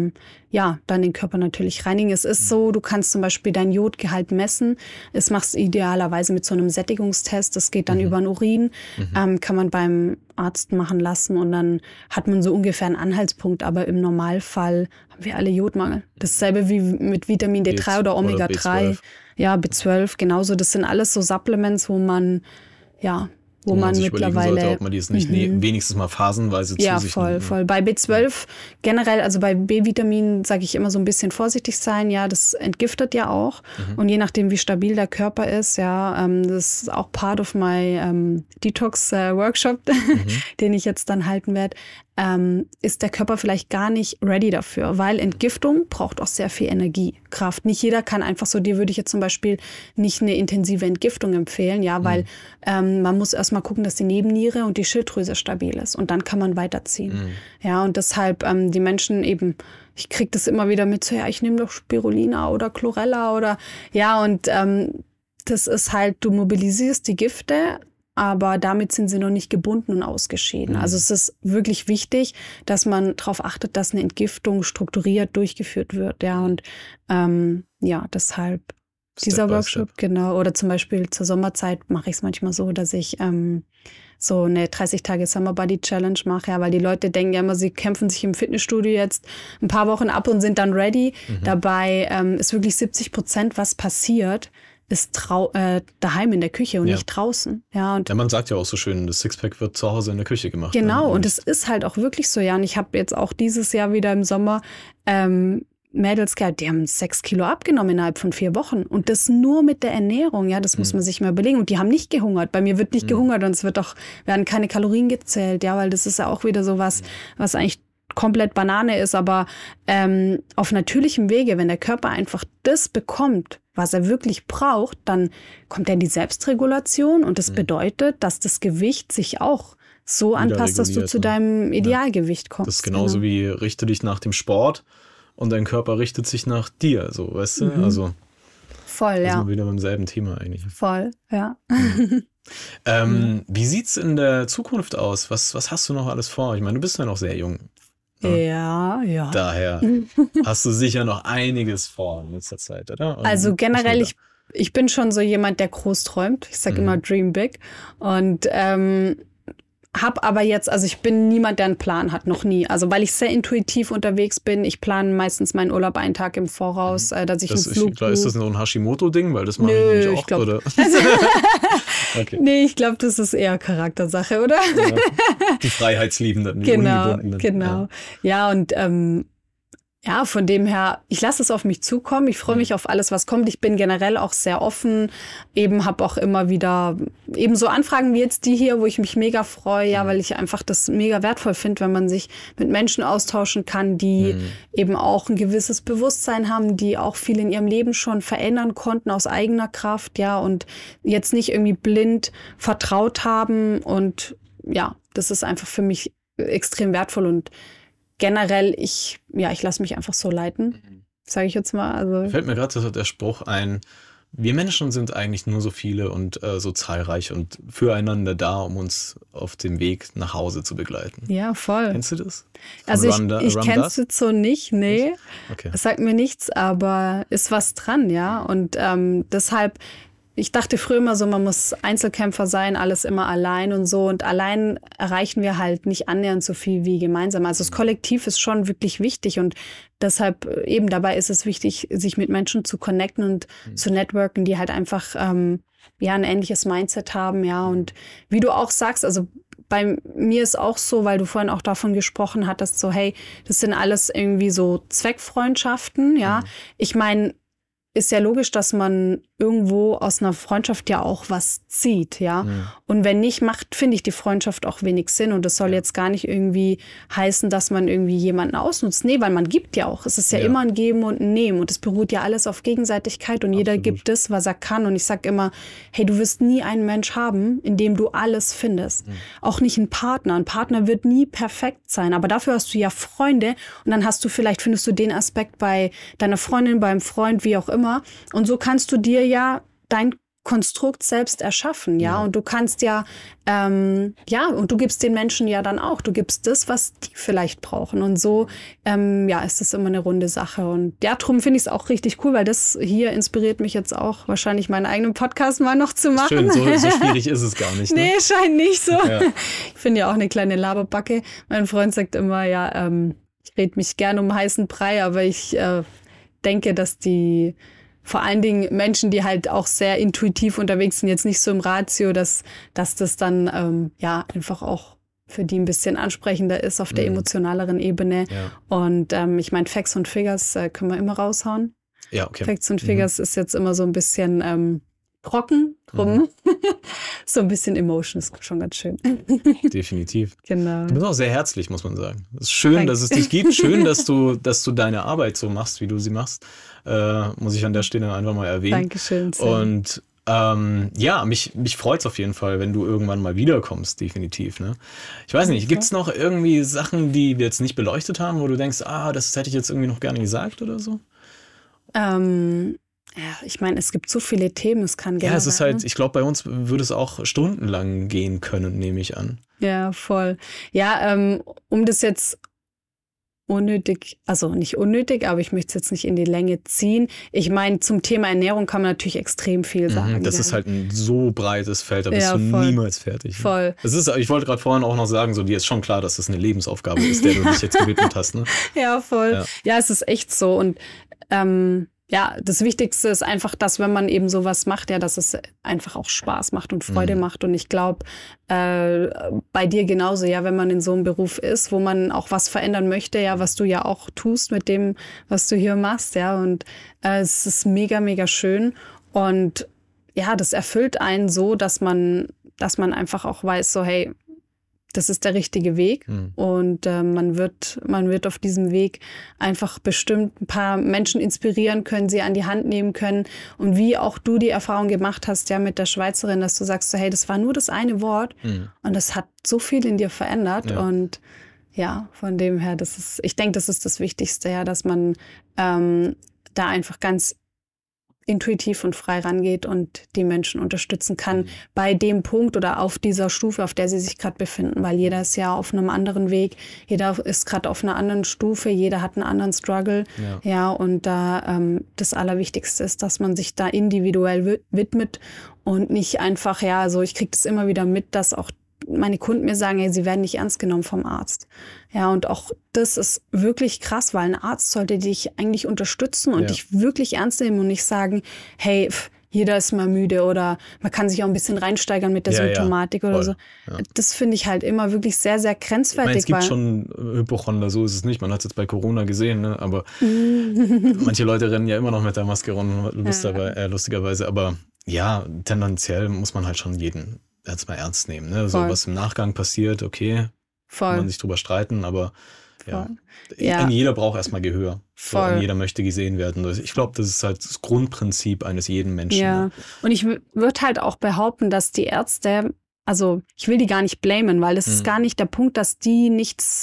dann den Körper natürlich reinigen. Es ist so, du kannst zum Beispiel dein Jodgehalt messen. Das machst du idealerweise mit so einem Sättigungstest. Das geht dann über den Urin, kann man beim Arzt machen lassen und dann hat man so ungefähr einen Anhaltspunkt. Aber im Normalfall haben wir alle Jodmangel. Dasselbe wie mit Vitamin D3 oder Omega-3. B12. Ja, B12, genauso. Das sind alles so Supplements, wo man sich mittlerweile sollte, ob man die jetzt nicht wenigstens mal phasenweise zu sich nimmt. Voll. Bei B12 generell, also bei B-Vitamin sage ich immer so ein bisschen vorsichtig sein. Ja, das entgiftet ja auch. Und je nachdem, wie stabil der Körper ist, ja, das ist auch part of my Detox-Workshop, den ich jetzt dann halten werde, ist der Körper vielleicht gar nicht ready dafür, weil Entgiftung braucht auch sehr viel Energie, Kraft. Nicht jeder kann einfach so, dir würde ich jetzt zum Beispiel nicht eine intensive Entgiftung empfehlen, ja, weil man muss erstmal gucken, dass die Nebenniere und die Schilddrüse stabil ist und dann kann man weiterziehen. Ja, und deshalb die Menschen eben, ich kriege das immer wieder mit, so ja, ich nehme doch Spirulina oder Chlorella oder ja, und das ist halt, du mobilisierst die Gifte, aber damit sind sie noch nicht gebunden und ausgeschieden. Also es ist wirklich wichtig, dass man darauf achtet, dass eine Entgiftung strukturiert durchgeführt wird. Ja, und deshalb dieser Workshop, genau. Oder zum Beispiel zur Sommerzeit mache ich es manchmal so, dass ich so eine 30-Tage-Summer-Body-Challenge mache, ja, weil die Leute denken ja immer, sie kämpfen sich im Fitnessstudio jetzt ein paar Wochen ab und sind dann ready. Dabei ist wirklich 70%, was passiert, ist daheim in der Küche und nicht draußen. Ja, und man sagt ja auch so schön, das Sixpack wird zu Hause in der Küche gemacht. Genau, und es ist halt auch wirklich so, ja. Und ich habe jetzt auch dieses Jahr wieder im Sommer Mädels gehabt, die haben 6 Kilo abgenommen innerhalb von 4 Wochen. Und das nur mit der Ernährung, ja, das muss man sich mal überlegen. Und die haben nicht gehungert. Bei mir wird nicht gehungert und werden keine Kalorien gezählt, ja, weil das ist ja auch wieder so was eigentlich komplett Banane ist, aber auf natürlichem Wege, wenn der Körper einfach das bekommt, was er wirklich braucht, dann kommt er in die Selbstregulation und das bedeutet, dass das Gewicht sich auch so anpasst, dass du zu deinem Idealgewicht kommst. Das ist genauso wie richte dich nach dem Sport und dein Körper richtet sich nach dir, so, weißt du? Also voll, ja. Sind wir wieder beim selben Thema eigentlich. Voll, ja. Wie sieht's in der Zukunft aus? Was hast du noch alles vor? Ich meine, du bist ja noch sehr jung. Ja. Daher hast du sicher noch einiges vor in letzter Zeit, oder? Und also generell, ich bin schon so jemand, der groß träumt. Ich sage immer Dream Big. Und habe aber jetzt, also ich bin niemand, der einen Plan hat, noch nie. Also weil ich sehr intuitiv unterwegs bin. Ich plane meistens meinen Urlaub einen Tag im Voraus, dass ich einen Flug buche. Ist das so ein Hashimoto-Ding? Weil das mache ich nämlich auch, oder? Okay. Nee, ich glaube, das ist eher Charaktersache, oder? Ja, die Freiheitsliebenden, die Ungebundenen. Genau. Ja, und von dem her, ich lasse es auf mich zukommen. Ich freue mich auf alles, was kommt. Ich bin generell auch sehr offen. Eben habe auch immer wieder eben so Anfragen wie jetzt die hier, wo ich mich mega freue, ja, weil ich einfach das mega wertvoll finde, wenn man sich mit Menschen austauschen kann, die eben auch ein gewisses Bewusstsein haben, die auch viel in ihrem Leben schon verändern konnten aus eigener Kraft, ja, und jetzt nicht irgendwie blind vertraut haben. Und ja, das ist einfach für mich extrem wertvoll und generell, ich lasse mich einfach so leiten, sage ich jetzt mal. Also fällt mir gerade der Spruch ein, wir Menschen sind eigentlich nur so viele und so zahlreich und füreinander da, um uns auf dem Weg nach Hause zu begleiten. Ja, voll. Kennst du das? Also ich kenne es jetzt so nicht, nee. Okay. Es sagt mir nichts, aber ist was dran, ja. Und deshalb, ich dachte früher immer so, man muss Einzelkämpfer sein, alles immer allein und so. Und allein erreichen wir halt nicht annähernd so viel wie gemeinsam. Also das Kollektiv ist schon wirklich wichtig und deshalb eben dabei ist es wichtig, sich mit Menschen zu connecten und zu networken, die halt einfach ein ähnliches Mindset haben, ja. Und wie du auch sagst, also bei mir ist auch so, weil du vorhin auch davon gesprochen hattest, so hey, das sind alles irgendwie so Zweckfreundschaften, ja. Ich meine, ist ja logisch, dass man irgendwo aus einer Freundschaft ja auch was zieht, ja. Und wenn nicht, finde ich die Freundschaft auch wenig Sinn. Und das soll jetzt gar nicht irgendwie heißen, dass man irgendwie jemanden ausnutzt. Nee, weil man gibt ja auch. Es ist ja immer ein Geben und ein Nehmen. Und es beruht ja alles auf Gegenseitigkeit und jeder gibt das, was er kann. Und ich sag immer, hey, du wirst nie einen Mensch haben, in dem du alles findest. Auch nicht einen Partner. Ein Partner wird nie perfekt sein. Aber dafür hast du ja Freunde und dann findest du den Aspekt bei deiner Freundin, beim Freund, wie auch immer. Und so kannst du dir ja dein Konstrukt selbst erschaffen, ja. Und du kannst und du gibst den Menschen ja dann auch. Du gibst das, was die vielleicht brauchen. Und so, ist das immer eine runde Sache. Und ja, darum finde ich es auch richtig cool, weil das hier inspiriert mich jetzt auch, wahrscheinlich meinen eigenen Podcast mal noch zu machen. Schön, so schwierig ist es gar nicht. Ne? Nee, scheint nicht so. Ja. Ich bin ja auch eine kleine Laberbacke. Mein Freund sagt immer, ich rede mich gerne um heißen Brei, aber ich denke, dass vor allen Dingen Menschen, die halt auch sehr intuitiv unterwegs sind, jetzt nicht so im Ratio, dass das dann einfach auch für die ein bisschen ansprechender ist auf der emotionaleren Ebene. Ja. Und ich meine, Facts und Figures können wir immer raushauen. Ja, okay. Facts und Figures ist jetzt immer so ein bisschen trocken drum. So ein bisschen Emotion ist schon ganz schön. Definitiv. Genau. Du bist auch sehr herzlich, muss man sagen. Es ist schön, dass es dich gibt. Schön, dass du deine Arbeit so machst, wie du sie machst. Muss ich an der Stelle einfach mal erwähnen. Dankeschön. Sam. Und mich freut es auf jeden Fall, wenn du irgendwann mal wiederkommst, definitiv. Ne? Ich weiß nicht, gibt es noch irgendwie Sachen, die wir jetzt nicht beleuchtet haben, wo du denkst, das hätte ich jetzt irgendwie noch gerne gesagt oder so? Ich meine, es gibt so viele Themen, es kann gerne. Ja, es ist halt, ich glaube, bei uns würde es auch stundenlang gehen können, nehme ich an. Ja, voll. Ja, um das jetzt nicht unnötig, aber ich möchte es jetzt nicht in die Länge ziehen. Ich meine, zum Thema Ernährung kann man natürlich extrem viel sagen. Das ist halt ein so breites Feld, da bist du niemals fertig. Ne? Voll. Ich wollte gerade vorhin auch noch sagen, so dir ist schon klar, dass das eine Lebensaufgabe ist, der du dich jetzt gewidmet hast. Ne? Ja, voll. Ja, es ist echt so. Und das Wichtigste ist einfach, dass wenn man eben sowas macht, dass es einfach auch Spaß macht und Freude macht. Und ich glaube, bei dir genauso, wenn man in so einem Beruf ist, wo man auch was verändern möchte, was du ja auch tust mit dem, was du hier machst, und es ist mega, mega schön. Und das erfüllt einen so, dass man einfach auch weiß, so hey, das ist der richtige Weg und man wird auf diesem Weg einfach bestimmt ein paar Menschen inspirieren können, sie an die Hand nehmen können und wie auch du die Erfahrung gemacht hast, mit der Schweizerin, dass du sagst, so, hey, das war nur das eine Wort und das hat so viel in dir verändert und von dem her, ich denke, das ist das Wichtigste, dass man da einfach ganz intuitiv und frei rangeht und die Menschen unterstützen kann bei dem Punkt oder auf dieser Stufe, auf der sie sich gerade befinden, weil jeder ist ja auf einem anderen Weg, jeder ist gerade auf einer anderen Stufe, jeder hat einen anderen Struggle, und da das Allerwichtigste ist, dass man sich da individuell widmet und nicht einfach, ich kriege das immer wieder mit, dass auch meine Kunden mir sagen, hey, sie werden nicht ernst genommen vom Arzt. Ja, und auch das ist wirklich krass, weil ein Arzt sollte dich eigentlich unterstützen und dich wirklich ernst nehmen und nicht sagen, hey, jeder ist mal müde oder man kann sich auch ein bisschen reinsteigern mit der Symptomatik oder so. Ja. Das finde ich halt immer wirklich sehr, sehr grenzwertig. Es gibt schon Hypochonder, so ist es nicht. Man hat es jetzt bei Corona gesehen, ne? Aber manche Leute rennen ja immer noch mit der Maske rum, lustigerweise. Aber tendenziell muss man halt schon jeden jetzt mal ernst nehmen. Ne? So was im Nachgang passiert, okay, kann man sich drüber streiten, aber jeder braucht erstmal Gehör. So, jeder möchte gesehen werden. Ich glaube, das ist halt das Grundprinzip eines jeden Menschen. Ja, ne? Und ich würde halt auch behaupten, dass die Ärzte, also ich will die gar nicht blamen, weil das ist gar nicht der Punkt, dass die nichts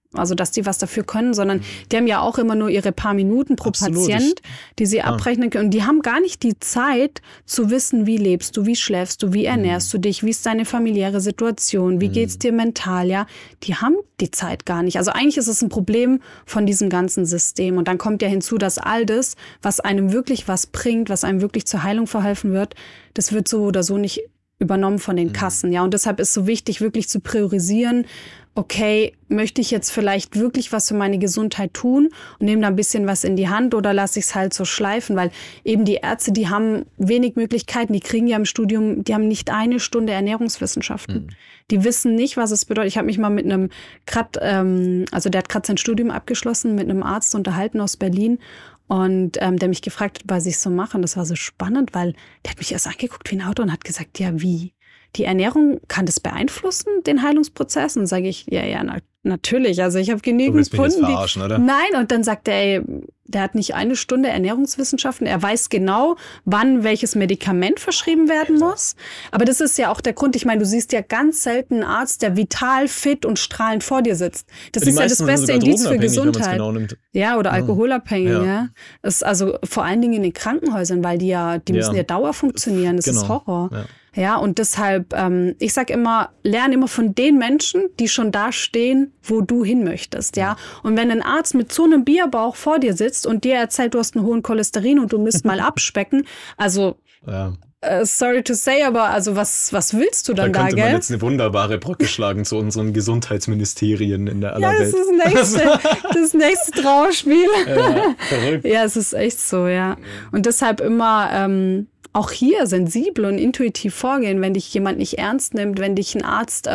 also dass die was dafür können, sondern die haben ja auch immer nur ihre paar Minuten pro Patient, die sie abrechnen können. Und die haben gar nicht die Zeit zu wissen, wie lebst du, wie schläfst du, wie ernährst du dich, wie ist deine familiäre Situation, wie geht's dir mental, ja. Die haben die Zeit gar nicht. Also eigentlich ist es ein Problem von diesem ganzen System. Und dann kommt ja hinzu, dass all das, was einem wirklich was bringt, was einem wirklich zur Heilung verhelfen wird, das wird so oder so nicht übernommen von den Kassen, ja. Und deshalb ist so wichtig, wirklich zu priorisieren, okay, möchte ich jetzt vielleicht wirklich was für meine Gesundheit tun und nehme da ein bisschen was in die Hand oder lasse ich es halt so schleifen, weil eben die Ärzte, die haben wenig Möglichkeiten, die kriegen ja im Studium, die haben nicht eine Stunde Ernährungswissenschaften. Die wissen nicht, was es bedeutet. Ich habe mich mal mit einem also der hat gerade sein Studium abgeschlossen, mit einem Arzt unterhalten aus Berlin. Und der mich gefragt hat, was ich so mache. Und das war so spannend, weil der hat mich erst angeguckt wie ein Auto und hat gesagt, ja, wie? Die Ernährung, kann das beeinflussen, den Heilungsprozess? Und sage ich, ja, natürlich. Also ich habe genügend Kunden, die... verarschen, oder? Nein, und dann sagt er, der hat nicht eine Stunde Ernährungswissenschaften. Er weiß genau, wann welches Medikament verschrieben werden muss. Aber das ist ja auch der Grund. Ich meine, du siehst ja ganz selten einen Arzt, der vital, fit und strahlend vor dir sitzt. Das ist ja das beste Indiz für Gesundheit. Genau nimmt. Ja, oder alkoholabhängig. Ja. Das ist also vor allen Dingen in den Krankenhäusern, weil die müssen ja Dauer funktionieren. Das ist Horror. Ja, und deshalb, ich sag immer, lern immer von den Menschen, die schon da stehen, wo du hin möchtest, ja. Und wenn ein Arzt mit so einem Bierbauch vor dir sitzt und dir erzählt, du hast einen hohen Cholesterin und du müsst mal abspecken, also sorry to say, aber also was willst du dann da, gell? Da könnte man jetzt eine wunderbare Brücke schlagen zu unseren Gesundheitsministerien in der aller Welt. Das ist das nächste Trauerspiel. Ja, verrückt. Ja, es ist echt so, ja. Und deshalb immer auch hier sensibel und intuitiv vorgehen, wenn dich jemand nicht ernst nimmt, wenn dich ein Arzt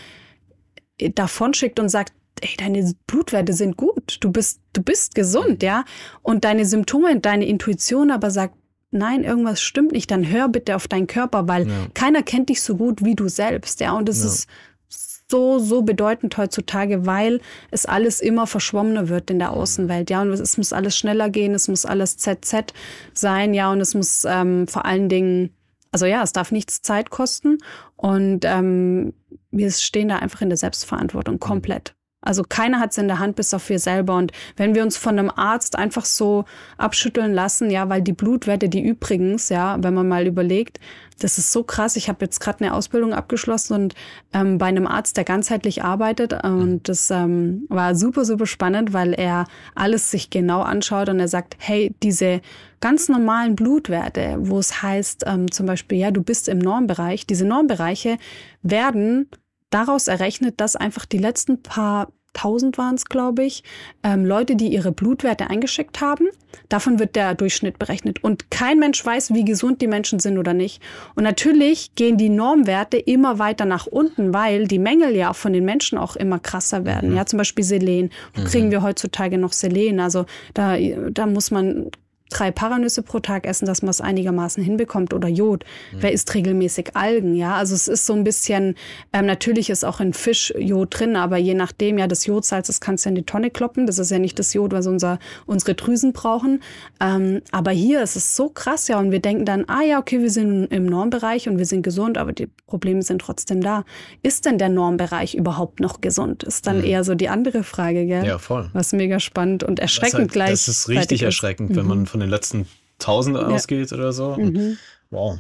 davon schickt und sagt, ey, deine Blutwerte sind gut, du bist gesund, ja, und deine Symptome, deine Intuition aber sagt, nein, irgendwas stimmt nicht, dann hör bitte auf deinen Körper, weil keiner kennt dich so gut wie du selbst, ja, und das ist so bedeutend heutzutage, weil es alles immer verschwommener wird in der Außenwelt, ja, und es muss alles schneller gehen, es muss alles ZZ sein, ja, und es muss vor allen Dingen, also ja, es darf nichts Zeit kosten und wir stehen da einfach in der Selbstverantwortung komplett. Also keiner hat es in der Hand, bis auf wir selber. Und wenn wir uns von einem Arzt einfach so abschütteln lassen, ja, weil die Blutwerte, die übrigens, ja, wenn man mal überlegt, das ist so krass. Ich habe jetzt gerade eine Ausbildung abgeschlossen und bei einem Arzt, der ganzheitlich arbeitet. Und das war super, super spannend, weil er alles sich genau anschaut und er sagt, hey, diese ganz normalen Blutwerte, wo es heißt zum Beispiel, ja, du bist im Normbereich, diese Normbereiche werden daraus errechnet, dass einfach die letzten paar Tausend waren es, glaube ich, Leute, die ihre Blutwerte eingeschickt haben. Davon wird der Durchschnitt berechnet. Und kein Mensch weiß, wie gesund die Menschen sind oder nicht. Und natürlich gehen die Normwerte immer weiter nach unten, weil die Mängel ja von den Menschen auch immer krasser werden. Ja, zum Beispiel Selen. Wo kriegen wir heutzutage noch Selen? Also da muss man 3 Paranüsse pro Tag essen, dass man es einigermaßen hinbekommt, oder Jod. Wer isst regelmäßig Algen, ja? Also es ist so ein bisschen, natürlich ist auch in Fisch Jod drin, aber je nachdem, ja, das Jodsalz, das kannst du in die Tonne kloppen. Das ist ja nicht das Jod, was unsere Drüsen brauchen. Aber hier ist es so krass, ja, und wir denken dann, ja, okay, wir sind im Normbereich und wir sind gesund, aber die Probleme sind trotzdem da. Ist denn der Normbereich überhaupt noch gesund? Ist dann eher so die andere Frage, gell? Ja, voll. Was mega spannend und erschreckend gleich. Das ist richtig erschreckend, wenn man von den letzten 1000 ausgeht oder so. Wow.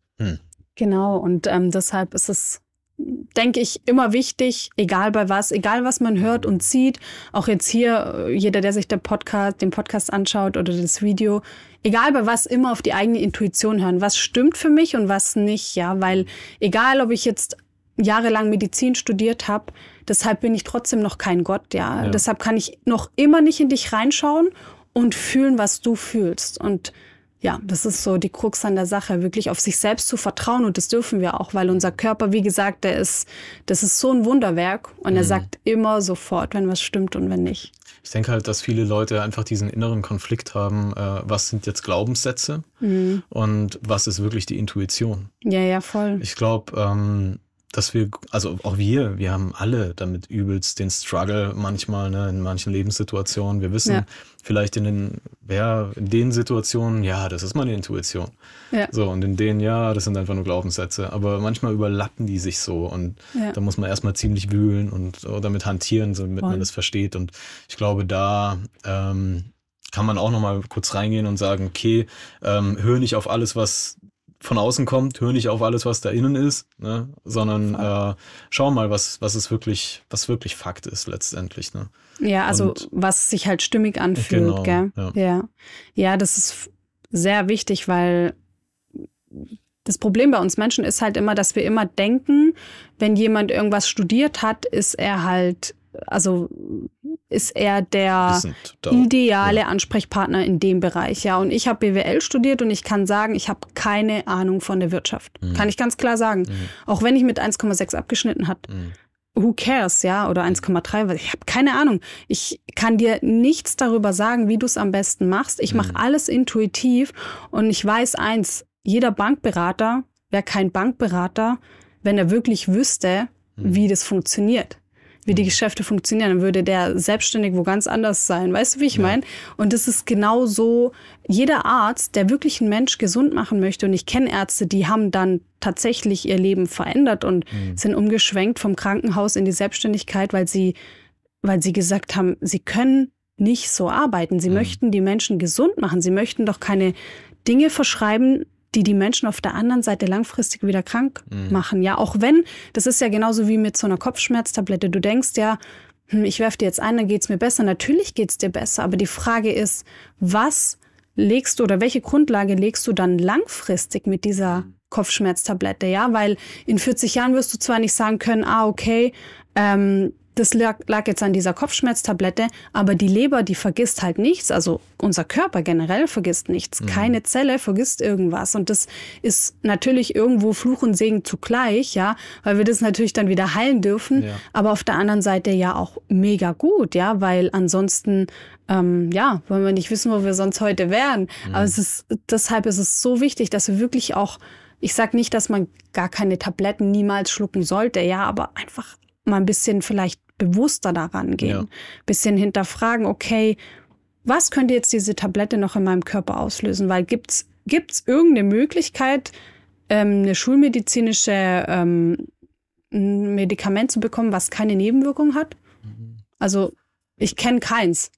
Genau, und deshalb ist es, denke ich, immer wichtig, egal was man hört und sieht, auch jetzt hier, jeder, der sich den Podcast anschaut oder das Video, egal bei was, immer auf die eigene Intuition hören. Was stimmt für mich und was nicht, ja, weil egal, ob ich jetzt jahrelang Medizin studiert habe, deshalb bin ich trotzdem noch kein Gott, ja. Deshalb kann ich noch immer nicht in dich reinschauen und fühlen, was du fühlst. Und ja, das ist so die Krux an der Sache, wirklich auf sich selbst zu vertrauen. Und das dürfen wir auch, weil unser Körper, wie gesagt, das ist so ein Wunderwerk. Und er sagt immer sofort, wenn was stimmt und wenn nicht. Ich denke halt, dass viele Leute einfach diesen inneren Konflikt haben, was sind jetzt Glaubenssätze und was ist wirklich die Intuition. Ja, voll. Ich glaube, dass wir, also auch wir haben alle damit übelst den Struggle manchmal, ne, in manchen Lebenssituationen. Wir wissen vielleicht in den Situationen, ja, das ist meine Intuition. Ja. So, und in denen, ja, das sind einfach nur Glaubenssätze. Aber manchmal überlappen die sich so und da muss man erstmal ziemlich wühlen und damit hantieren, damit man das versteht. Und ich glaube, da kann man auch nochmal kurz reingehen und sagen, okay, hör nicht auf alles, was von außen kommt, hör nicht auf alles, was da innen ist, ne? Sondern schau mal, was wirklich Fakt ist letztendlich. Ne? Ja, also was sich halt stimmig anfühlt. Genau, gell? Ja, das ist sehr wichtig, weil das Problem bei uns Menschen ist halt immer, dass wir immer denken, wenn jemand irgendwas studiert hat, ist er der ideale Ansprechpartner in dem Bereich. Ja, und ich habe BWL studiert und ich kann sagen, ich habe keine Ahnung von der Wirtschaft. Kann ich ganz klar sagen. Auch wenn ich mit 1,6 abgeschnitten habe. Who cares, ja, oder 1,3, weil ich habe keine Ahnung. Ich kann dir nichts darüber sagen, wie du es am besten machst. Ich mache alles intuitiv und ich weiß eins, jeder Bankberater wäre kein Bankberater, wenn er wirklich wüsste, wie das funktioniert. Wie die Geschäfte funktionieren, dann würde der selbstständig wo ganz anders sein. Weißt du, wie ich meine? Und das ist genau so, jeder Arzt, der wirklich einen Mensch gesund machen möchte, und ich kenne Ärzte, die haben dann tatsächlich ihr Leben verändert und sind umgeschwenkt vom Krankenhaus in die Selbstständigkeit, weil sie gesagt haben, sie können nicht so arbeiten. Sie möchten die Menschen gesund machen. Sie möchten doch keine Dinge verschreiben, die Menschen auf der anderen Seite langfristig wieder krank machen. Ja, auch wenn, das ist ja genauso wie mit so einer Kopfschmerztablette. Du denkst ja, ich werfe dir jetzt ein, dann geht's mir besser. Natürlich geht's dir besser, aber die Frage ist, was legst du oder welche Grundlage legst du dann langfristig mit dieser Kopfschmerztablette? Ja, weil in 40 Jahren wirst du zwar nicht sagen können, okay, das lag jetzt an dieser Kopfschmerztablette, aber die Leber, die vergisst halt nichts. Also unser Körper generell vergisst nichts. Keine Zelle vergisst irgendwas. Und das ist natürlich irgendwo Fluch und Segen zugleich, ja, weil wir das natürlich dann wieder heilen dürfen. Ja. Aber auf der anderen Seite ja auch mega gut, ja, weil ansonsten, wollen wir nicht wissen, wo wir sonst heute wären. Aber deshalb ist es so wichtig, dass wir wirklich auch, ich sage nicht, dass man gar keine Tabletten niemals schlucken sollte, ja, aber einfach mal ein bisschen vielleicht bewusster daran gehen. Ein bisschen hinterfragen, okay, was könnte jetzt diese Tablette noch in meinem Körper auslösen? Weil gibt's irgendeine Möglichkeit, eine schulmedizinische Medikament zu bekommen, was keine Nebenwirkung hat? Also ich kenne keins.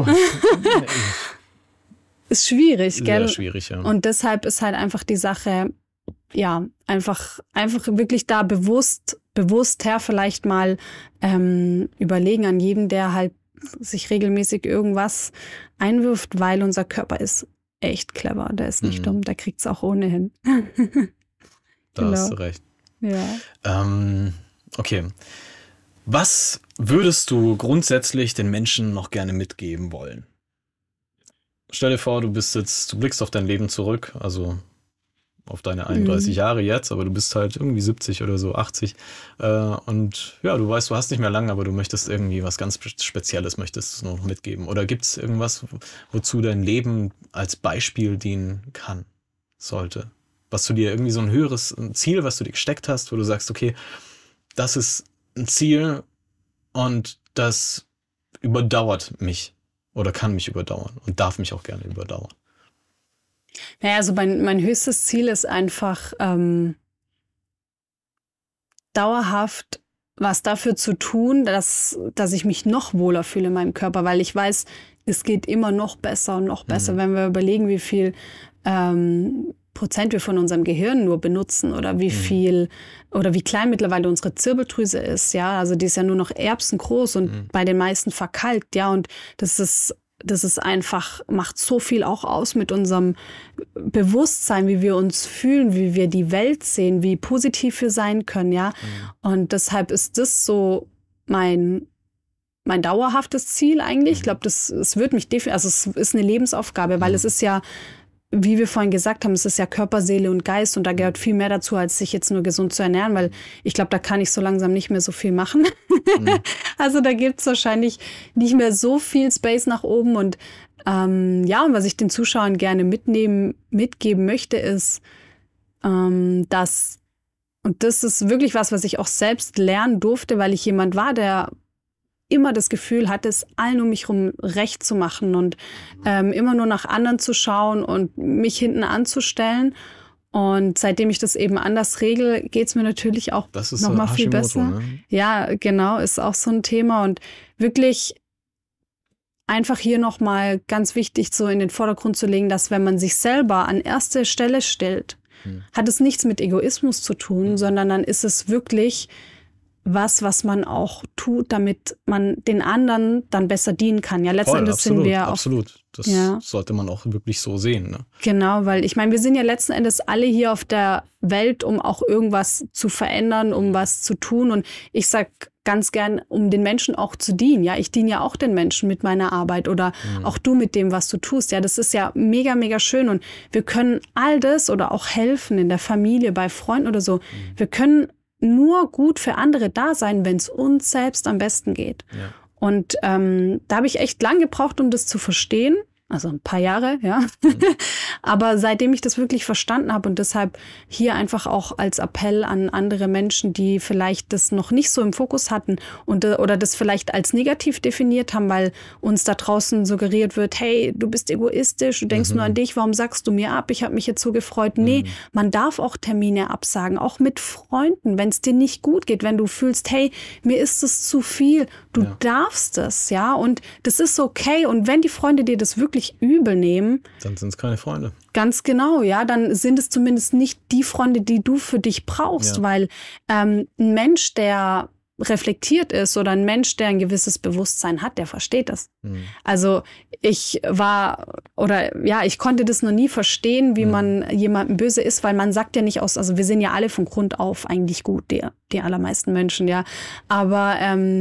Ist schwierig, gell? Sehr schwierig, ja. Und deshalb ist halt einfach die Sache, ja, einfach wirklich da bewusst vielleicht mal überlegen an jedem, der halt sich regelmäßig irgendwas einwirft, weil unser Körper ist echt clever. Der ist nicht dumm, der kriegt es auch ohnehin. Da hast du recht. Ja. Okay. Was würdest du grundsätzlich den Menschen noch gerne mitgeben wollen? Stell dir vor, du blickst auf dein Leben zurück, also auf deine 31 Jahre jetzt, aber du bist halt irgendwie 70 oder so, 80. Und ja, du weißt, du hast nicht mehr lange, aber du möchtest irgendwie was ganz Spezielles möchtest du noch mitgeben. Oder gibt es irgendwas, wozu dein Leben als Beispiel dienen kann, sollte? Was du dir irgendwie so ein höheres Ziel, was du dir gesteckt hast, wo du sagst, okay, das ist ein Ziel und das überdauert mich oder kann mich überdauern und darf mich auch gerne überdauern. Naja, also mein höchstes Ziel ist einfach dauerhaft was dafür zu tun, dass ich mich noch wohler fühle in meinem Körper, weil ich weiß, es geht immer noch besser und noch besser, wenn wir überlegen, wie viel Prozent wir von unserem Gehirn nur benutzen oder wie viel oder wie klein mittlerweile unsere Zirbeldrüse ist, ja, also die ist ja nur noch erbsengroß und bei den meisten verkalkt, ja, und das ist einfach, macht so viel auch aus mit unserem Bewusstsein, wie wir uns fühlen, wie wir die Welt sehen, wie positiv wir sein können, ja. Und deshalb ist das so mein dauerhaftes Ziel eigentlich. Ich glaube, es wird mich definitiv, also es ist eine Lebensaufgabe, weil es ist ja, wie wir vorhin gesagt haben, es ist ja Körper, Seele und Geist und da gehört viel mehr dazu, als sich jetzt nur gesund zu ernähren, weil ich glaube, da kann ich so langsam nicht mehr so viel machen. Also da gibt es wahrscheinlich nicht mehr so viel Space nach oben und und was ich den Zuschauern gerne mitgeben möchte, ist, dass Und das ist wirklich was ich auch selbst lernen durfte, weil ich jemand war, der immer das Gefühl hatte, es allen um mich herum recht zu machen und immer nur nach anderen zu schauen und mich hinten anzustellen. Und seitdem ich das eben anders regel, geht es mir natürlich auch noch mal viel besser. Ne? Ja, genau, ist auch so ein Thema. Und wirklich einfach hier noch mal ganz wichtig, so in den Vordergrund zu legen, dass wenn man sich selber an erste Stelle stellt, hat es nichts mit Egoismus zu tun, sondern dann ist es wirklich was man auch tut, damit man den anderen dann besser dienen kann. Ja, letztendlich sind wir auch. Absolut. Das sollte man auch wirklich so sehen. Ne? Genau, weil ich meine, wir sind ja letzten Endes alle hier auf der Welt, um auch irgendwas zu verändern, um was zu tun. Und ich sag ganz gern, um den Menschen auch zu dienen. Ja, ich diene ja auch den Menschen mit meiner Arbeit oder auch du mit dem, was du tust. Ja, das ist ja mega, mega schön. Und wir können all das oder auch helfen in der Familie, bei Freunden oder so. Wir können nur gut für andere da sein, wenn es uns selbst am besten geht. Ja. Und da habe ich echt lang gebraucht, um das zu verstehen. Also ein paar Jahre, ja. Aber seitdem ich das wirklich verstanden habe und deshalb hier einfach auch als Appell an andere Menschen, die vielleicht das noch nicht so im Fokus hatten oder das vielleicht als negativ definiert haben, weil uns da draußen suggeriert wird, hey, du bist egoistisch, du denkst nur an dich, warum sagst du mir ab? Ich habe mich jetzt so gefreut. Nee, man darf auch Termine absagen, auch mit Freunden, wenn es dir nicht gut geht, wenn du fühlst, hey, mir ist es zu viel, du darfst es, ja, und das ist okay. Und wenn die Freunde dir das wirklich übel nehmen, dann sind es keine Freunde. Ganz genau, ja, dann sind es zumindest nicht die Freunde, die du für dich brauchst, weil ein Mensch, der reflektiert ist oder ein Mensch, der ein gewisses Bewusstsein hat, der versteht das. Also ich konnte das noch nie verstehen, wie man jemandem böse ist, weil man sagt ja nicht aus, also wir sind ja alle von Grund auf eigentlich gut, die allermeisten Menschen, ja. Aber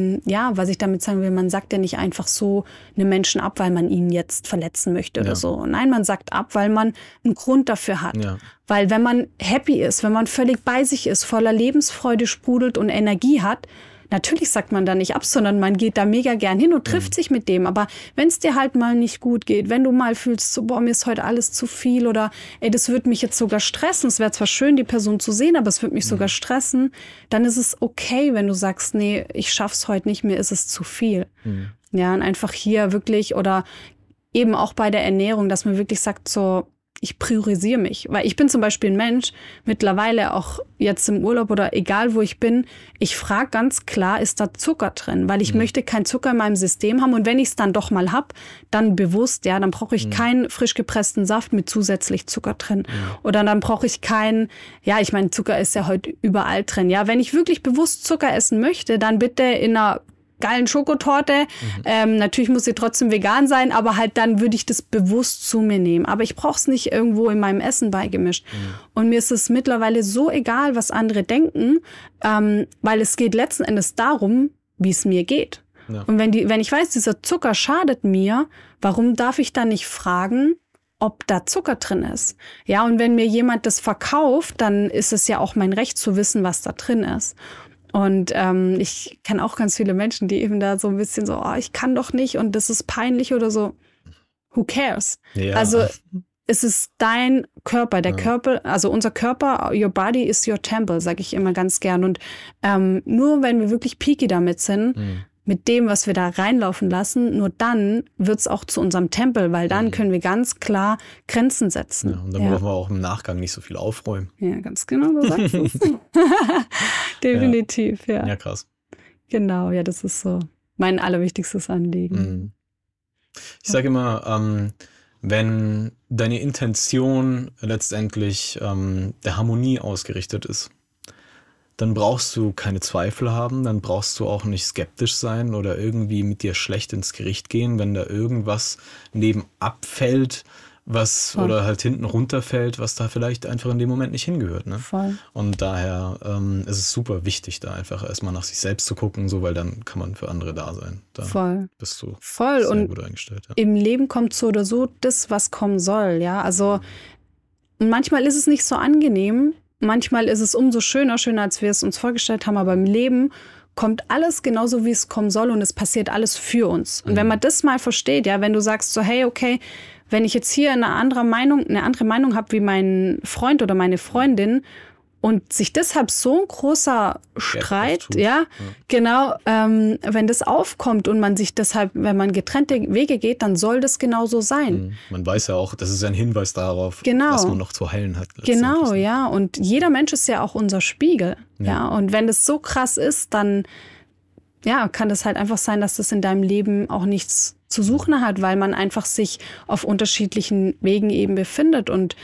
was ich damit sagen will, man sagt ja nicht einfach so einem Menschen ab, weil man ihn jetzt verletzen möchte oder so. Nein, man sagt ab, weil man einen Grund dafür hat. Ja. Weil wenn man happy ist, wenn man völlig bei sich ist, voller Lebensfreude sprudelt und Energie hat, natürlich sagt man da nicht ab, sondern man geht da mega gern hin und trifft sich mit dem. Aber wenn es dir halt mal nicht gut geht, wenn du mal fühlst, so, boah, mir ist heute alles zu viel oder ey, das wird mich jetzt sogar stressen. Es wäre zwar schön, die Person zu sehen, aber es wird mich sogar stressen. Dann ist es okay, wenn du sagst, nee, ich schaff's heute nicht, mir ist es zu viel. Ja, und einfach hier wirklich oder eben auch bei der Ernährung, dass man wirklich sagt, so, ich priorisiere mich. Weil ich bin zum Beispiel ein Mensch, mittlerweile auch jetzt im Urlaub oder egal wo ich bin, ich frage ganz klar, ist da Zucker drin? Weil ich möchte keinen Zucker in meinem System haben. Und wenn ich es dann doch mal habe, dann bewusst, ja, dann brauche ich keinen frisch gepressten Saft mit zusätzlich Zucker drin. Oder dann brauche ich keinen, ja, ich meine, Zucker ist ja heute überall drin. Ja, wenn ich wirklich bewusst Zucker essen möchte, dann bitte in einer geilen Schokotorte. Natürlich muss sie trotzdem vegan sein, aber halt dann würde ich das bewusst zu mir nehmen. Aber ich brauche es nicht irgendwo in meinem Essen beigemischt. Und mir ist es mittlerweile so egal, was andere denken, weil es geht letzten Endes darum, wie es mir geht. Ja. Und wenn ich weiß, dieser Zucker schadet mir, warum darf ich dann nicht fragen, ob da Zucker drin ist? Ja, und wenn mir jemand das verkauft, dann ist es ja auch mein Recht zu wissen, was da drin ist. Und ich kenne auch ganz viele Menschen, die eben da so ein bisschen so, oh, ich kann doch nicht und das ist peinlich oder so. Who cares? Ja. Also es ist dein Körper, der Körper, also unser Körper, your body is your temple, sage ich immer ganz gern. Und nur wenn wir wirklich picky damit sind, mit dem, was wir da reinlaufen lassen, nur dann wird's auch zu unserem Tempel, weil dann können wir ganz klar Grenzen setzen. Ja, und dann brauchen wir auch im Nachgang nicht so viel aufräumen. Ja, ganz genau, du sagst es. Definitiv, ja. Ja, krass. Genau, ja, das ist so mein allerwichtigstes Anliegen. Ich sage immer, wenn deine Intention letztendlich der Harmonie ausgerichtet ist, dann brauchst du keine Zweifel haben, dann brauchst du auch nicht skeptisch sein oder irgendwie mit dir schlecht ins Gericht gehen, wenn da irgendwas neben abfällt, was oder halt hinten runterfällt, was da vielleicht einfach in dem Moment nicht hingehört. Ne? Voll. Und daher ist es super wichtig, da einfach erstmal nach sich selbst zu gucken, so, weil dann kann man für andere da sein. Da Voll. Bist du sehr und gut eingestellt. Ja. Im Leben kommt so oder so das, was kommen soll. Ja, also manchmal ist es nicht so angenehm. Manchmal ist es umso schöner, als wir es uns vorgestellt haben, aber im Leben kommt alles genauso, wie es kommen soll und es passiert alles für uns. Und wenn man das mal versteht, ja, wenn du sagst so, hey, okay, wenn ich jetzt hier eine andere Meinung habe wie mein Freund oder meine Freundin Und sich deshalb so ein großer Streit, genau, wenn das aufkommt und man sich deshalb, wenn man getrennte Wege geht, dann soll das genauso sein. Man weiß ja auch, das ist ein Hinweis darauf, genau. was man noch zu heilen hat. Genau, ja. Und jeder Mensch ist ja auch unser Spiegel. Ja. Und wenn das so krass ist, dann kann das halt einfach sein, dass das in deinem Leben auch nichts zu suchen hat, weil man einfach sich auf unterschiedlichen Wegen eben befindet. Und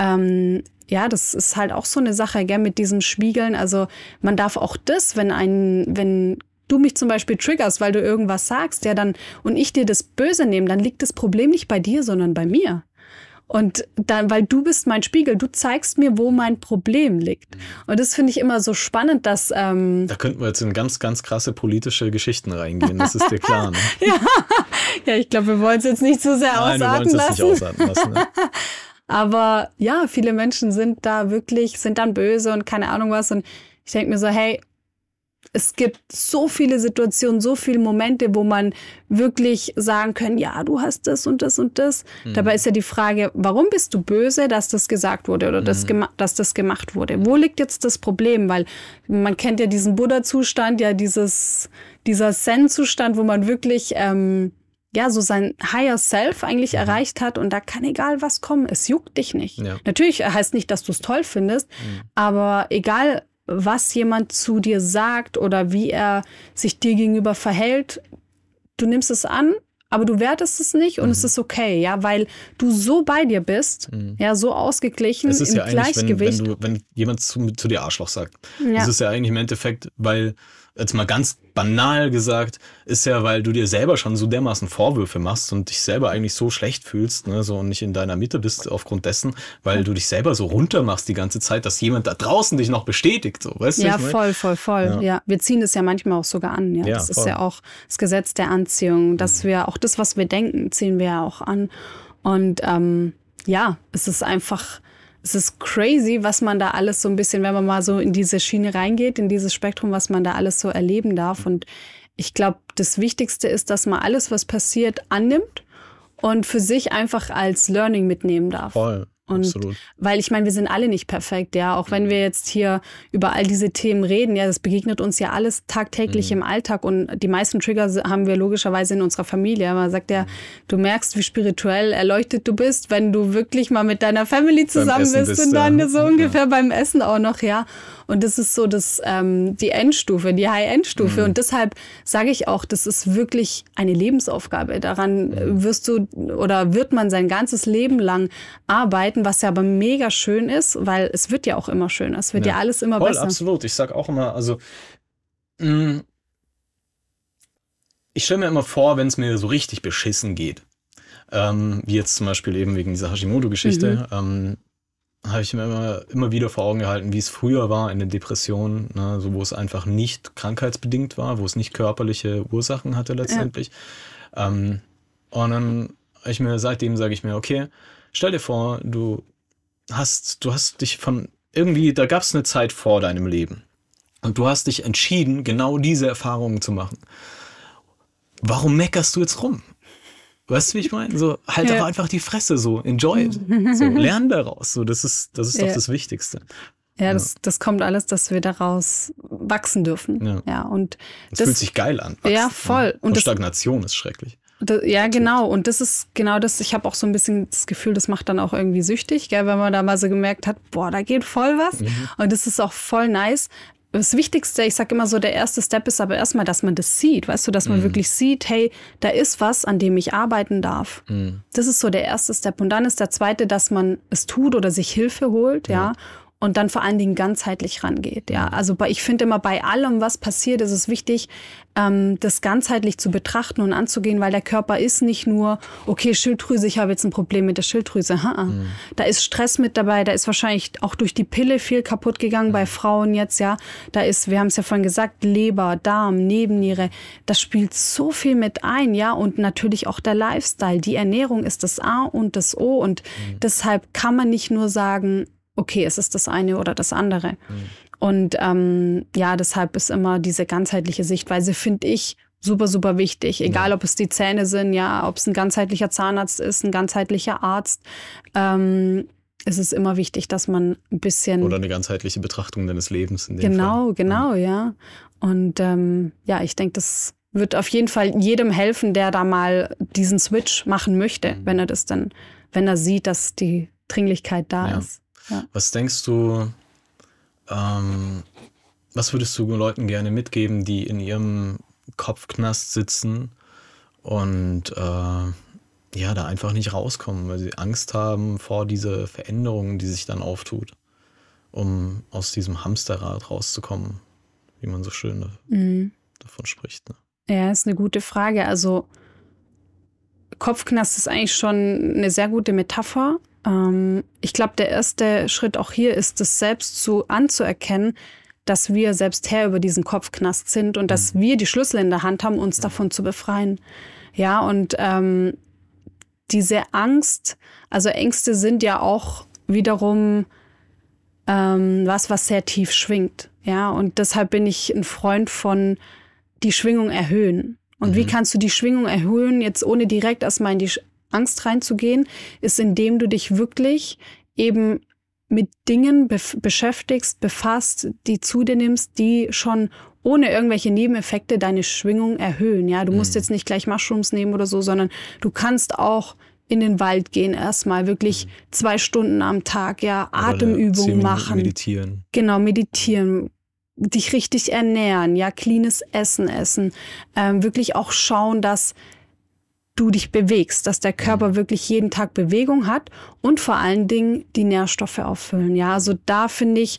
das ist halt auch so eine Sache, gell, mit diesem Spiegeln. Also man darf auch das, wenn du mich zum Beispiel triggerst, weil du irgendwas sagst, dann und ich dir das Böse nehme, dann liegt das Problem nicht bei dir, sondern bei mir. Und dann, weil du bist mein Spiegel, du zeigst mir, wo mein Problem liegt. Und das finde ich immer so spannend, dass... Da könnten wir jetzt in ganz, ganz krasse politische Geschichten reingehen, das ist dir klar, ne? Ja, ich glaube, wir wollen es jetzt nicht so sehr ausarten lassen. Nicht ausarten lassen, ne? Aber ja, viele Menschen sind dann böse und keine Ahnung was. Und ich denke mir so, hey, es gibt so viele Situationen, so viele Momente, wo man wirklich sagen kann, ja, du hast das und das und das. Dabei ist ja die Frage, warum bist du böse, dass das gesagt wurde oder dass das gemacht wurde? Wo liegt jetzt das Problem? Weil man kennt ja diesen Buddha-Zustand, ja dieser Zen-Zustand, wo man wirklich so sein Higher Self eigentlich erreicht hat und da kann egal was kommen, es juckt dich nicht. Ja. Natürlich heißt nicht, dass du es toll findest, aber egal was jemand zu dir sagt oder wie er sich dir gegenüber verhält, du nimmst es an, aber du wertest es nicht und es ist okay, ja, weil du so bei dir bist, so ausgeglichen, es ist im ja eigentlich, Gleichgewicht. wenn jemand zu dir Arschloch sagt, das ist ja eigentlich im Endeffekt, weil, jetzt mal ganz banal gesagt, ist ja, weil du dir selber schon so dermaßen Vorwürfe machst und dich selber eigentlich so schlecht fühlst, ne, so und nicht in deiner Mitte bist aufgrund dessen, weil du dich selber so runter machst die ganze Zeit, dass jemand da draußen dich noch bestätigt, so, weißt du? Ja, voll. Ja, wir ziehen das ja manchmal auch sogar an, ja. Das ist ja auch das Gesetz der Anziehung, dass wir auch das, was wir denken, ziehen wir ja auch an. Und es ist einfach... Es ist crazy, was man da alles so ein bisschen, wenn man mal so in diese Schiene reingeht, in dieses Spektrum, was man da alles so erleben darf. Und ich glaube, das Wichtigste ist, dass man alles, was passiert, annimmt und für sich einfach als Learning mitnehmen darf. Voll. Und absolut. Weil ich meine, wir sind alle nicht perfekt, ja. Auch wenn wir jetzt hier über all diese Themen reden, ja, das begegnet uns ja alles tagtäglich im Alltag und die meisten Trigger haben wir logischerweise in unserer Familie. Man sagt ja, du merkst, wie spirituell erleuchtet du bist, wenn du wirklich mal mit deiner Family zusammen bist und dann so ungefähr beim Essen auch noch, ja. Und das ist so die Endstufe, die High-End-Stufe. Und deshalb sage ich auch, das ist wirklich eine Lebensaufgabe. Daran wird man sein ganzes Leben lang arbeiten, was ja aber mega schön ist, weil es wird ja auch immer schöner. Es wird ja alles immer besser. Absolut. Ich sage auch immer, also ich stelle mir immer vor, wenn es mir so richtig beschissen geht, wie jetzt zum Beispiel eben wegen dieser Hashimoto-Geschichte, habe ich mir immer wieder vor Augen gehalten, wie es früher war in den Depressionen, ne, so wo es einfach nicht krankheitsbedingt war, wo es nicht körperliche Ursachen hatte letztendlich. Ja. Und dann seitdem sage ich mir, okay, stell dir vor, du hast dich da gab es eine Zeit vor deinem Leben und du hast dich entschieden, genau diese Erfahrungen zu machen. Warum meckerst du jetzt rum? Weißt du, wie ich meine? So, halt doch einfach die Fresse, so, enjoy it. So, lern daraus. So, das ist doch das Wichtigste. Ja, das kommt alles, dass wir daraus wachsen dürfen. Ja, und das fühlt sich geil an. Wachsen. Ja, voll. Und Stagnation ist schrecklich. Genau. Und das ist genau das. Ich habe auch so ein bisschen das Gefühl, das macht dann auch irgendwie süchtig, gell, wenn man da mal so gemerkt hat, boah, da geht voll was. Und das ist auch voll nice. Das Wichtigste, ich sage immer so, der erste Step ist aber erstmal, dass man das sieht, weißt du, dass man wirklich sieht, hey, da ist was, an dem ich arbeiten darf. Das ist so der erste Step. Und dann ist der zweite, dass man es tut oder sich Hilfe holt, ja. Und dann vor allen Dingen ganzheitlich rangeht, ja. Also ich finde immer, bei allem, was passiert, ist es wichtig, das ganzheitlich zu betrachten und anzugehen, weil der Körper ist nicht nur, okay, Schilddrüse, ich habe jetzt ein Problem mit der Schilddrüse. Da ist Stress mit dabei, da ist wahrscheinlich auch durch die Pille viel kaputt gegangen bei Frauen jetzt, ja. Da ist, wir haben es ja vorhin gesagt, Leber, Darm, Nebenniere, das spielt so viel mit ein, ja. Und natürlich auch der Lifestyle, die Ernährung ist das A und das O und deshalb kann man nicht nur sagen, okay, es ist das eine oder das andere. Und deshalb ist immer diese ganzheitliche Sichtweise, finde ich, super, super wichtig. Egal, ob es die Zähne sind, ja, ob es ein ganzheitlicher Zahnarzt ist, ein ganzheitlicher Arzt. ist es immer wichtig, dass man ein bisschen... Oder eine ganzheitliche Betrachtung deines Lebens in dem Fall. Genau, ja. Und ich denke, das wird auf jeden Fall jedem helfen, der da mal diesen Switch machen möchte, wenn er sieht, dass die Dringlichkeit da ist. Ja. Was denkst du, was würdest du Leuten gerne mitgeben, die in ihrem Kopfknast sitzen und da einfach nicht rauskommen, weil sie Angst haben vor dieser Veränderung, die sich dann auftut, um aus diesem Hamsterrad rauszukommen, wie man so schön davon spricht. Ne? Ja, ist eine gute Frage. Also Kopfknast ist eigentlich schon eine sehr gute Metapher. Ich glaube, der erste Schritt auch hier ist, es selbst anzuerkennen, dass wir selbst Herr über diesen Kopfknast sind und dass wir die Schlüssel in der Hand haben, uns davon zu befreien. Ja, und diese Angst, also Ängste sind ja auch wiederum was sehr tief schwingt. Ja, und deshalb bin ich ein Freund von die Schwingung erhöhen. Und wie kannst du die Schwingung erhöhen, jetzt ohne direkt erstmal in die Angst reinzugehen, ist, indem du dich wirklich eben mit Dingen beschäftigst, befasst, die zu dir nimmst, die schon ohne irgendwelche Nebeneffekte deine Schwingung erhöhen. Ja, du musst jetzt nicht gleich Mushrooms nehmen oder so, sondern du kannst auch in den Wald gehen, erstmal wirklich 2 Stunden am Tag, ja, Atemübungen machen. Meditieren. Genau, meditieren. Dich richtig ernähren, ja, cleanes Essen essen, wirklich auch schauen, dass du dich bewegst, dass der Körper wirklich jeden Tag Bewegung hat und vor allen Dingen die Nährstoffe auffüllen, ja, also da finde ich,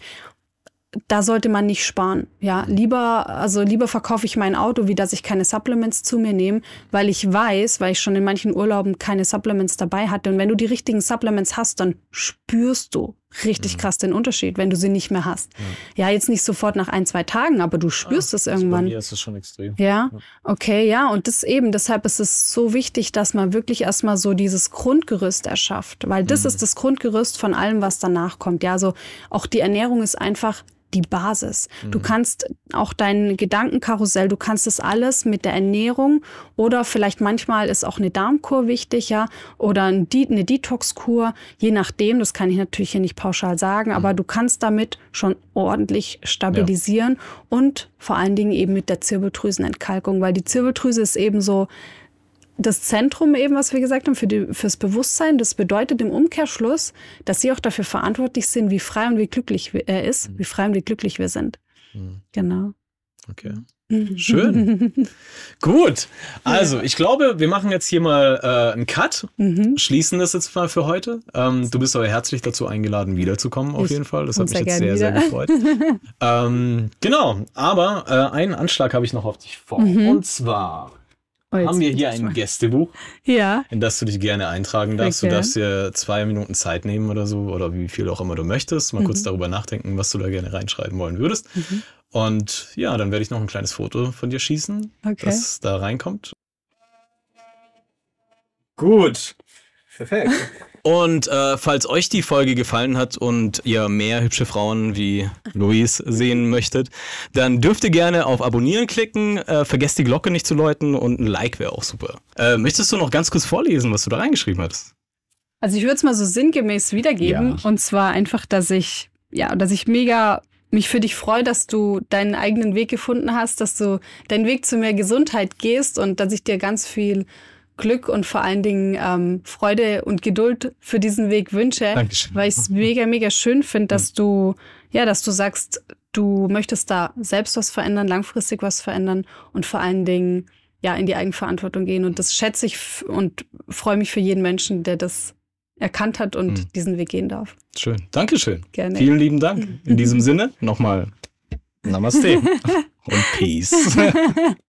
da sollte man nicht sparen, ja, lieber verkaufe ich mein Auto, wie dass ich keine Supplements zu mir nehme, weil ich schon in manchen Urlauben keine Supplements dabei hatte und wenn du die richtigen Supplements hast, dann spürst du richtig krass den Unterschied, wenn du sie nicht mehr hast. Ja, jetzt nicht sofort nach 1-2 Tagen, aber du spürst es irgendwann. Bei mir ist es schon extrem. Ja, okay, ja, und deshalb ist es so wichtig, dass man wirklich erstmal so dieses Grundgerüst erschafft, weil das ist das Grundgerüst von allem, was danach kommt. Ja, also auch die Ernährung ist einfach die Basis. Du kannst auch dein Gedankenkarussell, du kannst das alles mit der Ernährung oder vielleicht manchmal ist auch eine Darmkur wichtig, ja, oder eine Detoxkur, je nachdem, das kann ich natürlich hier nicht pauschal sagen, aber du kannst damit schon ordentlich stabilisieren und vor allen Dingen eben mit der Zirbeldrüsenentkalkung, weil die Zirbeldrüse ist eben so das Zentrum eben, was wir gesagt haben, fürs Bewusstsein. Das bedeutet im Umkehrschluss, dass sie auch dafür verantwortlich sind, wie frei und wie glücklich er ist, wie frei und wie glücklich wir sind. Genau. Okay. Schön. Gut. Also, ich glaube, wir machen jetzt hier mal einen Cut, schließen das jetzt mal für heute. Du bist aber herzlich dazu eingeladen, wiederzukommen, auf jeden Fall. Das hat mich jetzt sehr, sehr gefreut. Genau, aber einen Anschlag habe ich noch auf dich vor. Und zwar haben wir hier ein Gästebuch, in das du dich gerne eintragen darfst. Du darfst dir 2 Minuten Zeit nehmen oder so, oder wie viel auch immer du möchtest. Mal kurz darüber nachdenken, was du da gerne reinschreiben wollen würdest. Und ja, dann werde ich noch ein kleines Foto von dir schießen, das da reinkommt. Gut. Perfekt. Und falls euch die Folge gefallen hat und ihr mehr hübsche Frauen wie Louise sehen möchtet, dann dürft ihr gerne auf Abonnieren klicken, vergesst die Glocke nicht zu läuten und ein Like wäre auch super. Möchtest du noch ganz kurz vorlesen, was du da reingeschrieben hattest? Also ich würde es mal so sinngemäß wiedergeben und zwar einfach, dass ich mega mich für dich freue, dass du deinen eigenen Weg gefunden hast, dass du deinen Weg zu mehr Gesundheit gehst und dass ich dir ganz viel Glück und vor allen Dingen Freude und Geduld für diesen Weg wünsche. Dankeschön. Weil ich es mega, mega schön finde, dass du sagst, du möchtest da selbst was verändern, langfristig was verändern und vor allen Dingen in die Eigenverantwortung gehen. Und das schätze ich und freue mich für jeden Menschen, der das erkannt hat und diesen Weg gehen darf. Schön. Dankeschön. Gerne. Vielen lieben Dank. In diesem Sinne nochmal Namaste und Peace.